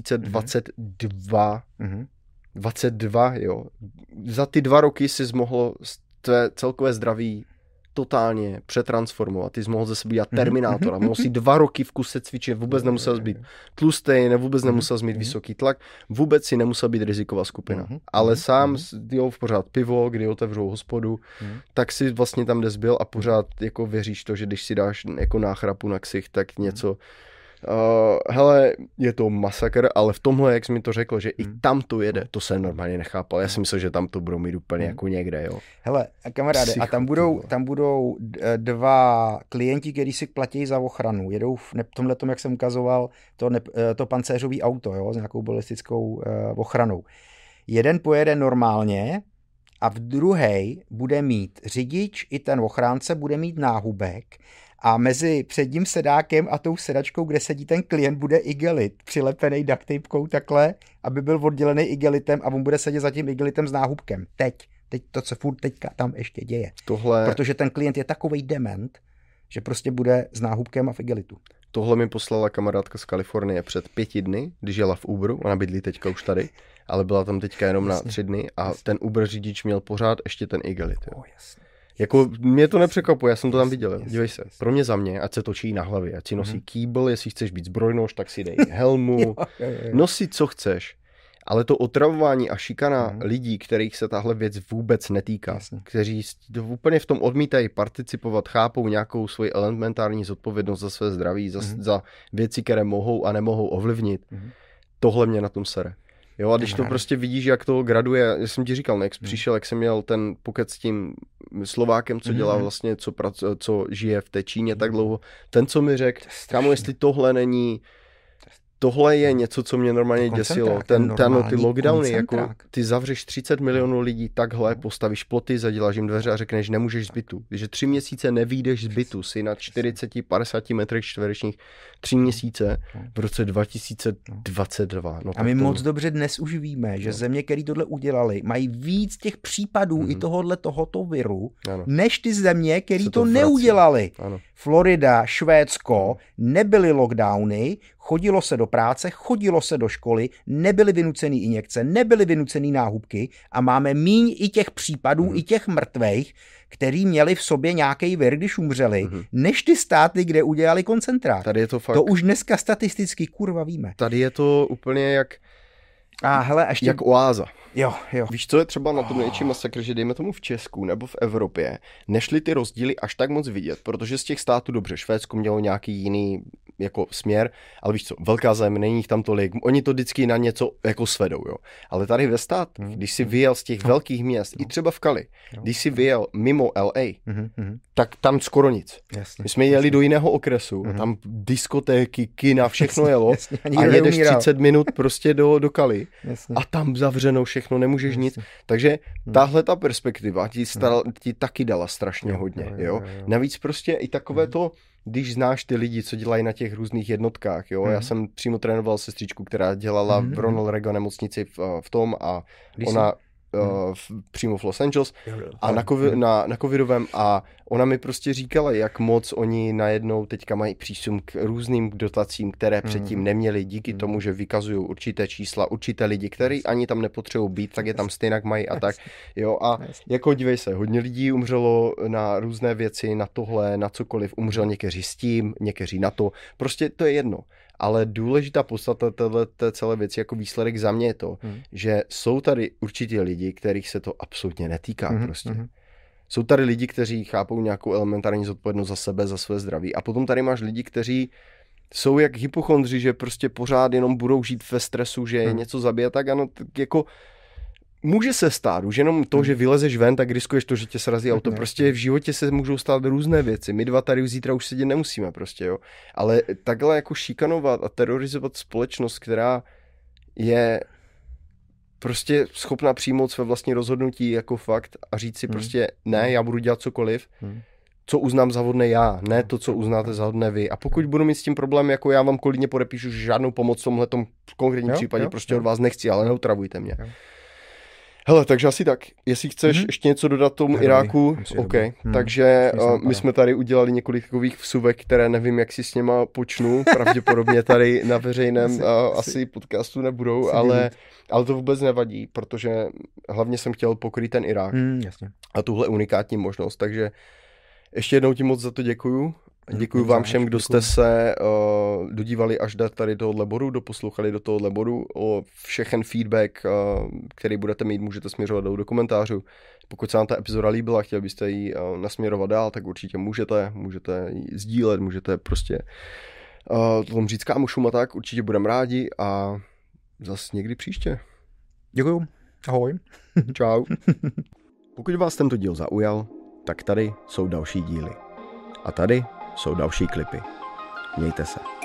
2022, 22, jo, za ty 2 roky si zmohlo tvé celkové zdraví totálně přetransformovat. Ty jsi mohl ze sebe dělat Terminátora. Mohl si 2 roky v kuse cvičit, vůbec nemusel být tlustý, vůbec nemusel mít vysoký tlak, vůbec si nemusel být riziková skupina. Ale sám, jo, pořád pivo, kdy otevřou hospodu, tak si vlastně tam, kde jsi byl a pořád jako věříš to, že když si dáš jako náchrapu na ksich, tak něco hele, je to masakr, ale v tomhle, jak jsi mi to řekl, že i tam to jede, to jsem normálně nechápal. Já si myslel, že tam to budou mít úplně jako někde, jo. Hele, kamaráde, a tam budou 2 klienti, kteří si platí za ochranu. Jedou v tomhletom, jak jsem ukazoval, to pancéřový auto, jo, s nějakou balistickou ochranou. Jeden pojede normálně a v druhej bude mít řidič i ten ochránce bude mít náhubek. A mezi předním sedákem a tou sedačkou, kde sedí ten klient, bude igelit přilepený ducktapkou takhle, aby byl oddělený igelitem a on bude sedět za tím igelitem s náhubkem. Teď to, co furt teďka tam ještě děje. Protože ten klient je takovej dement, že prostě bude s náhubkem a v igelitu. Tohle mi poslala kamarádka z Kalifornie před 5 dny, když jela v Uberu, ona bydlí teďka už tady, ale byla tam teďka jenom na 3 dny a ten Uber řidič měl pořád ještě ten igelit. Jo. Jako mě to nepřekvapuje, já jsem to tam viděl. Dívej se, pro mě za mě, ať se točí na hlavě, ať si nosí kýbl, jestli chceš být zbrojnož, tak si dej helmu, nosi co chceš. Ale to otravování a šikana lidí, kterých se tahle věc vůbec netýká, kteří úplně v tom odmítají participovat, chápou nějakou svoji elementární zodpovědnost za své zdraví, za věci, které mohou a nemohou ovlivnit, tohle mě na tom sere. Jo, a když to prostě vidíš, jak to graduje, já jsem ti říkal, jak jsi přišel, jak jsem měl ten pokec s tím Slovákem, co dělá vlastně, co žije v té Číně tak dlouho, ten, co mi řekl, kámo, jestli tohle je něco, co mě normálně děsilo. Ty lockdowny, jako ty zavřeš 30 milionů lidí takhle, postavíš ploty, zaděláš jim dveře a řekneš, nemůžeš z bytu. Že 3 měsíce nevyjdeš z bytu, si na 40-50 metrech čtverečních 3 měsíce v roce 2022. No, a my moc dobře dnes už víme, že země, které tohle udělali, mají víc těch případů i tohoto viru, než ty země, které to neudělali. Ano. Florida, Švédsko, nebyly lockdowny, chodilo se do práce, chodilo se do školy, nebyly vynucený injekce, nebyly vynucený náhubky a máme míň i těch případů, i těch mrtvejch, který měli v sobě nějaký vir, když umřeli, než ty státy, kde udělali koncentrát. Tady je to fakt. To už dneska statisticky kurva víme. Tady je to úplně jak ještě... jak oáza. Jo. Víš, co je třeba na tom největší masakr, že dejme tomu v Česku nebo v Evropě, nešly ty rozdíly až tak moc vidět, protože z těch států dobře, Švédsko mělo nějaký jiný jako směr, ale víš co, velká země, není jich tam tolik, oni to vždycky na něco jako svedou, jo. Ale tady ve stát, když si vyjel z těch velkých měst, i třeba v Cali, když si vyjel mimo LA, tak tam skoro nic. Jasně, my jsme jeli do jiného okresu, tam diskotéky, kina, všechno jelo a jedeš 30 minut prostě do Cali a tam zavřeno všechno, nemůžeš nic. Takže tahle ta perspektiva ti taky dala strašně hodně, jo. Navíc prostě i takové to, když znáš ty lidi, co dělají na těch různých jednotkách, jo. Já jsem přímo trénoval sestřičku, která dělala v Ronald Reagan nemocnici v tom a ona přímo v Los Angeles a na covidovém a ona mi prostě říkala, jak moc oni najednou teďka mají přístup k různým dotacím, které předtím neměli díky tomu, že vykazují určité čísla, určité lidi, který ani tam nepotřebují být, tak je tam stejně mají a tak. Jo, a jako dívej se, hodně lidí umřelo na různé věci, na tohle, na cokoliv, umřel někteří s tím, někteří na to, prostě to je jedno. Ale důležitá podstata té celé věci jako výsledek za mě je to, že jsou tady určitě lidi, kterých se to absolutně netýká prostě. Jsou tady lidi, kteří chápou nějakou elementární zodpovědnost za sebe, za své zdraví. A potom tady máš lidi, kteří jsou jak hypochondři, že prostě pořád jenom budou žít ve stresu, že je něco zabije, tak ano, tak jako může se stát, už jenom to, že vylezeš ven, tak riskuješ to, že tě srazí auto. Prostě v životě se můžou stát různé věci. My dva tady zítra už sedět nemusíme prostě, jo. Ale takhle jako šikanovat a terorizovat společnost, která je prostě schopná přijmout své vlastní rozhodnutí jako fakt a říct si prostě ne, já budu dělat cokoliv, co uznám za hodné já, ne to, co uznáte za hodné vy. A pokud budu mít s tím problém, jako já vám klidně podepíšu, že žádnou pomoc v tomhletom konkrétním případě prostě od vás nechci, ale neutravujte mě. Hele, takže asi tak. Jestli chceš ještě něco dodat tomu Iráku, OK. Takže my jsme tady udělali několik takových vsuvek, které nevím, jak si s něma počnu. Pravděpodobně tady na veřejném asi podcastu nebudou, ale to vůbec nevadí, protože hlavně jsem chtěl pokrýt ten Irák a tuhle unikátní možnost. Takže ještě jednou ti moc za to děkuju. Děkuji vám všem, kdo jste se dodívali až do tady tohohle bodu, doposlouchali do tohohle bodu. O všechen feedback, který budete mít, můžete směřovat do komentářů. Pokud se vám ta epizoda líbila, chtěli byste ji nasměrovat dál, tak určitě můžete ji sdílet, můžete prostě tomu říct kámošům a tak, určitě budeme rádi a zas někdy příště. Děkuju. Ahoj. Čau. Pokud vás tento díl zaujal, tak tady jsou další díly. A tady jsou další klipy. Mějte se.